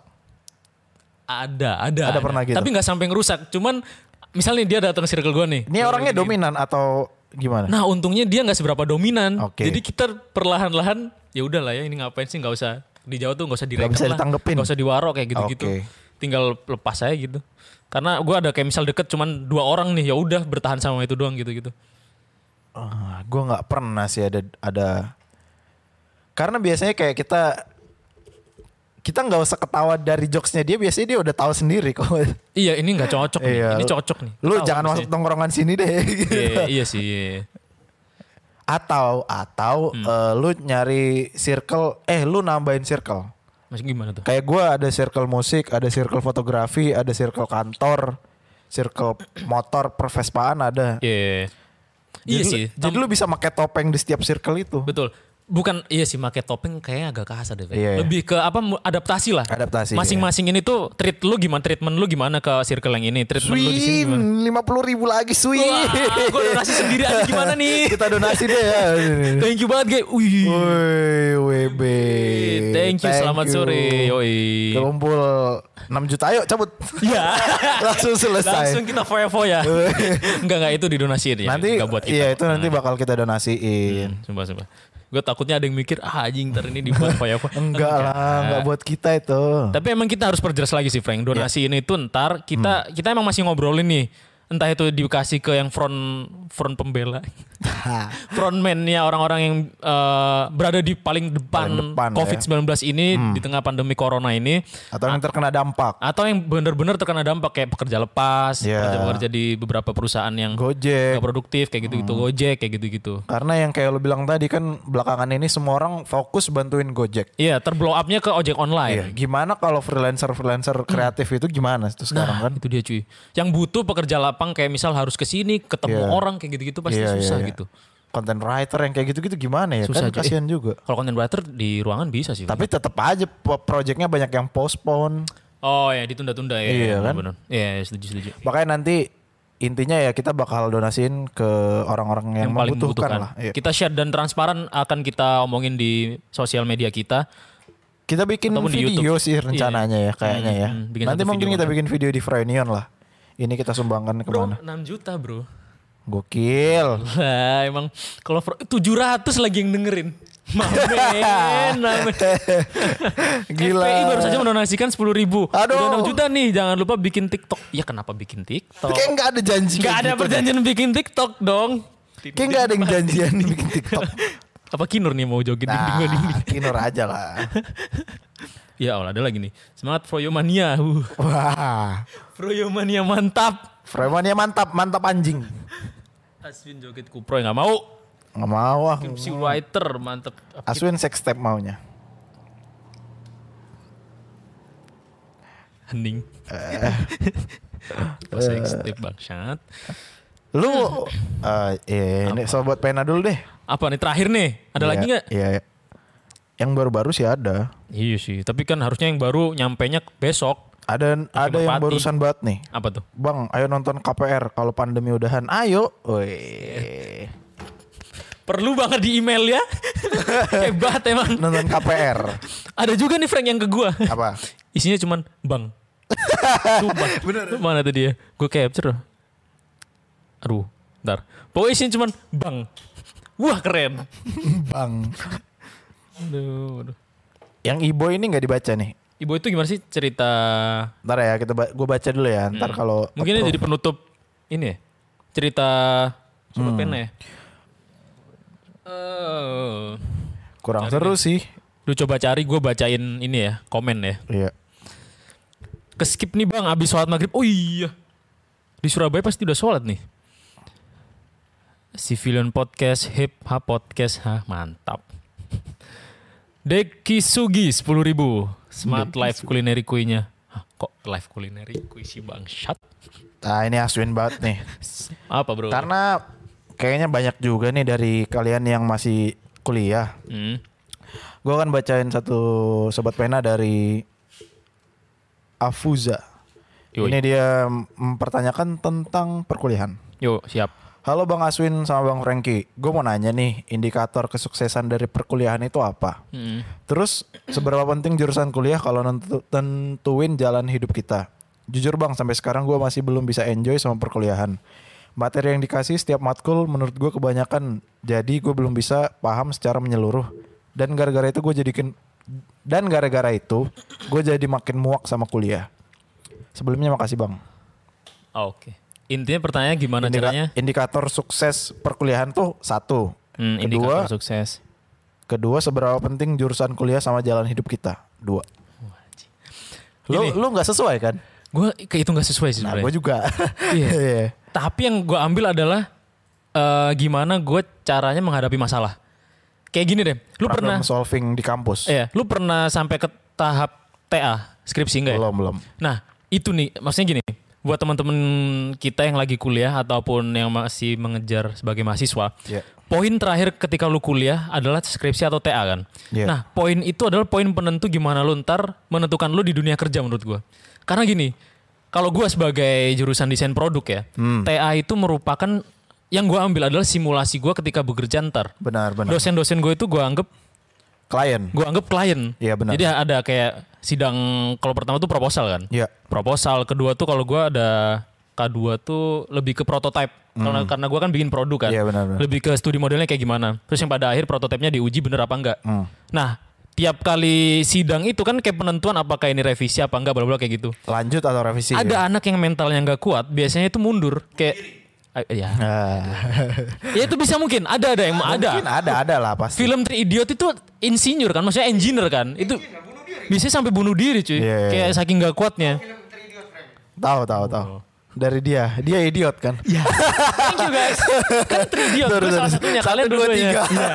Ada, ada. Ada pernah gitu? Tapi gak sampai ngerusak. Cuman misalnya dia datang ke circle gue nih. Ini orangnya dominan atau gimana? Nah untungnya dia gak seberapa dominan. Oke. Jadi kita perlahan-lahan ya udahlah ya ini ngapain sih gak usah. Di Jawa tuh gak usah direken bisa lah. ditanggepin. Gak usah diwaro kayak gitu-gitu. Oke. Tinggal lepas aja gitu. Karena gue ada kayak misal deket cuman dua orang nih. Ya udah bertahan sama itu doang gitu-gitu. Uh, gue nggak pernah sih ada ada. Karena biasanya kayak kita kita nggak usah ketawa dari jokesnya dia, biasanya dia udah tahu sendiri kok. Iya ini gak cocok nih. Iya. Ini cocok nih. Lu Tahu jangan abis masuk ini. tongkrongan sini deh. Gitu. Iya, iya sih. Iya. Atau atau Hmm. eh, lu nyari circle, eh lu nambahin circle. Masih gimana tuh? Kayak gue ada circle musik, ada circle fotografi, ada circle kantor, circle motor, pervespaan ada. Iya. Iya Jadi- sih. Jadi lu bisa pakai topeng di setiap circle itu. Betul. Bukan iya sih pakai topeng kayaknya agak kasar deh. Fe. Iya, iya. Lebih ke apa mu- adaptasi lah. Adaptasi, Masing-masing ini tuh treat lu gimana, treatment lu gimana ke circle yang ini, treatment lu di sini Swin, gimana? lima puluh ribu lagi Swin. Wah, gue donasi sendiri aja gimana nih? Kita donasi deh ya. Thank you banget, guys. Wih. Woi, W B. Thank you, selamat you. sore. Yoi. Kumpul enam juta, ayo cabut. Ya. Langsung selesai. Langsung kita foya-foya. Enggak enggak itu didonasiin ya. Nanti Enggak buat kita. iya itu nanti bakal kita donasiin. Sumpah sumpah. Gue takutnya ada yang mikir ah anjing ntar ini dibuat foya-foya. Enggak lah, enggak buat kita itu. Tapi emang kita harus perjelas lagi sih Frank. Donasi ini tuh ntar kita kita emang masih ngobrolin nih. Entah itu dikasih ke yang front front pembela. Frontman-nya orang-orang yang eh, berada di paling depan, Paling depan, covid sembilan belas ini di tengah pandemi corona ini. Atau yang terkena dampak. Atau yang benar-benar terkena dampak kayak pekerja lepas, Iya. pekerja-pekerja di beberapa perusahaan yang Gojek. gak produktif kayak gitu-gitu, Gojek kayak gitu-gitu. Karena yang kayak lo bilang tadi kan belakangan ini semua orang fokus bantuin Gojek. Iya, terblow up-nya ke ojek Iya. online. Gimana kalau freelancer-freelancer kreatif itu gimana itu sekarang kan? Nah, itu dia cuy. Yang butuh pekerja lapang kayak misal harus ke sini ketemu Iya. orang kayak gitu-gitu pasti Iya, susah iya, iya. gitu. Content writer yang kayak gitu-gitu gimana ya? Susah Kan cuy. kasihan juga. Kalau content writer di ruangan bisa sih. Tapi tetap aja po- projectnya banyak yang postpone. Oh ya ditunda-tunda ya. Iya, kan? Benar. Iya, setuju setuju. Makanya nanti intinya ya kita bakal donasiin ke orang-orang yang, Yang paling membutuhkan, membutuhkan. lah. Iya. Kita share dan transparan akan kita omongin di sosial media kita. Kita bikin Ataupun di video YouTube. sih rencananya ya kayaknya Hmm, ya. hmm, bikin Nanti satu mungkin video kita makan. bikin video di Frenion lah. Ini kita sumbangkan Bro, kemana? enam juta bro. Gokil. Lah emang kalau fro- tujuh ratus lagi yang dengerin. Mamen, mamen. Gila. F P I baru saja mendonasikan sepuluh ribu. Aduh. Udah enam juta nih, jangan lupa bikin TikTok. Ya kenapa bikin TikTok? Kayak nggak ada janji. Gak kayak ada gitu. perjanjian bikin TikTok dong. Kayak nggak ada yang janjian nih bikin TikTok. Apa Kinur nih mau joget dinding Nah, dinding. Kinur aja lah. Ya Allah ada lagi nih. Semangat Froyomania. Uh. Wah. Froyomania mantap. Fremonnya mantap, mantap anjing. Aswin joget kuproy nggak mau. Nggak mau ah. Si writer mantap. Aswin sex step maunya. Hening. Eh. Pas ekstip bangsat. Lu eh eh, ini sobat pena dulu deh. Apa nih terakhir nih? Ada Iya, lagi nggak? Iya. Yang baru-baru sih ada. Iya sih. Tapi kan harusnya yang baru nyampenya besok. Ada ada yang Merpati. barusan banget nih. Apa tuh? Bang, ayo nonton K P R kalau pandemi udahan. Ayo. Woi. Perlu banget di email ya. Hebat emang. Nonton K P R. Ada juga nih Frank yang ke gua. Apa? Isinya cuman bang. Sumpah. Bener. Mana tuh dia? Gue capture. Aduh, ntar. Pokoknya isinya cuman bang. Wah keren. Bang. Aduh, aduh. Yang Ibo ini nggak dibaca nih. Ibu itu gimana sih cerita? Ntar ya kita ba- gue baca dulu ya. Ntar Hmm. kalau Mungkin ini approve. jadi penutup ini ya. Cerita Sobat Pena ya. Eh, kurang seru sih. lu coba cari gue bacain ini ya, komen ya. Iya. Keskip nih bang, abis sholat maghrib. Oh iya, di Surabaya pasti udah sholat nih. Civilian Podcast, Hip Hop Podcast, hah mantap. Deki Sugi sepuluh ribu. Smart Life Culinary Kuinya. Hah, kok Life Culinary Kui si bangsat? Nah ini Aswin banget nih. Apa bro? Karena kayaknya banyak juga nih dari kalian yang masih kuliah. Hmm. Gue akan bacain satu sobat pena dari Afuza. Yoi. Ini dia mempertanyakan tentang perkuliahan. Yuk siap. Halo Bang Aswin sama Bang Franky. Gue mau nanya nih, indikator kesuksesan dari perkuliahan itu apa? Hmm. Terus seberapa penting jurusan kuliah kalau nentu- tentuin jalan hidup kita? Jujur Bang, sampai sekarang gue masih belum bisa enjoy sama perkuliahan. Materi yang dikasih setiap matkul menurut gue kebanyakan, jadi gue belum bisa paham secara menyeluruh. Dan gara-gara itu gue jadikan dan gara-gara itu gue jadi makin muak sama kuliah. Sebelumnya makasih Bang. Oh, Oke. Intinya pertanyaannya gimana Indika- caranya? Indikator sukses perkuliahan tuh satu. Hmm, kedua, indikator sukses. kedua seberapa penting jurusan kuliah sama jalan hidup kita. Dua. Lu Gini. lu nggak sesuai kan? Gue kayak itu nggak sesuai sih Nah, sebenarnya. gue juga. Iya. Iya. Tapi yang gue ambil adalah eh, gimana gue caranya menghadapi masalah. Kayak gini deh. Lu Problem pernah solving di kampus. Iya, lu pernah sampai ke tahap T A, skripsi enggak ya? Belum, belum. Nah, itu nih, maksudnya gini, buat teman-teman kita yang lagi kuliah ataupun yang masih mengejar sebagai mahasiswa, Iya. poin terakhir ketika lu kuliah adalah skripsi atau T A kan? Iya. Nah, poin itu adalah poin penentu gimana lu ntar menentukan lu di dunia kerja menurut gua. Karena gini, kalau gua sebagai jurusan desain produk ya, Hmm. T A itu merupakan yang gua ambil adalah simulasi gua ketika bekerja ntar. Benar, benar. Dosen-dosen gue itu gua anggap Klien. gue anggap klien. Iya, benar. Jadi ada kayak sidang, kalau pertama tuh proposal kan. Iya. Proposal, kedua tuh kalau gue ada K dua tuh lebih ke prototype. Karena karena gue kan bikin produk kan. Iya, benar, benar. Lebih ke studi modelnya kayak gimana. Terus yang pada akhir prototipenya diuji bener apa enggak. Hmm. Nah, tiap kali sidang itu kan kayak penentuan apakah ini revisi apa enggak, bla bla kayak gitu. Lanjut atau revisi? Ada anak yang mentalnya nggak kuat, biasanya itu mundur kayak Ah, ya. Ah. Ya itu bisa mungkin. Ada ada yang ada. Mungkin ada, ada lah pasti. Film Three Idiot itu insinyur kan, maksudnya engineer kan. Itu bisa sampai bunuh diri cuy. Iya, iya, Kayak iya. saking gak kuatnya. Tahu, tahu, tahu. Dari dia, dia idiot kan? Iya. Thank you guys. Kan Three Idiot Sorry, gue salah sorry. satunya. Satu, Kalian dua, dua-duanya. tiga. Iya.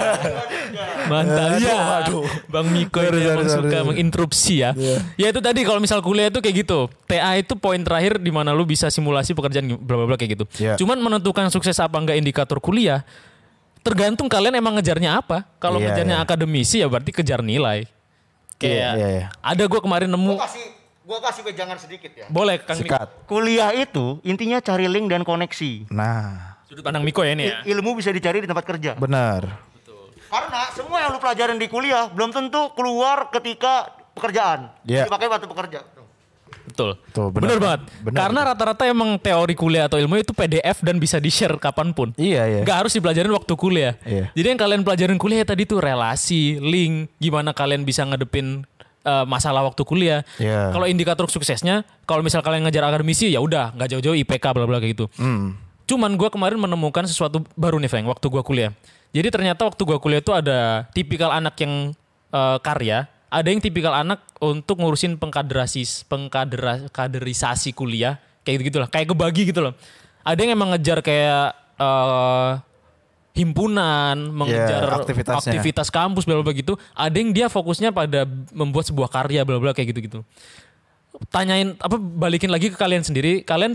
Mantap. Aduh, Ya. aduh. Bang Miko Sorry, ini sorry, emang sorry, suka sorry. menginterupsi ya. Iya. Ya itu tadi kalau misal kuliah itu kayak gitu. T A itu poin terakhir di mana lu bisa simulasi pekerjaan bla bla bla kayak gitu. Iya. Cuman menentukan sukses apa enggak indikator kuliah tergantung kalian emang ngejarnya apa. Kalau Iya, ngejarnya iya. akademisi ya berarti kejar nilai. Kayak Iya, iya. ada gue kemarin nemu. Gua kasih gua kasih wejangan sedikit ya. Boleh Kang Miko. Sikat. Kuliah itu intinya cari link dan koneksi. Nah, Sudut pandang Miko ya ini ya. I- ilmu bisa dicari di tempat kerja. benar. Karena semua yang lu pelajarin di kuliah belum tentu keluar ketika pekerjaan. Iya. Dipakai waktu bekerja. Betul. Tuh, bener, bener. banget. Bener, Karena bener. rata-rata emang teori kuliah atau ilmu itu P D F dan bisa di-share kapanpun. Iya, iya. Gak harus dipelajarin waktu kuliah. Iya. Jadi yang kalian pelajarin kuliah tadi tuh relasi, link, gimana kalian bisa ngedepin eh, masalah waktu kuliah. Iya. Kalau indikator suksesnya, kalau misal kalian ngejar akademisi ya udah nggak jauh-jauh I P K bla bla kayak gitu. Hmm. Cuman gue kemarin menemukan sesuatu baru nih Frank waktu gue kuliah. Jadi ternyata waktu gue kuliah tuh ada tipikal anak yang eh, karya, ada yang tipikal anak untuk ngurusin pengkaderasi, pengkadera, kaderisasi kuliah, kayak gitu gitulah, kayak kebagi gitu loh. Ada yang emang ngejar kayak eh, himpunan, mengejar aktivitasnya. aktivitas kampus bla bla gitu. Ada yang dia fokusnya pada membuat sebuah karya bla bla kayak gitu-gitu. Tanyain apa balikin lagi ke kalian sendiri, kalian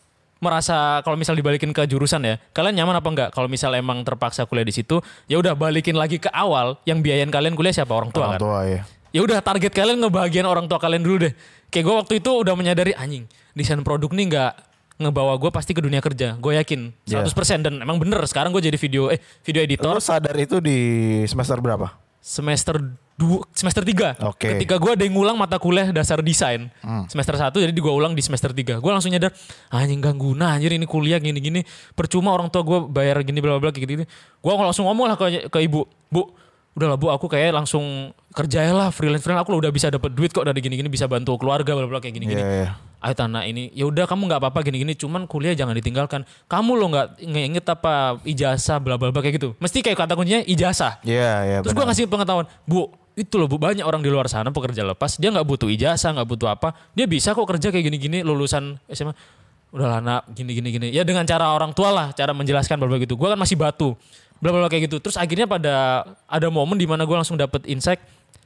merasa kalau misal dibalikin ke jurusan ya, kalian nyaman apa enggak? Kalau misal emang terpaksa kuliah di situ, ya udah balikin lagi ke awal, yang biayain kalian kuliah siapa? Orang tua Orang kan. tua ya. Ya udah target kalian ngebahagiain orang tua kalian dulu deh. Kayak gue waktu itu udah menyadari anjing, desain produk nih nggak ngebawa gue pasti ke dunia kerja. Gue yakin Yeah. seratus persen dan emang bener sekarang gue jadi video eh video editor Lu sadar itu di semester berapa? semester dua, semester tiga. Oke. Ketika gue ada yang ngulang mata kuliah dasar desain. Semester satu jadi gue ulang di semester tiga. Gue langsung nyadar, anjing gak guna anjir ini kuliah gini-gini. Percuma orang tua gue bayar gini bla bla bla gitu-gitu. Gue langsung ngomong lah ke, ke ibu. Bu, udahlah bu aku kayak langsung kerja lah freelance-freelance. Aku udah bisa dapat duit kok dari gini-gini. Bisa bantu keluarga bla bla kayak gini-gini. Iya, iya. Ayo Tana ini, ya udah kamu nggak apa-apa gini-gini, cuman kuliah jangan ditinggalkan. Kamu lo nggak nginget apa ijazah bla bla bla kayak gitu. Mesti kayak kata kuncinya ijazah. Iya, iya. Terus gue benar. ngasih pengetahuan, Bu, itu loh Bu, banyak orang di luar sana pekerja lepas, dia nggak butuh ijazah, nggak butuh apa, dia bisa kok kerja kayak gini-gini lulusan S M A. Udahlah nak, gini-gini gini. Ya dengan cara orang tua lah, cara menjelaskan bla bla gitu. Gue kan masih batu, bla bla kayak gitu. Terus akhirnya pada ada momen di mana gue langsung dapet insight,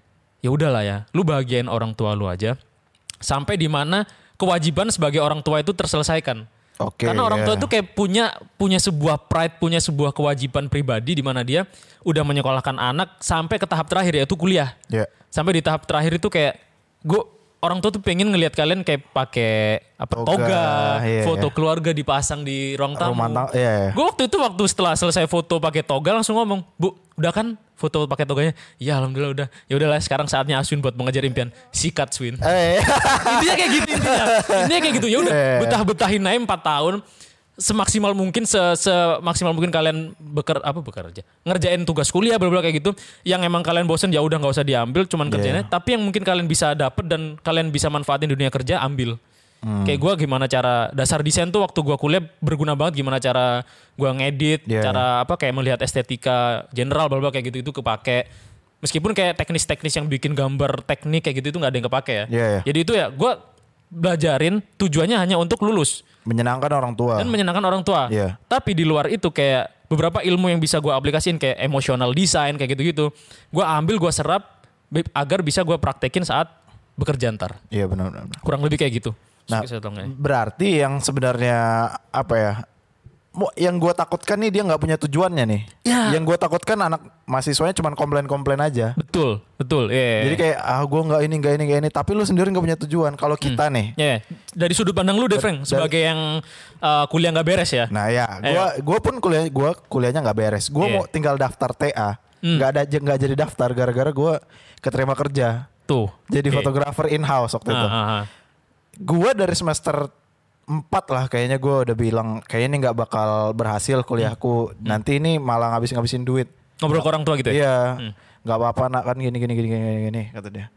ya udahlah ya, lu bahagiain orang tua lu aja, sampai di mana kewajiban sebagai orang tua itu terselesaikan. Oke. Karena orang tua ya. itu kayak punya punya sebuah pride, punya sebuah kewajiban pribadi di mana dia udah menyekolahkan anak sampai ke tahap terakhir yaitu kuliah. Ya. Sampai di tahap terakhir itu kayak gue orang tua tuh pengen ngelihat kalian kayak pakai apa Toga, toga, iya, foto iya. keluarga dipasang di ruang tamu. Rumah ta- iya, iya. Gue waktu itu waktu setelah selesai foto pakai toga langsung ngomong, "Bu, udah kan foto pakai toganya?" "Iya, alhamdulillah udah." "Ya udahlah, sekarang saatnya Aswin buat mengejar impian." Sikat Swin. Eh, Intinya kayak gitu intinya. Intinya kayak gitu. Ya udah, Eh. betah-betahin aja empat tahun semaksimal mungkin se semaksimal mungkin kalian beker apa bekerja ngerjain tugas kuliah bla bla kayak gitu, yang emang kalian bosen ya udah nggak usah diambil, cuman kerjainnya. Tapi yang mungkin kalian bisa dapet dan kalian bisa manfaatin di dunia kerja, ambil. Kayak gue gimana cara dasar desain tuh waktu gue kuliah berguna banget, gimana cara gue ngedit, Yeah. cara apa kayak melihat estetika general bla bla kayak gitu itu kepake. Meskipun kayak teknis-teknis yang bikin gambar teknik kayak gitu itu nggak ada yang kepake ya. Yeah, yeah. Jadi itu ya gue belajarin tujuannya hanya untuk lulus menyenangkan orang tua. dan menyenangkan orang tua. Iya. Tapi di luar itu kayak beberapa ilmu yang bisa gue aplikasiin kayak emotional design kayak gitu-gitu. Gue ambil, gue serap be- agar bisa gue praktekin saat bekerja ntar. Iya benar-benar. Kurang lebih kayak gitu. Nah, Saya tolong ya. berarti yang sebenarnya apa ya? Mo- Yang gue takutkan nih dia nggak punya tujuannya nih. Ya. Yang gue takutkan anak mahasiswanya cuma komplain-komplain aja. Betul, betul. Iya. Jadi kayak ah gue nggak ini nggak ini nggak ini. Tapi lu sendiri nggak punya tujuan. Kalau kita nih, Ya, dari sudut pandang lu deh, Frank, sebagai yang uh, kuliah nggak beres ya. nah ya, gue gue pun kuliah gue kuliahnya nggak beres. Gue Iya. mau tinggal daftar T A, nggak ada nggak jadi daftar gara-gara gue keterima kerja. Tuh. Jadi Oke. fotografer in house waktu itu. Ah, ah, ah. Gue dari semester empat lah kayaknya gue udah bilang kayaknya ini nggak bakal berhasil kuliahku. Nanti ini malah ngabis-ngabisin duit. Ngobrol ke orang tua gitu ya? Iya, nggak apa-apa nak kan gini gini gini gini gini kata dia.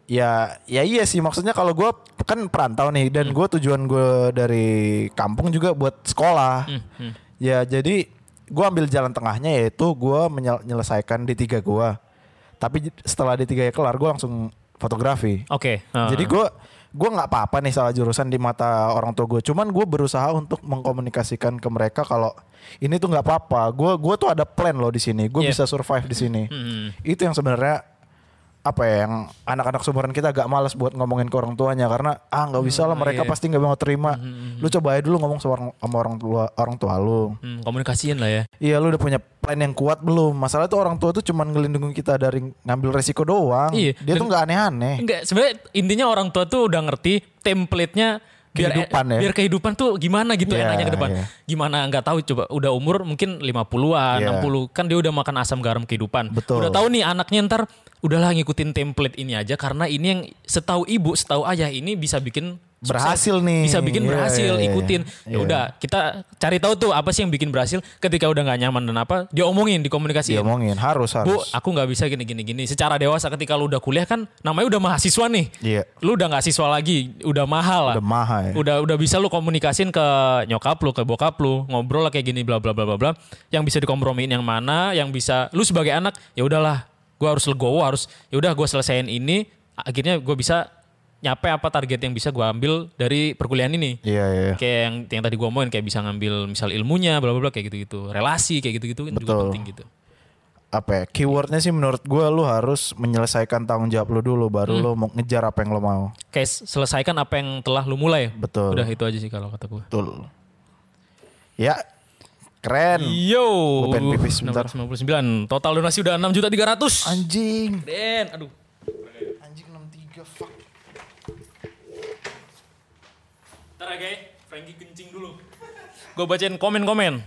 Ya, ya iya sih maksudnya kalau gue kan perantau nih dan gue tujuan gue dari kampung juga buat sekolah. Ya jadi gue ambil jalan tengahnya yaitu gue menyelesaikan D tiga gue. Tapi setelah D tiga ya kelar gue langsung fotografi. Oke. ah, Jadi ah. gue gue nggak apa-apa nih salah jurusan di mata orang tua gue. Cuman gue berusaha untuk mengkomunikasikan ke mereka kalau ini tuh nggak apa-apa. Gue gue tuh ada plan loh di sini. Gue Yeah. bisa survive di sini. Hmm. Itu yang sebenarnya apa ya yang anak-anak seumuran kita agak malas buat ngomongin ke orang tuanya karena ah nggak bisa lah mereka iya. pasti nggak mau terima. Lu coba aja dulu ngomong sama orang, sama orang tua orang tua lu. Hmm, komunikasiin lah ya. Iya lu udah punya plan yang kuat belum? Masalah tuh orang tua tuh cuman ngelindungin kita dari ngambil resiko doang. Iya, Dia dan- tuh nggak aneh-aneh. Enggak, sebenarnya intinya orang tua tuh udah ngerti template-nya biar Kehidupan ya. biar kehidupan tuh gimana gitu Iya, enaknya ke depan. iya. Gimana nggak tahu coba udah umur mungkin lima puluhan, Iya. enam puluh kan dia udah makan asam garam kehidupan. Betul. Udah tahu nih anaknya ntar udahlah ngikutin template ini aja karena ini yang setahu ibu, setahu ayah ini bisa bikin sukses, Berhasil nih. bisa bikin Iya, berhasil, iya, iya. ikutin. Ya Iya. udah, kita cari tahu tuh apa sih yang bikin berhasil. Ketika udah nggak nyaman dan apa, dia omongin, dikomunikasiin. Diomongin harus Bu, harus. aku nggak bisa gini gini gini. Secara dewasa ketika lu udah kuliah kan namanya udah mahasiswa nih. Iya. Lu udah nggak siswa lagi, udah mahal lah. Udah mahal ya. Udah udah bisa lu komunikasin ke nyokap lu, ke bokap lu, ngobrol lah kayak gini bla bla bla bla bla. Yang bisa dikompromiin yang mana, yang bisa lu sebagai anak ya udahlah, gua harus legowo, harus ya udah gua selesaiin ini, akhirnya gua bisa nyampe apa target yang bisa gua ambil dari perkuliahan ini. Iya iya. Kayak yang yang tadi gua omongin kayak bisa ngambil misal ilmunya bla bla bla kayak gitu-gitu. Relasi kayak gitu-gitu kan juga Betul. penting gitu. Apa ya? Keywordnya sih menurut gue lu harus menyelesaikan tanggung jawab lu dulu baru lu mau ngejar apa yang lu mau. Kayak selesaikan apa yang telah lu mulai. Betul. Udah itu aja sih kalau kata gue. Betul. Ya. Keren. Yo. Gua pengen pipis sebentar. enam ratus sembilan puluh sembilan. Total donasi udah enam juta tiga ratus. Anjing. Den, aduh. Anjing enam puluh tiga fuck. Ntar ya guys, Frankie kencing dulu. Gue bacain komen-komen.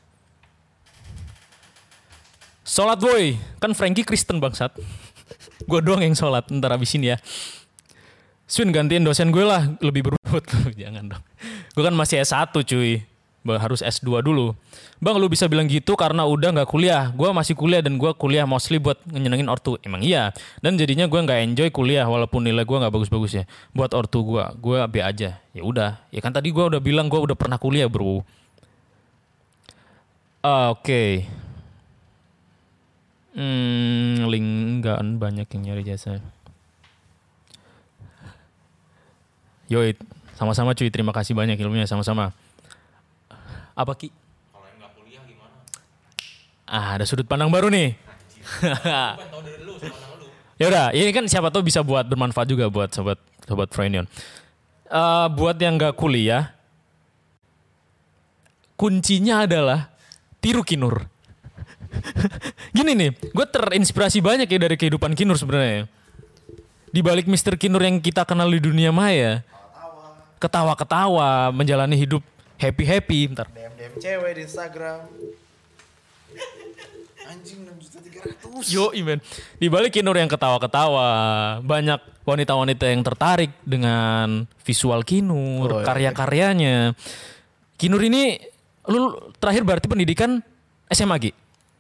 Sholat boy, kan Frankie Kristen bangsat. Gue doang yang sholat, ntar abis ini ya. Swin gantiin dosen gue lah, lebih berbobot. Jangan dong. Gue kan masih S satu cuy. Bah, harus S dua dulu. Bang lu bisa bilang gitu karena udah gak kuliah. Gue masih kuliah dan gue kuliah mostly buat nyenengin ortu. Emang iya. Dan jadinya gue gak enjoy kuliah walaupun nilai gue gak bagus-bagus ya. Buat ortu gue, gue B aja. Ya udah. Ya kan tadi gue udah bilang gue udah pernah kuliah bro. Ah, Oke. Okay. Hmm, link enggak banyak yang nyari jasa. Yoi, sama-sama cuy, terima kasih banyak ilmunya sama-sama. Apa Ki? Kalau yang nggak kuliah gimana? Ah, ada sudut pandang baru nih. Ya udah, ini kan siapa tahu bisa buat bermanfaat juga buat sobat sobat Frenion. Uh, buat yang nggak kuliah, kuncinya adalah tiru Kinur. Gini nih, gue terinspirasi banyak ya dari kehidupan Kinur sebenarnya. Di balik mister Kinur yang kita kenal di dunia maya, ketawa-ketawa, menjalani hidup happy-happy. Bentar. D M D M cewek di Instagram. Anjing enam juta tiga ratus. Yo, men. Di balik Kinur yang ketawa-ketawa, banyak wanita-wanita yang tertarik dengan visual Kinur, oh, karya-karyanya. Kinur ini, lu terakhir berarti pendidikan S M A G?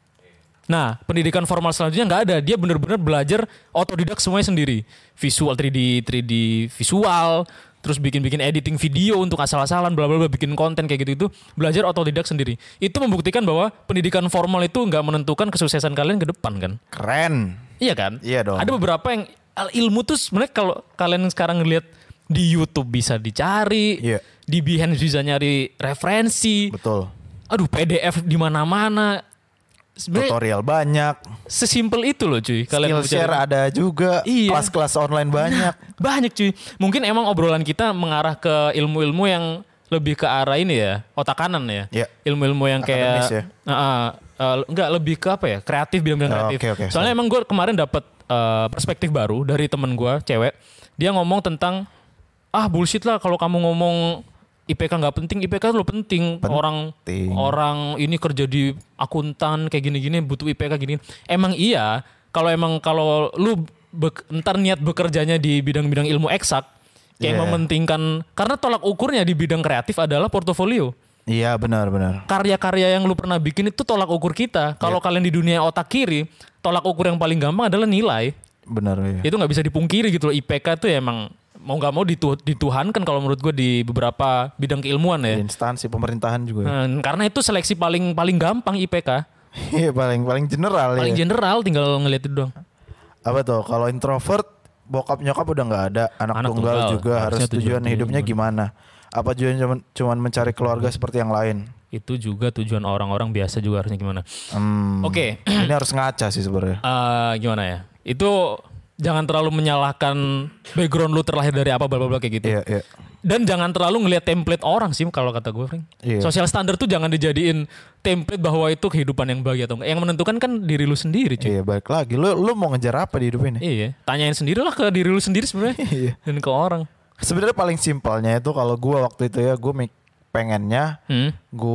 Nah, pendidikan formal selanjutnya nggak ada. Dia benar-benar belajar otodidak semuanya sendiri. Visual tiga D, tiga D visual, terus bikin-bikin editing video untuk asal-asalan, bla bla bla, bikin konten kayak gitu itu, belajar otodidak sendiri. Itu membuktikan bahwa pendidikan formal itu nggak menentukan kesuksesan kalian ke depan kan? Keren. Iya kan? Iya dong. Ada beberapa yang ilmu tuh sebenarnya kalau kalian sekarang ngelihat di YouTube bisa dicari, iya. Di Behance bisa nyari referensi. Betul. Aduh, P D F di mana-mana. Sebenernya tutorial banyak. Sesimpel itu loh cuy. Kalian share ada juga. Iya. Kelas-kelas online banyak. Banyak cuy. Mungkin emang obrolan kita mengarah ke ilmu-ilmu yang lebih ke arah ini ya. Otak kanan ya. Yeah. Ilmu-ilmu yang akademis kayak. Ya? Uh, uh, uh, enggak lebih ke apa ya. Kreatif, bidang-bidang oh, kreatif. Okay, okay, Soalnya sorry. emang gue kemarin dapat uh, perspektif baru dari temen gue cewek. Dia ngomong tentang. Ah bullshit lah kalau kamu ngomong I P K nggak penting, I P K lo penting. penting. Orang orang ini kerja di akuntan kayak gini-gini butuh I P K gini. Emang iya, kalau emang kalau lu be- ntar niat bekerjanya di bidang-bidang ilmu eksak, kayak yeah. mementingkan karena tolak ukurnya di bidang kreatif adalah portofolio. Iya benar-benar. Karya-karya yang lu pernah bikin itu tolak ukur kita. Kalau yeah. kalian di dunia otak kiri, tolak ukur yang paling gampang adalah nilai. Benar ya. Itu nggak bisa dipungkiri gitu loh. I P K tuh ya emang mau nggak mau ditu- dituhankan kalau menurut gue di beberapa bidang keilmuan ya. Di instansi pemerintahan juga. Ya. Hmm, karena itu seleksi paling paling gampang I P K. Iya paling paling general paling ya. general tinggal ngeliat itu doang. Apa tuh? Kalau introvert, bokap nyokap udah nggak ada, anak, anak tunggal, tunggal juga harus tujuan, tujuan hidupnya gimana? Apa tujuan cuman, cuman mencari keluarga seperti yang lain? Itu juga tujuan orang-orang biasa juga harusnya gimana? Hmm, Oke. Okay. Ini harus ngaca sih sebenarnya. Uh, gimana ya? Itu jangan terlalu menyalahkan background lu terlahir dari apa bla bla bla kayak gitu. Iya, iya. Dan jangan terlalu ngelihat template orang sih kalau kata gue, Frank. Iya. Sosial standar tuh jangan dijadiin template bahwa itu kehidupan yang bahagia atau enggak. Yang menentukan kan diri lu sendiri, cuy. Iya, balik lagi. Lu lu mau ngejar apa di hidup ini? Iya, tanyain sendirilah ke diri lu sendiri sebenarnya. Iya. Dan ke orang. Sebenarnya paling simpelnya itu kalau gua waktu itu ya gua mik- pengennya Hmm.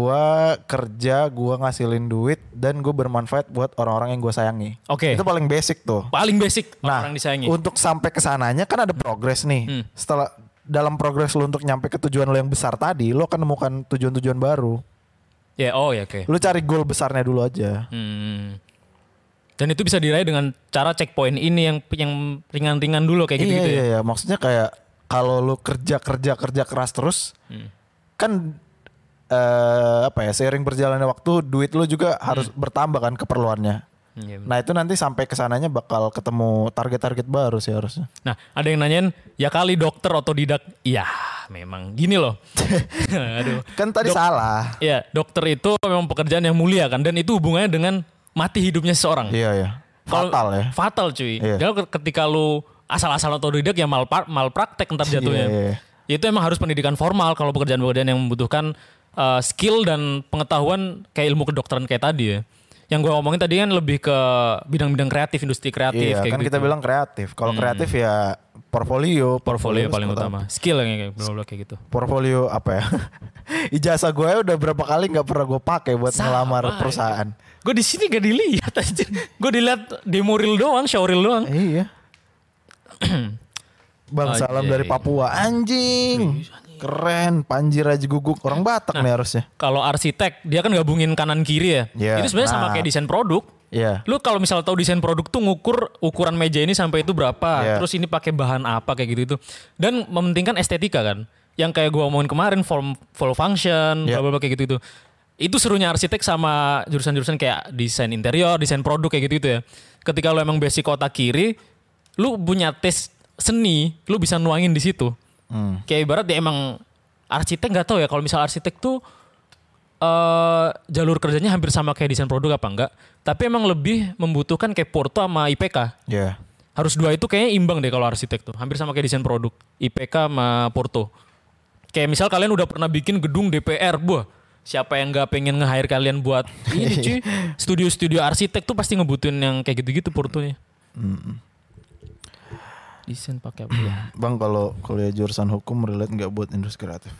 gua kerja, gua ngasilin duit dan gua bermanfaat buat orang-orang yang gua sayangi. Oke. Itu paling basic tuh. Paling basic Nah, orang disayangi. untuk sampai ke sananya kan ada progres nih. Hmm. Setelah dalam progres lu untuk nyampe ke tujuan lu yang besar tadi, lu akan nemukan tujuan-tujuan baru. Ya, oh ya oke. Lu cari goal besarnya dulu aja. Hmm. Dan itu bisa diraih dengan cara checkpoint ini yang yang ringan-ringan dulu kayak Iya, gitu-gitu iya, ya. iya. Maksudnya kayak kalau lu kerja kerja kerja keras terus, Hmm. kan eh, apa ya, seiring berjalannya waktu duit lu juga harus bertambah kan keperluannya. Iya, bener. Nah itu nanti sampai kesananya bakal ketemu target-target baru sih harusnya. Nah, ada yang nanyain, ya kali dokter otodidak. Iya, memang gini loh. Aduh. Kan tadi Dok- salah. Iya, dokter itu memang pekerjaan yang mulia kan, dan itu hubungannya dengan mati hidupnya seseorang. Iya ya. Kalau- Fatal ya. Fatal cuy. Iya. Jadi ketika lu asal-asal otodidak ya mal malpraktek ntar jatuhnya. Iya, iya. Ya itu emang harus pendidikan formal kalau pekerjaan-pekerjaan yang membutuhkan uh, skill dan pengetahuan kayak ilmu kedokteran kayak tadi ya. Yang gue ngomongin tadi kan lebih ke bidang-bidang kreatif, industri kreatif Iya kayak kan gitu. kita bilang kreatif. Kalau Hmm. kreatif ya portfolio. portfolio paling utama. utama. Skill yang kayak bla-bla kayak gitu. Portfolio apa ya? Ijazah gue udah berapa kali nggak pernah gue pakai buat Sama ngelamar aja. perusahaan. Gue di sini gak dilihat aja. Gue dilihat demo reel doang, show reel doang. Eh, iya. Bang Anjay. salam dari Papua. Anjing. Keren. Panji Raji Guguk. Orang Batak nih harusnya. Kalau arsitek dia kan gabungin kanan kiri ya. Iya. Itu sebenarnya sama Nah. kayak desain produk. Iya. Lu kalau misal tahu desain produk tuh ngukur ukuran meja ini sampai itu berapa, Iya. terus ini pakai bahan apa kayak gitu itu. Dan mementingkan estetika kan. Yang kayak gua omongin kemarin form full function, Iya. bla bla bla kayak gitu itu. Itu serunya arsitek sama jurusan-jurusan kayak desain interior, desain produk kayak gitu-gitu ya. Ketika lu emang basic otak kiri, lu punya tes seni, lu bisa nuangin di situ. Hmm. Kayak ibarat ya emang arsitek nggak tahu ya kalau misal arsitek tuh uh, jalur kerjanya hampir sama kayak desain produk apa enggak. Tapi emang lebih membutuhkan kayak Porto sama I P K. Iya. Yeah. Harus dua itu kayaknya imbang deh kalau arsitek tuh. Hampir sama kayak desain produk. I P K sama Porto. Kayak misal kalian udah pernah bikin gedung D P R. Buah. Siapa yang gak pengen nge-hire kalian buat ini cuy. Studio-studio arsitek tuh pasti ngebutuhin yang kayak gitu-gitu Portonya. Mm. Desain pakai apa ya? Bang kalau kuliah jurusan hukum relate gak buat industri kreatif?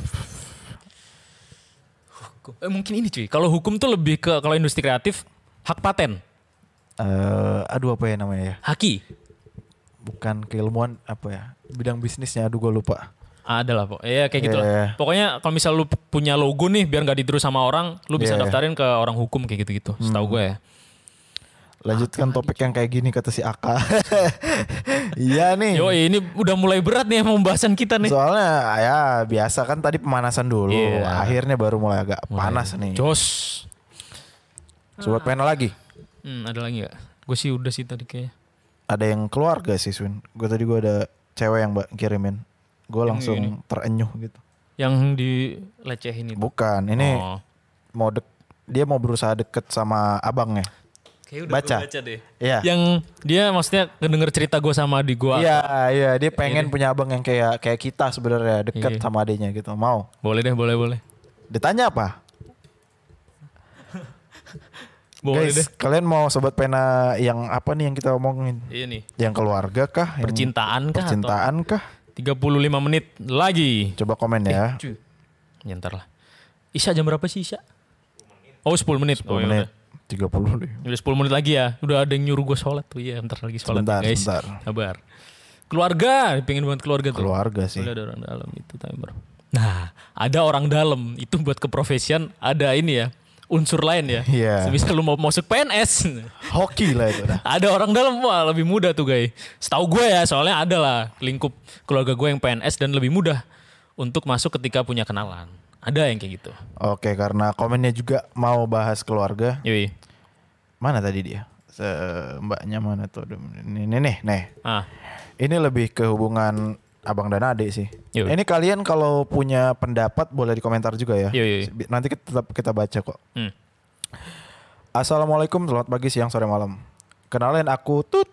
Hukum. Eh, mungkin ini cuy. Kalau hukum tuh lebih ke kalau industri kreatif. Hak paten. Uh, aduh apa ya namanya ya? Haki. Bukan keilmuan apa ya? Bidang bisnisnya aduh gue lupa. Ada lah pok. Iya kayak gitu yeah. lah. Pokoknya kalau misal lu punya logo nih biar gak ditiru sama orang. Lu bisa yeah. daftarin ke orang hukum kayak gitu-gitu. Hmm. Setahu gue ya. Lanjutkan Aka topik yang kayak gini kata si Aka. Iya nih. Yo ini udah mulai berat nih pembahasan kita nih. Soalnya ya biasa kan tadi pemanasan dulu. Yeah. Akhirnya baru mulai agak mulai. panas nih. Jos. Sobat pena lagi. Hmm, ada lagi gak? Gue sih udah sih tadi kayaknya. Ada yang keluarga sih Swin. Gue tadi gue ada cewek yang mbak kirimin. Gue langsung ini. terenyuh gitu. Yang dilecehin itu? Bukan. Ini oh. mau dek, dia mau berusaha deket sama abangnya. Kayak udah baca. baca deh. Iya. Yang dia maksudnya ngedenger cerita gue sama adik gue. Iya, iya. Dia pengen ini. punya abang yang kayak kayak kita sebenarnya deket iya. sama adiknya gitu. Mau? Boleh deh, boleh boleh. Ditanya apa? Boleh Guys, deh. Kalian mau sobat pena yang apa nih yang kita omongin? Iya nih. Yang keluarga kah? Percintaan kah? Percintaan kah? tiga puluh lima menit lagi. Coba komen ya. Eh, ya ntar lah. Isya jam berapa sih Isya? Oh sepuluh menit. sepuluh oh, menit. tiga puluh deh. Udah sepuluh menit lagi ya. Udah ada yang nyuruh gue sholat tuh. Iya ntar lagi sholat bentar, guys. Bentar. Sabar. Keluarga. Pengen banget keluarga tuh. Keluarga sih. Ada orang dalam itu timer. Nah ada orang dalam. Itu buat keprofesian. Ada ini ya. Unsur lain ya. Iya. Semisal lu mau masuk P N S. Hoki lah itu. Ada orang dalam. Wah lebih mudah tuh guys. Setahu gue ya. Soalnya ada lah lingkup keluarga gue yang P N S. Dan lebih mudah untuk masuk ketika punya kenalan. Ada yang kayak gitu. Oke karena komennya juga mau bahas keluarga. Yui. Mana tadi dia? Se mbaknya mana tuh? Ini nih nih. nih. Ah. Ini lebih ke hubungan abang dan adik sih. Yui. Ini kalian kalau punya pendapat boleh di komentar juga ya. Yui. Nanti kita tetap kita baca kok. Hmm. Assalamualaikum, selamat pagi, siang, sore, malam. Kenalin aku Tut.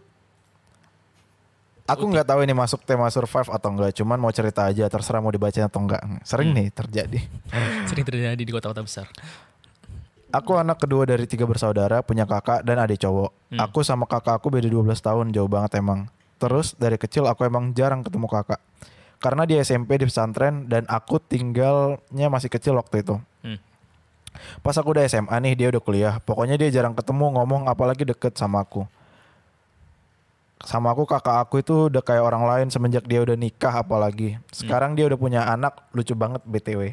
Aku nggak tahu ini masuk tema survive atau enggak, cuman mau cerita aja, terserah mau dibaca atau enggak. Sering hmm. nih terjadi. Sering terjadi di kota-kota besar. Aku anak kedua dari tiga bersaudara, punya kakak dan adik cowok. Hmm. Aku sama kakak aku beda dua belas tahun, jauh banget emang. Terus dari kecil aku emang jarang ketemu kakak. Karena dia S M P di pesantren dan aku tinggalnya masih kecil waktu itu. Hmm. Pas aku udah S M A nih, dia udah kuliah. Pokoknya dia jarang ketemu, ngomong apalagi deket sama aku. Sama aku kakak aku itu udah kayak orang lain semenjak dia udah nikah apalagi. Sekarang hmm. dia udah punya anak, lucu banget B T W.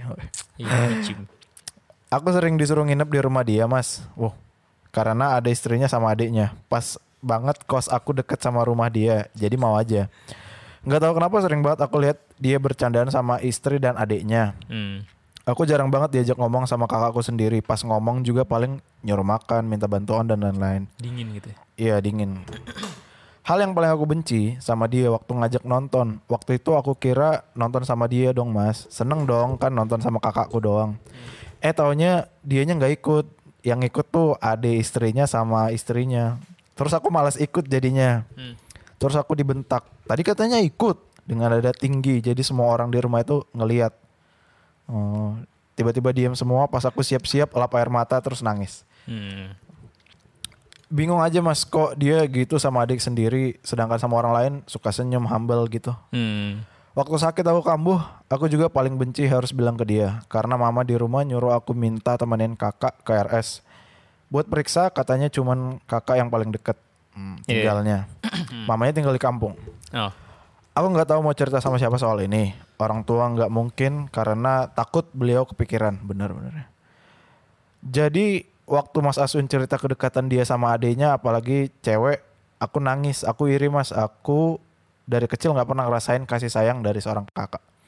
Aku sering disuruh nginep di rumah dia mas. Wow. Karena ada istrinya sama adiknya. Pas banget kos aku deket sama rumah dia, jadi mau aja. Nggak tahu kenapa sering banget aku lihat dia bercandaan sama istri dan adiknya. Hmm. Aku jarang banget diajak ngomong sama kakakku sendiri. Pas ngomong juga paling nyuruh makan, minta bantuan dan lain-lain. Dingin gitu ya? Iya dingin. Hal yang paling aku benci sama dia waktu ngajak nonton. Waktu itu aku kira nonton sama dia dong mas. Seneng dong kan nonton sama kakakku doang. Hmm. Eh taunya dianya nggak ikut. Yang ikut tuh adik istrinya sama istrinya. Terus aku malas ikut jadinya. Hmm. Terus aku dibentak. Tadi katanya ikut dengan nada tinggi. Jadi semua orang di rumah itu ngelihat. Oh, tiba-tiba diam semua. Pas aku siap-siap lap air mata terus nangis. Hmm. Bingung aja mas kok dia gitu sama adik sendiri. Sedangkan sama orang lain suka senyum, humble gitu. Hmm. Waktu sakit aku kambuh. Aku juga paling benci harus bilang ke dia. Karena mama di rumah nyuruh aku minta temenin kakak ke R S. Buat periksa katanya cuman kakak yang paling deket hmm, tinggalnya. Yeah. Mamanya tinggal di kampung. Oh. Aku gak tahu mau cerita sama siapa soal ini. Orang tua gak mungkin karena takut beliau kepikiran. Bener-bener. Jadi waktu Mas Asun cerita kedekatan dia sama adiknya apalagi cewek. Aku nangis, aku iri mas. Aku dari kecil gak pernah ngerasain kasih sayang dari seorang kakak.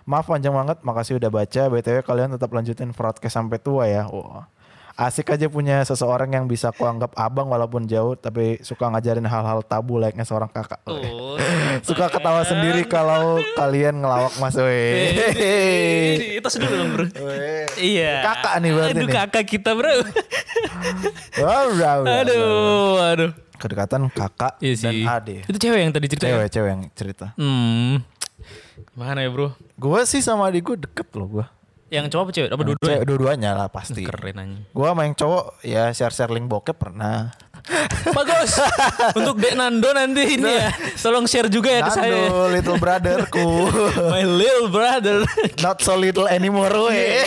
Maaf panjang banget, makasih udah baca. B T W kalian tetap lanjutin broadcast sampai tua ya. Wah. Asik aja punya seseorang yang bisa kuanggap abang walaupun jauh, tapi suka ngajarin hal-hal tabu layaknya seorang kakak. Oh, Suka ketawa sendiri kalau kalian ngelawak Mas. Weh. Itu sedih dong bro. Iya. Kakak nih berarti Aduh nih. kakak kita bro. Wow, wow, wow. Aduh, aduh. Kedekatan kakak Iya dan sih. adik. Itu cewek yang tadi cerita. Cewek, cewek yang cerita. Hmm. Gimana ya bro? Gue sih sama adik gue deket loh gue. Yang cowok apa cewek? Apa dua-duanya? Cewek dua-duanya lah pasti. Keren aja. Gue sama yang cowok ya share-share link bokep pernah. Bagus. Untuk Dek Nando nanti ini ya. Tolong share juga ya ke saya. Nando, little brotherku. My little brother. Not so little anymore weh.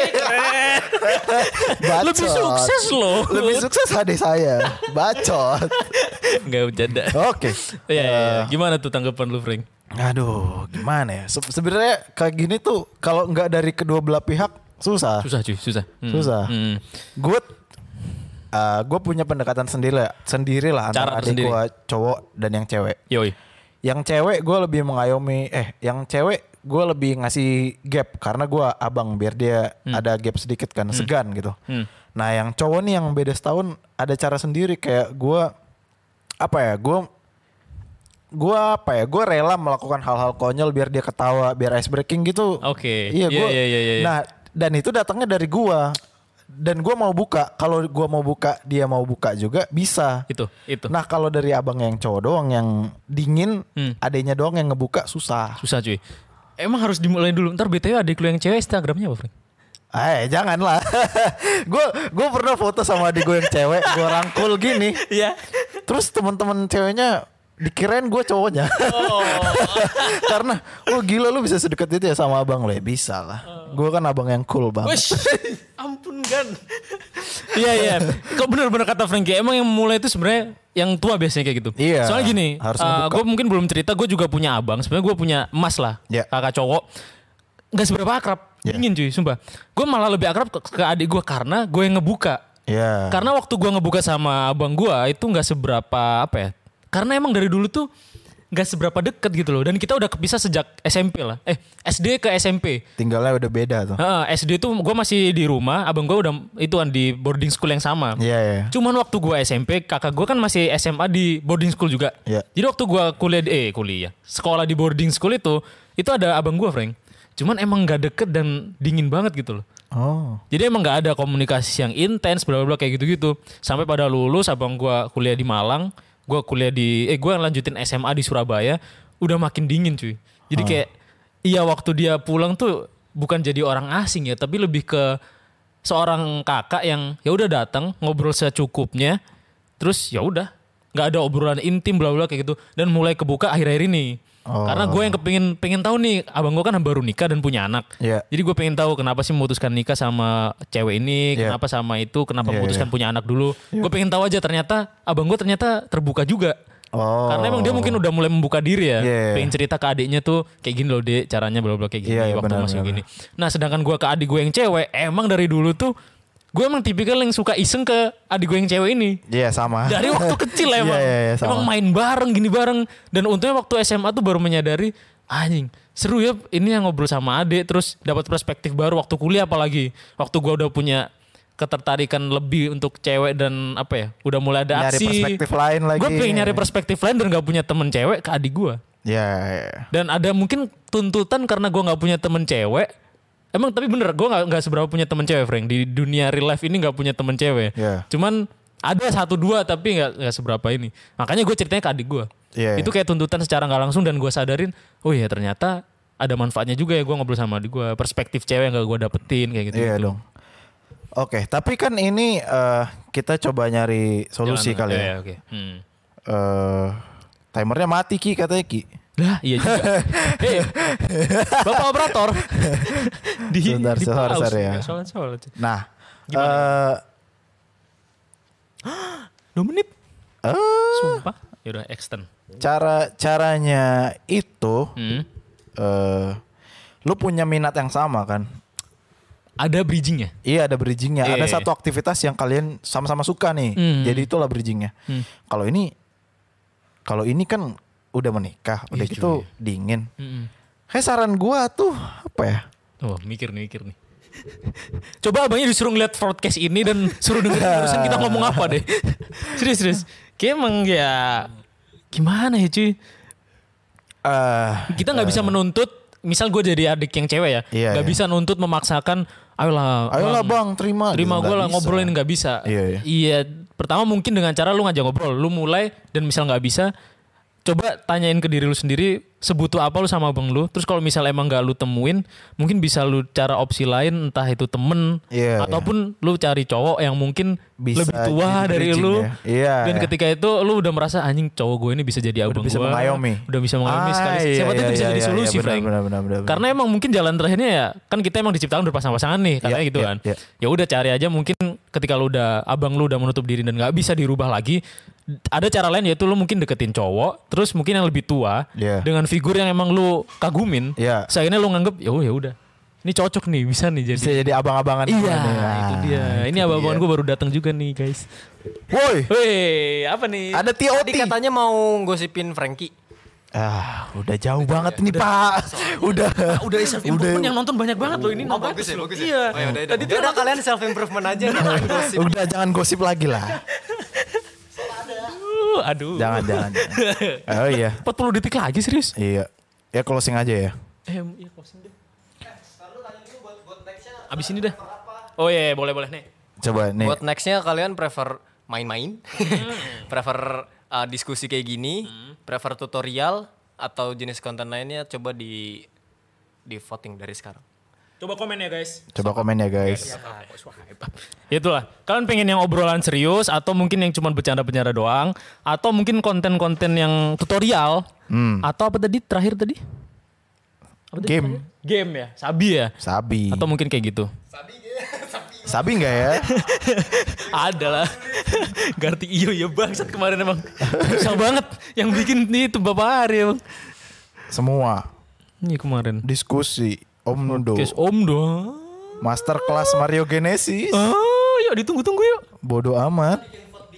Bacot. Lebih sukses loh. Lebih sukses adik saya. Bacot. Enggak bercanda. Oke. Iya, iya, iya. Gimana tuh tanggapan lu, Frank? Aduh, gimana ya? Se- Sebenarnya kayak gini tuh kalau nggak dari kedua belah pihak susah. Susah cuy, susah. Hmm. Susah. Hmm. Gue uh, gue punya pendekatan sendiri lah, sendiri lah Cara antara adik tersendiri. gue cowok dan yang cewek. Yoi. Yang cewek gue lebih mengayomi, eh yang cewek gue lebih ngasih gap karena gue abang biar dia ada gap sedikit kan, segan gitu. Hmm. Nah yang cowok nih yang beda setahun ada cara sendiri kayak gue apa ya gue gue apa ya gue rela melakukan hal-hal konyol biar dia ketawa biar ice breaking gitu. Oke. Iya Iya, gue. iya, iya, iya. Nah dan itu datangnya dari gue dan gue mau buka. Kalau gue mau buka dia mau buka juga bisa. Itu, itu. Nah kalau dari abang yang cowok doang yang dingin, Hmm. adanya doang yang ngebuka susah. Susah cuy. Emang harus dimulai dulu. Ntar B T W adik lu yang cewek Instagramnya apa, Frank? Eh jangan lah. Gue gue pernah foto sama adik gue yang cewek, gue rangkul gini. Iya. Terus teman-teman ceweknya dikirain gue cowoknya. Oh. Karena oh gila lu bisa sedekat itu ya sama abang lo ya bisa lah. Gue kan abang yang cool banget. Wesh, ampun kan. Iya iya. Kok bener-bener kata Frankie. Emang yang mulai itu sebenarnya yang tua biasanya kayak gitu. Iya, Soalnya gini, harus uh, ngebuka. gue mungkin belum cerita. Gue juga punya abang. Sebenarnya gue punya emas lah, Iya. kakak cowok. Gak seberapa akrab. Iya. Dingin cuy, sumpah. Gue malah lebih akrab ke, ke adik gue karena gue yang ngebuka. Iya. Karena waktu gue ngebuka sama abang gue itu gak seberapa apa ya. Karena emang dari dulu tuh gak seberapa deket gitu loh. Dan kita udah kepisah sejak S M P lah. Eh S D ke S M P. Tinggalnya udah beda tuh. Heeh, S D tuh gue masih di rumah, abang gue udah itu kan di boarding school yang sama. Iya iya. Cuman waktu gue S M P, kakak gue kan masih S M A di boarding school juga. Iya. Jadi waktu gue kuliah, di, eh kuliah, sekolah di boarding school itu, itu ada abang gue, Frank. Cuman emang gak deket dan dingin banget gitu loh. Oh. Jadi emang gak ada komunikasi yang intens, bla bla bla kayak gitu-gitu. Sampai pada lulus, abang gue kuliah di Malang, gue kuliah di, eh gue lanjutin S M A di Surabaya, udah makin dingin cuy. Jadi kayak, iya waktu dia pulang tuh bukan jadi orang asing ya, tapi lebih ke seorang kakak yang ya udah datang ngobrol secukupnya, terus ya udah nggak ada obrolan intim bla bla kayak gitu, dan mulai kebuka akhir-akhir ini. Oh. Karena gue yang kepingin pengen tahu nih, abang gue kan baru nikah dan punya anak. Iya. Jadi gue pengen tahu kenapa sih memutuskan nikah sama cewek ini, Iya. kenapa sama itu, kenapa Iya, memutuskan iya. punya anak dulu. Gue pengen tahu aja, ternyata abang gue ternyata terbuka juga. Oh. Karena emang dia mungkin udah mulai membuka diri ya. Iya. Pengen cerita ke adiknya tuh kayak gini loh dek, caranya bla bla kayak gini Iya, iya, waktu benar, masih benar. gini. Nah sedangkan gue ke adik gue yang cewek, emang dari dulu tuh gue emang tipikal yang suka iseng ke adik gue yang cewek ini. Iya sama. Dari waktu kecil emang. Iya, iya, iya, sama. Emang main bareng gini bareng. Dan untungnya waktu S M A tuh baru menyadari, anjing seru ya ini yang ngobrol sama adik, terus dapat perspektif baru waktu kuliah apalagi. Waktu gue udah punya ketertarikan lebih untuk cewek dan apa ya, udah mulai ada Nyari aksi. perspektif lain lagi. Gue pengen nyari perspektif lain dan gak punya temen cewek ke adik gue. Iya. Iya. Dan ada mungkin tuntutan karena gue nggak punya temen cewek. Emang tapi bener, gue nggak nggak seberapa punya temen cewek, Frank. Di dunia real life ini nggak punya temen cewek. Iya. Cuman ada satu dua tapi nggak nggak seberapa ini. Makanya gue ceritanya ke adik gue. Iya, Itu iya. kayak tuntutan secara nggak langsung dan gue sadarin, oh iya ternyata ada manfaatnya juga ya gue ngobrol sama adik gue. Perspektif cewek yang gak gue dapetin kayak gitu. Iya dong. Oke, tapi kan ini eh, kita coba nyari solusi kali ya. Iya, oke. Hmm. Eh, timernya mati Ki katanya Ki. Lah iya juga. Hei, Bapak operator. di Sebentar, di sorry, pause. sorry ya. Nggak sholat-sholat. Nah, eh Dua menit. eh, Sumpah. Yaudah extend. cara caranya itu Hmm. eh lu punya minat yang sama kan? Ada bridgingnya. Iya ada bridgingnya. Iya, Ada iya, satu aktivitas yang kalian sama-sama suka nih. Hmm. Jadi itulah bridgingnya. Hmm. Kalau ini, kalau ini kan udah menikah, udah Iya, gitu cuy. dingin. Mm-mm. Kayak saran gua tuh apa ya? Oh, mikir nih, mikir nih. Coba abangnya disuruh ngeliat podcast ini dan suruh dengerin barusan kita ngomong apa deh. Serius, serius. Kayak emang ya gimana ya cuy? Uh, kita nggak uh, bisa menuntut. Misal gue jadi adik yang cewek ya, iya, nggak iya. bisa nuntut memaksakan, ayolah, ayolah bang, terima, terima gitu, gue lah bisa. ngobrolin nggak bisa. Iya, iya. iya, pertama mungkin dengan cara lu ngajak ngobrol, lu mulai dan misal nggak bisa, coba tanyain ke diri lu sendiri sebutuh apa lu sama abang lu. Terus kalau misal emang gak lu temuin, mungkin bisa lu cara opsi lain, entah itu temen yeah, ataupun yeah. lu cari cowok yang mungkin bisa lebih tua dari lu. Ya. Yeah, Dan yeah. ketika itu lu udah merasa anjing cowok gue ini bisa jadi abang gue. Udah bisa mengayomi. Udah bisa mengayomi ah, sekali. Iya, Siapa tahu iya, itu bisa iya, jadi iya, solusi, iya, Frank. benar, benar, benar, benar. Karena emang mungkin jalan terakhirnya ya, kan kita emang diciptakan berpasang-pasangan nih, katanya yeah, gitu yeah, kan. yeah. Ya udah cari aja mungkin ketika lu udah abang lu udah menutup diri dan nggak bisa dirubah lagi, ada cara lain yaitu lu mungkin deketin cowok, terus mungkin yang lebih tua yeah. dengan figur yang emang lu kagumin. Yeah. Akhirnya lu nganggep ya ya udah. Ini cocok nih, bisa nih jadi. Bisa jadi abang-abangan. Iya, nih. itu dia. Ini abang-abangan gue baru datang juga nih, guys. Woi. Woi, apa nih? Ada T O T. Tadi katanya mau gosipin Frankie. Ah, udah jauh udah, banget ya. nih, udah, Pak. Udah. Nah, udah self improvement yang nonton banyak banget loh ini. Oh, bagus ya, bagus ya. Iya. Oh, ya udah, Tadi tuh udah kalian self improvement aja, jangan gosip. Udah jangan gosip lagi lah. Uh, aduh. Jangan, jangan, jangan. Oh iya. empat puluh detik lagi serius? Iya. Ya closing aja ya. Eh, iya closing deh. Abis ini dah. Oh iya, boleh boleh nih. Coba nih. Buat nextnya kalian prefer main-main, prefer uh, diskusi kayak gini, hmm. prefer tutorial atau jenis konten lainnya, coba di di voting dari sekarang. Coba komen ya guys. Coba komen ya guys. Itulah. Kalian pengen yang obrolan serius atau mungkin yang cuma bercanda-bercanda doang, atau mungkin konten-konten yang tutorial, hmm. atau apa tadi terakhir tadi? Apa tadi Game. terakhir? Game ya, sabi ya. Sabi. Atau mungkin kayak gitu. Sabi. Sabi enggak ya? Ada lah. Ganti iyo ya bangsat kemarin emang. Susah banget yang bikin nih itu Bapak Ari emang. Semua. Ini kemarin. Diskusi Omdo. Podcast Omdo. Master kelas Mario Genesis. Oh, yuk ditunggu-tunggu yuk. Bodoh amat.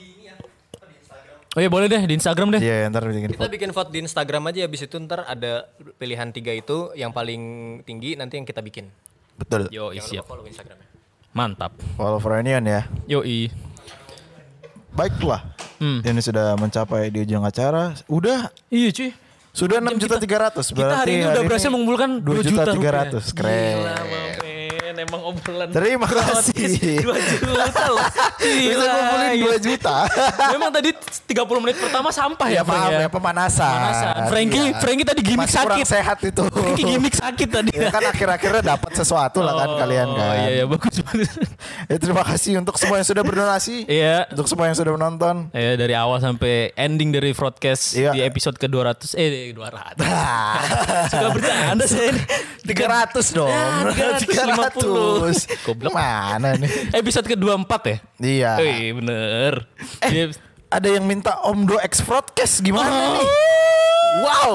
Oh iya boleh deh di Instagram deh. Iya, ntar bikin Kita vote. bikin vote di Instagram aja, habis itu ntar ada pilihan tiga itu yang paling tinggi nanti yang kita bikin. Betul. Yo, Jangan siap. lupa follow Instagramnya. Mantap. Follow Frenion ya. Yoi. Baiklah. Hmm. Ini sudah mencapai di ujung acara. Udah. Iya cuy. Sudah enam juta tiga ratus. Kita hari ini udah berhasil mengumpulkan dua juta tiga ratus. Keren. Gila, men. Emang obrolan. Terima kasih. dua juta loh. Bisa ngumpulin dua juta. Memang tadi tiga puluh menit pertama sampah ya, Ya maaf ya, pemanasan. Pemanasan. Frankie, Iya. Frankie tadi gimmick Masih sakit. kurang sehat itu. Frankie gimmick sakit tadi. Ya kan akhir-akhirnya dapat sesuatu lah kan Oh, kalian kan. Iya, iya, bagus bagus. Ya, terima kasih untuk semua yang sudah berdonasi. Iya. Untuk semua yang sudah menonton. Ya dari awal sampai ending dari broadcast Iya. di episode ke dua ratus eh dua ratus. Suka bercanda saya ini. tiga ratus dong. Ya, tiga ratus lima puluh. Goblok mana nih? Episode ke dua puluh empat ya? Iya. Wih, bener. Eh, Dia, ada yang minta Omdo X Broadcast gimana Oh. nih? Wow.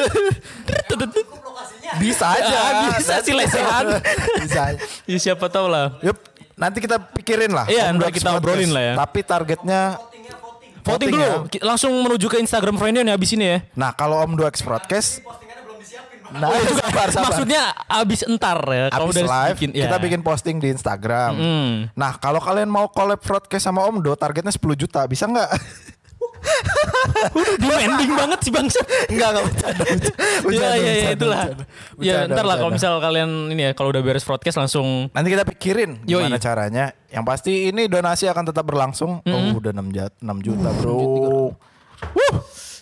Bisa aja. Ah, bisa sih lesehan. Bisa aja. Ya siapa tahu lah. Yup, nanti kita pikirin lah. Iya, Omdo nanti X kita Broadcast. obrolin lah ya. Tapi targetnya Voting voting dulu. ya. Ki- Langsung menuju ke Instagram Friendion ya abis ini ya. Nah, kalau Omdo X Broadcast Nah, sabar, sabar. Maksudnya abis entar ya. Kalau Abis udah live bikin, ya. kita bikin posting di Instagram. Mm. Nah, kalau kalian mau collab broadcast sama Omdo, targetnya sepuluh juta, bisa nggak? Demanding banget sih bangsa. Enggak, enggak bercanda. Iya iya iya itulah. Ya Bercanda, ntar lah kalau bercanda. misal kalian ini ya kalau udah beres broadcast langsung. Nanti kita pikirin Yoi. gimana caranya. Yang pasti ini donasi akan tetap berlangsung. Oh, udah enam juta, Bro. Wuh.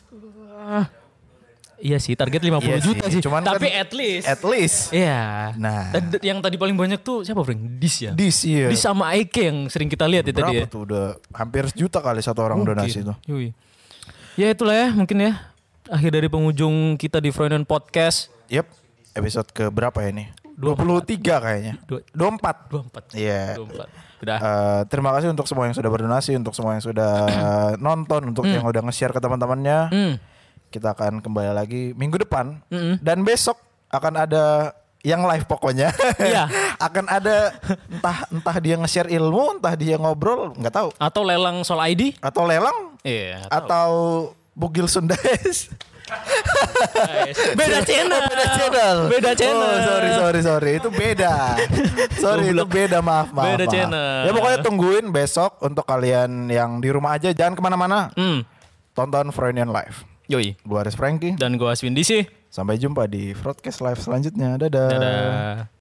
Iya sih target lima puluh Iya juta sih, sih. cuman Tapi kan at least. At least. Iya. Nah. Tadi- yang tadi paling banyak tuh siapa Frank? Dis ya. Dis, iya. Dis sama Aike yang sering kita lihat ya tadi ya. Berapa tuh udah hampir sejuta kali satu orang Mungkin. donasi itu. Yui. Ya itulah ya mungkin ya. Akhir dari penghujung kita di Freudian Podcast. Yep. Episode ke berapa ya ini? dua puluh tiga kayaknya. Dua- dua puluh empat. dua puluh empat. Iya. dua puluh empat. Udah. Eh, terima kasih untuk semua yang sudah berdonasi, untuk semua yang sudah nonton, untuk yang udah nge-share ke teman-temannya. Hmm. Kita akan kembali lagi minggu depan Mm-mm. dan besok akan ada yang live pokoknya. Iya. Akan ada entah entah dia nge-share ilmu, entah dia ngobrol, nggak tahu. Atau lelang Sol I D? Atau lelang Iya. atau bugil Sundaes. Beda channel. Beda channel. Beda channel. Oh, sorry sorry sorry itu beda. Sorry itu beda maaf maaf. Beda maaf. channel. Ya pokoknya tungguin besok untuk kalian yang di rumah aja jangan kemana-mana. Hmm. Tonton Freudian Live. Yoi. Gua Aris Franky. Dan gue Aswin D C. Sampai jumpa di Broadcast Live selanjutnya. Dadah. Dadah.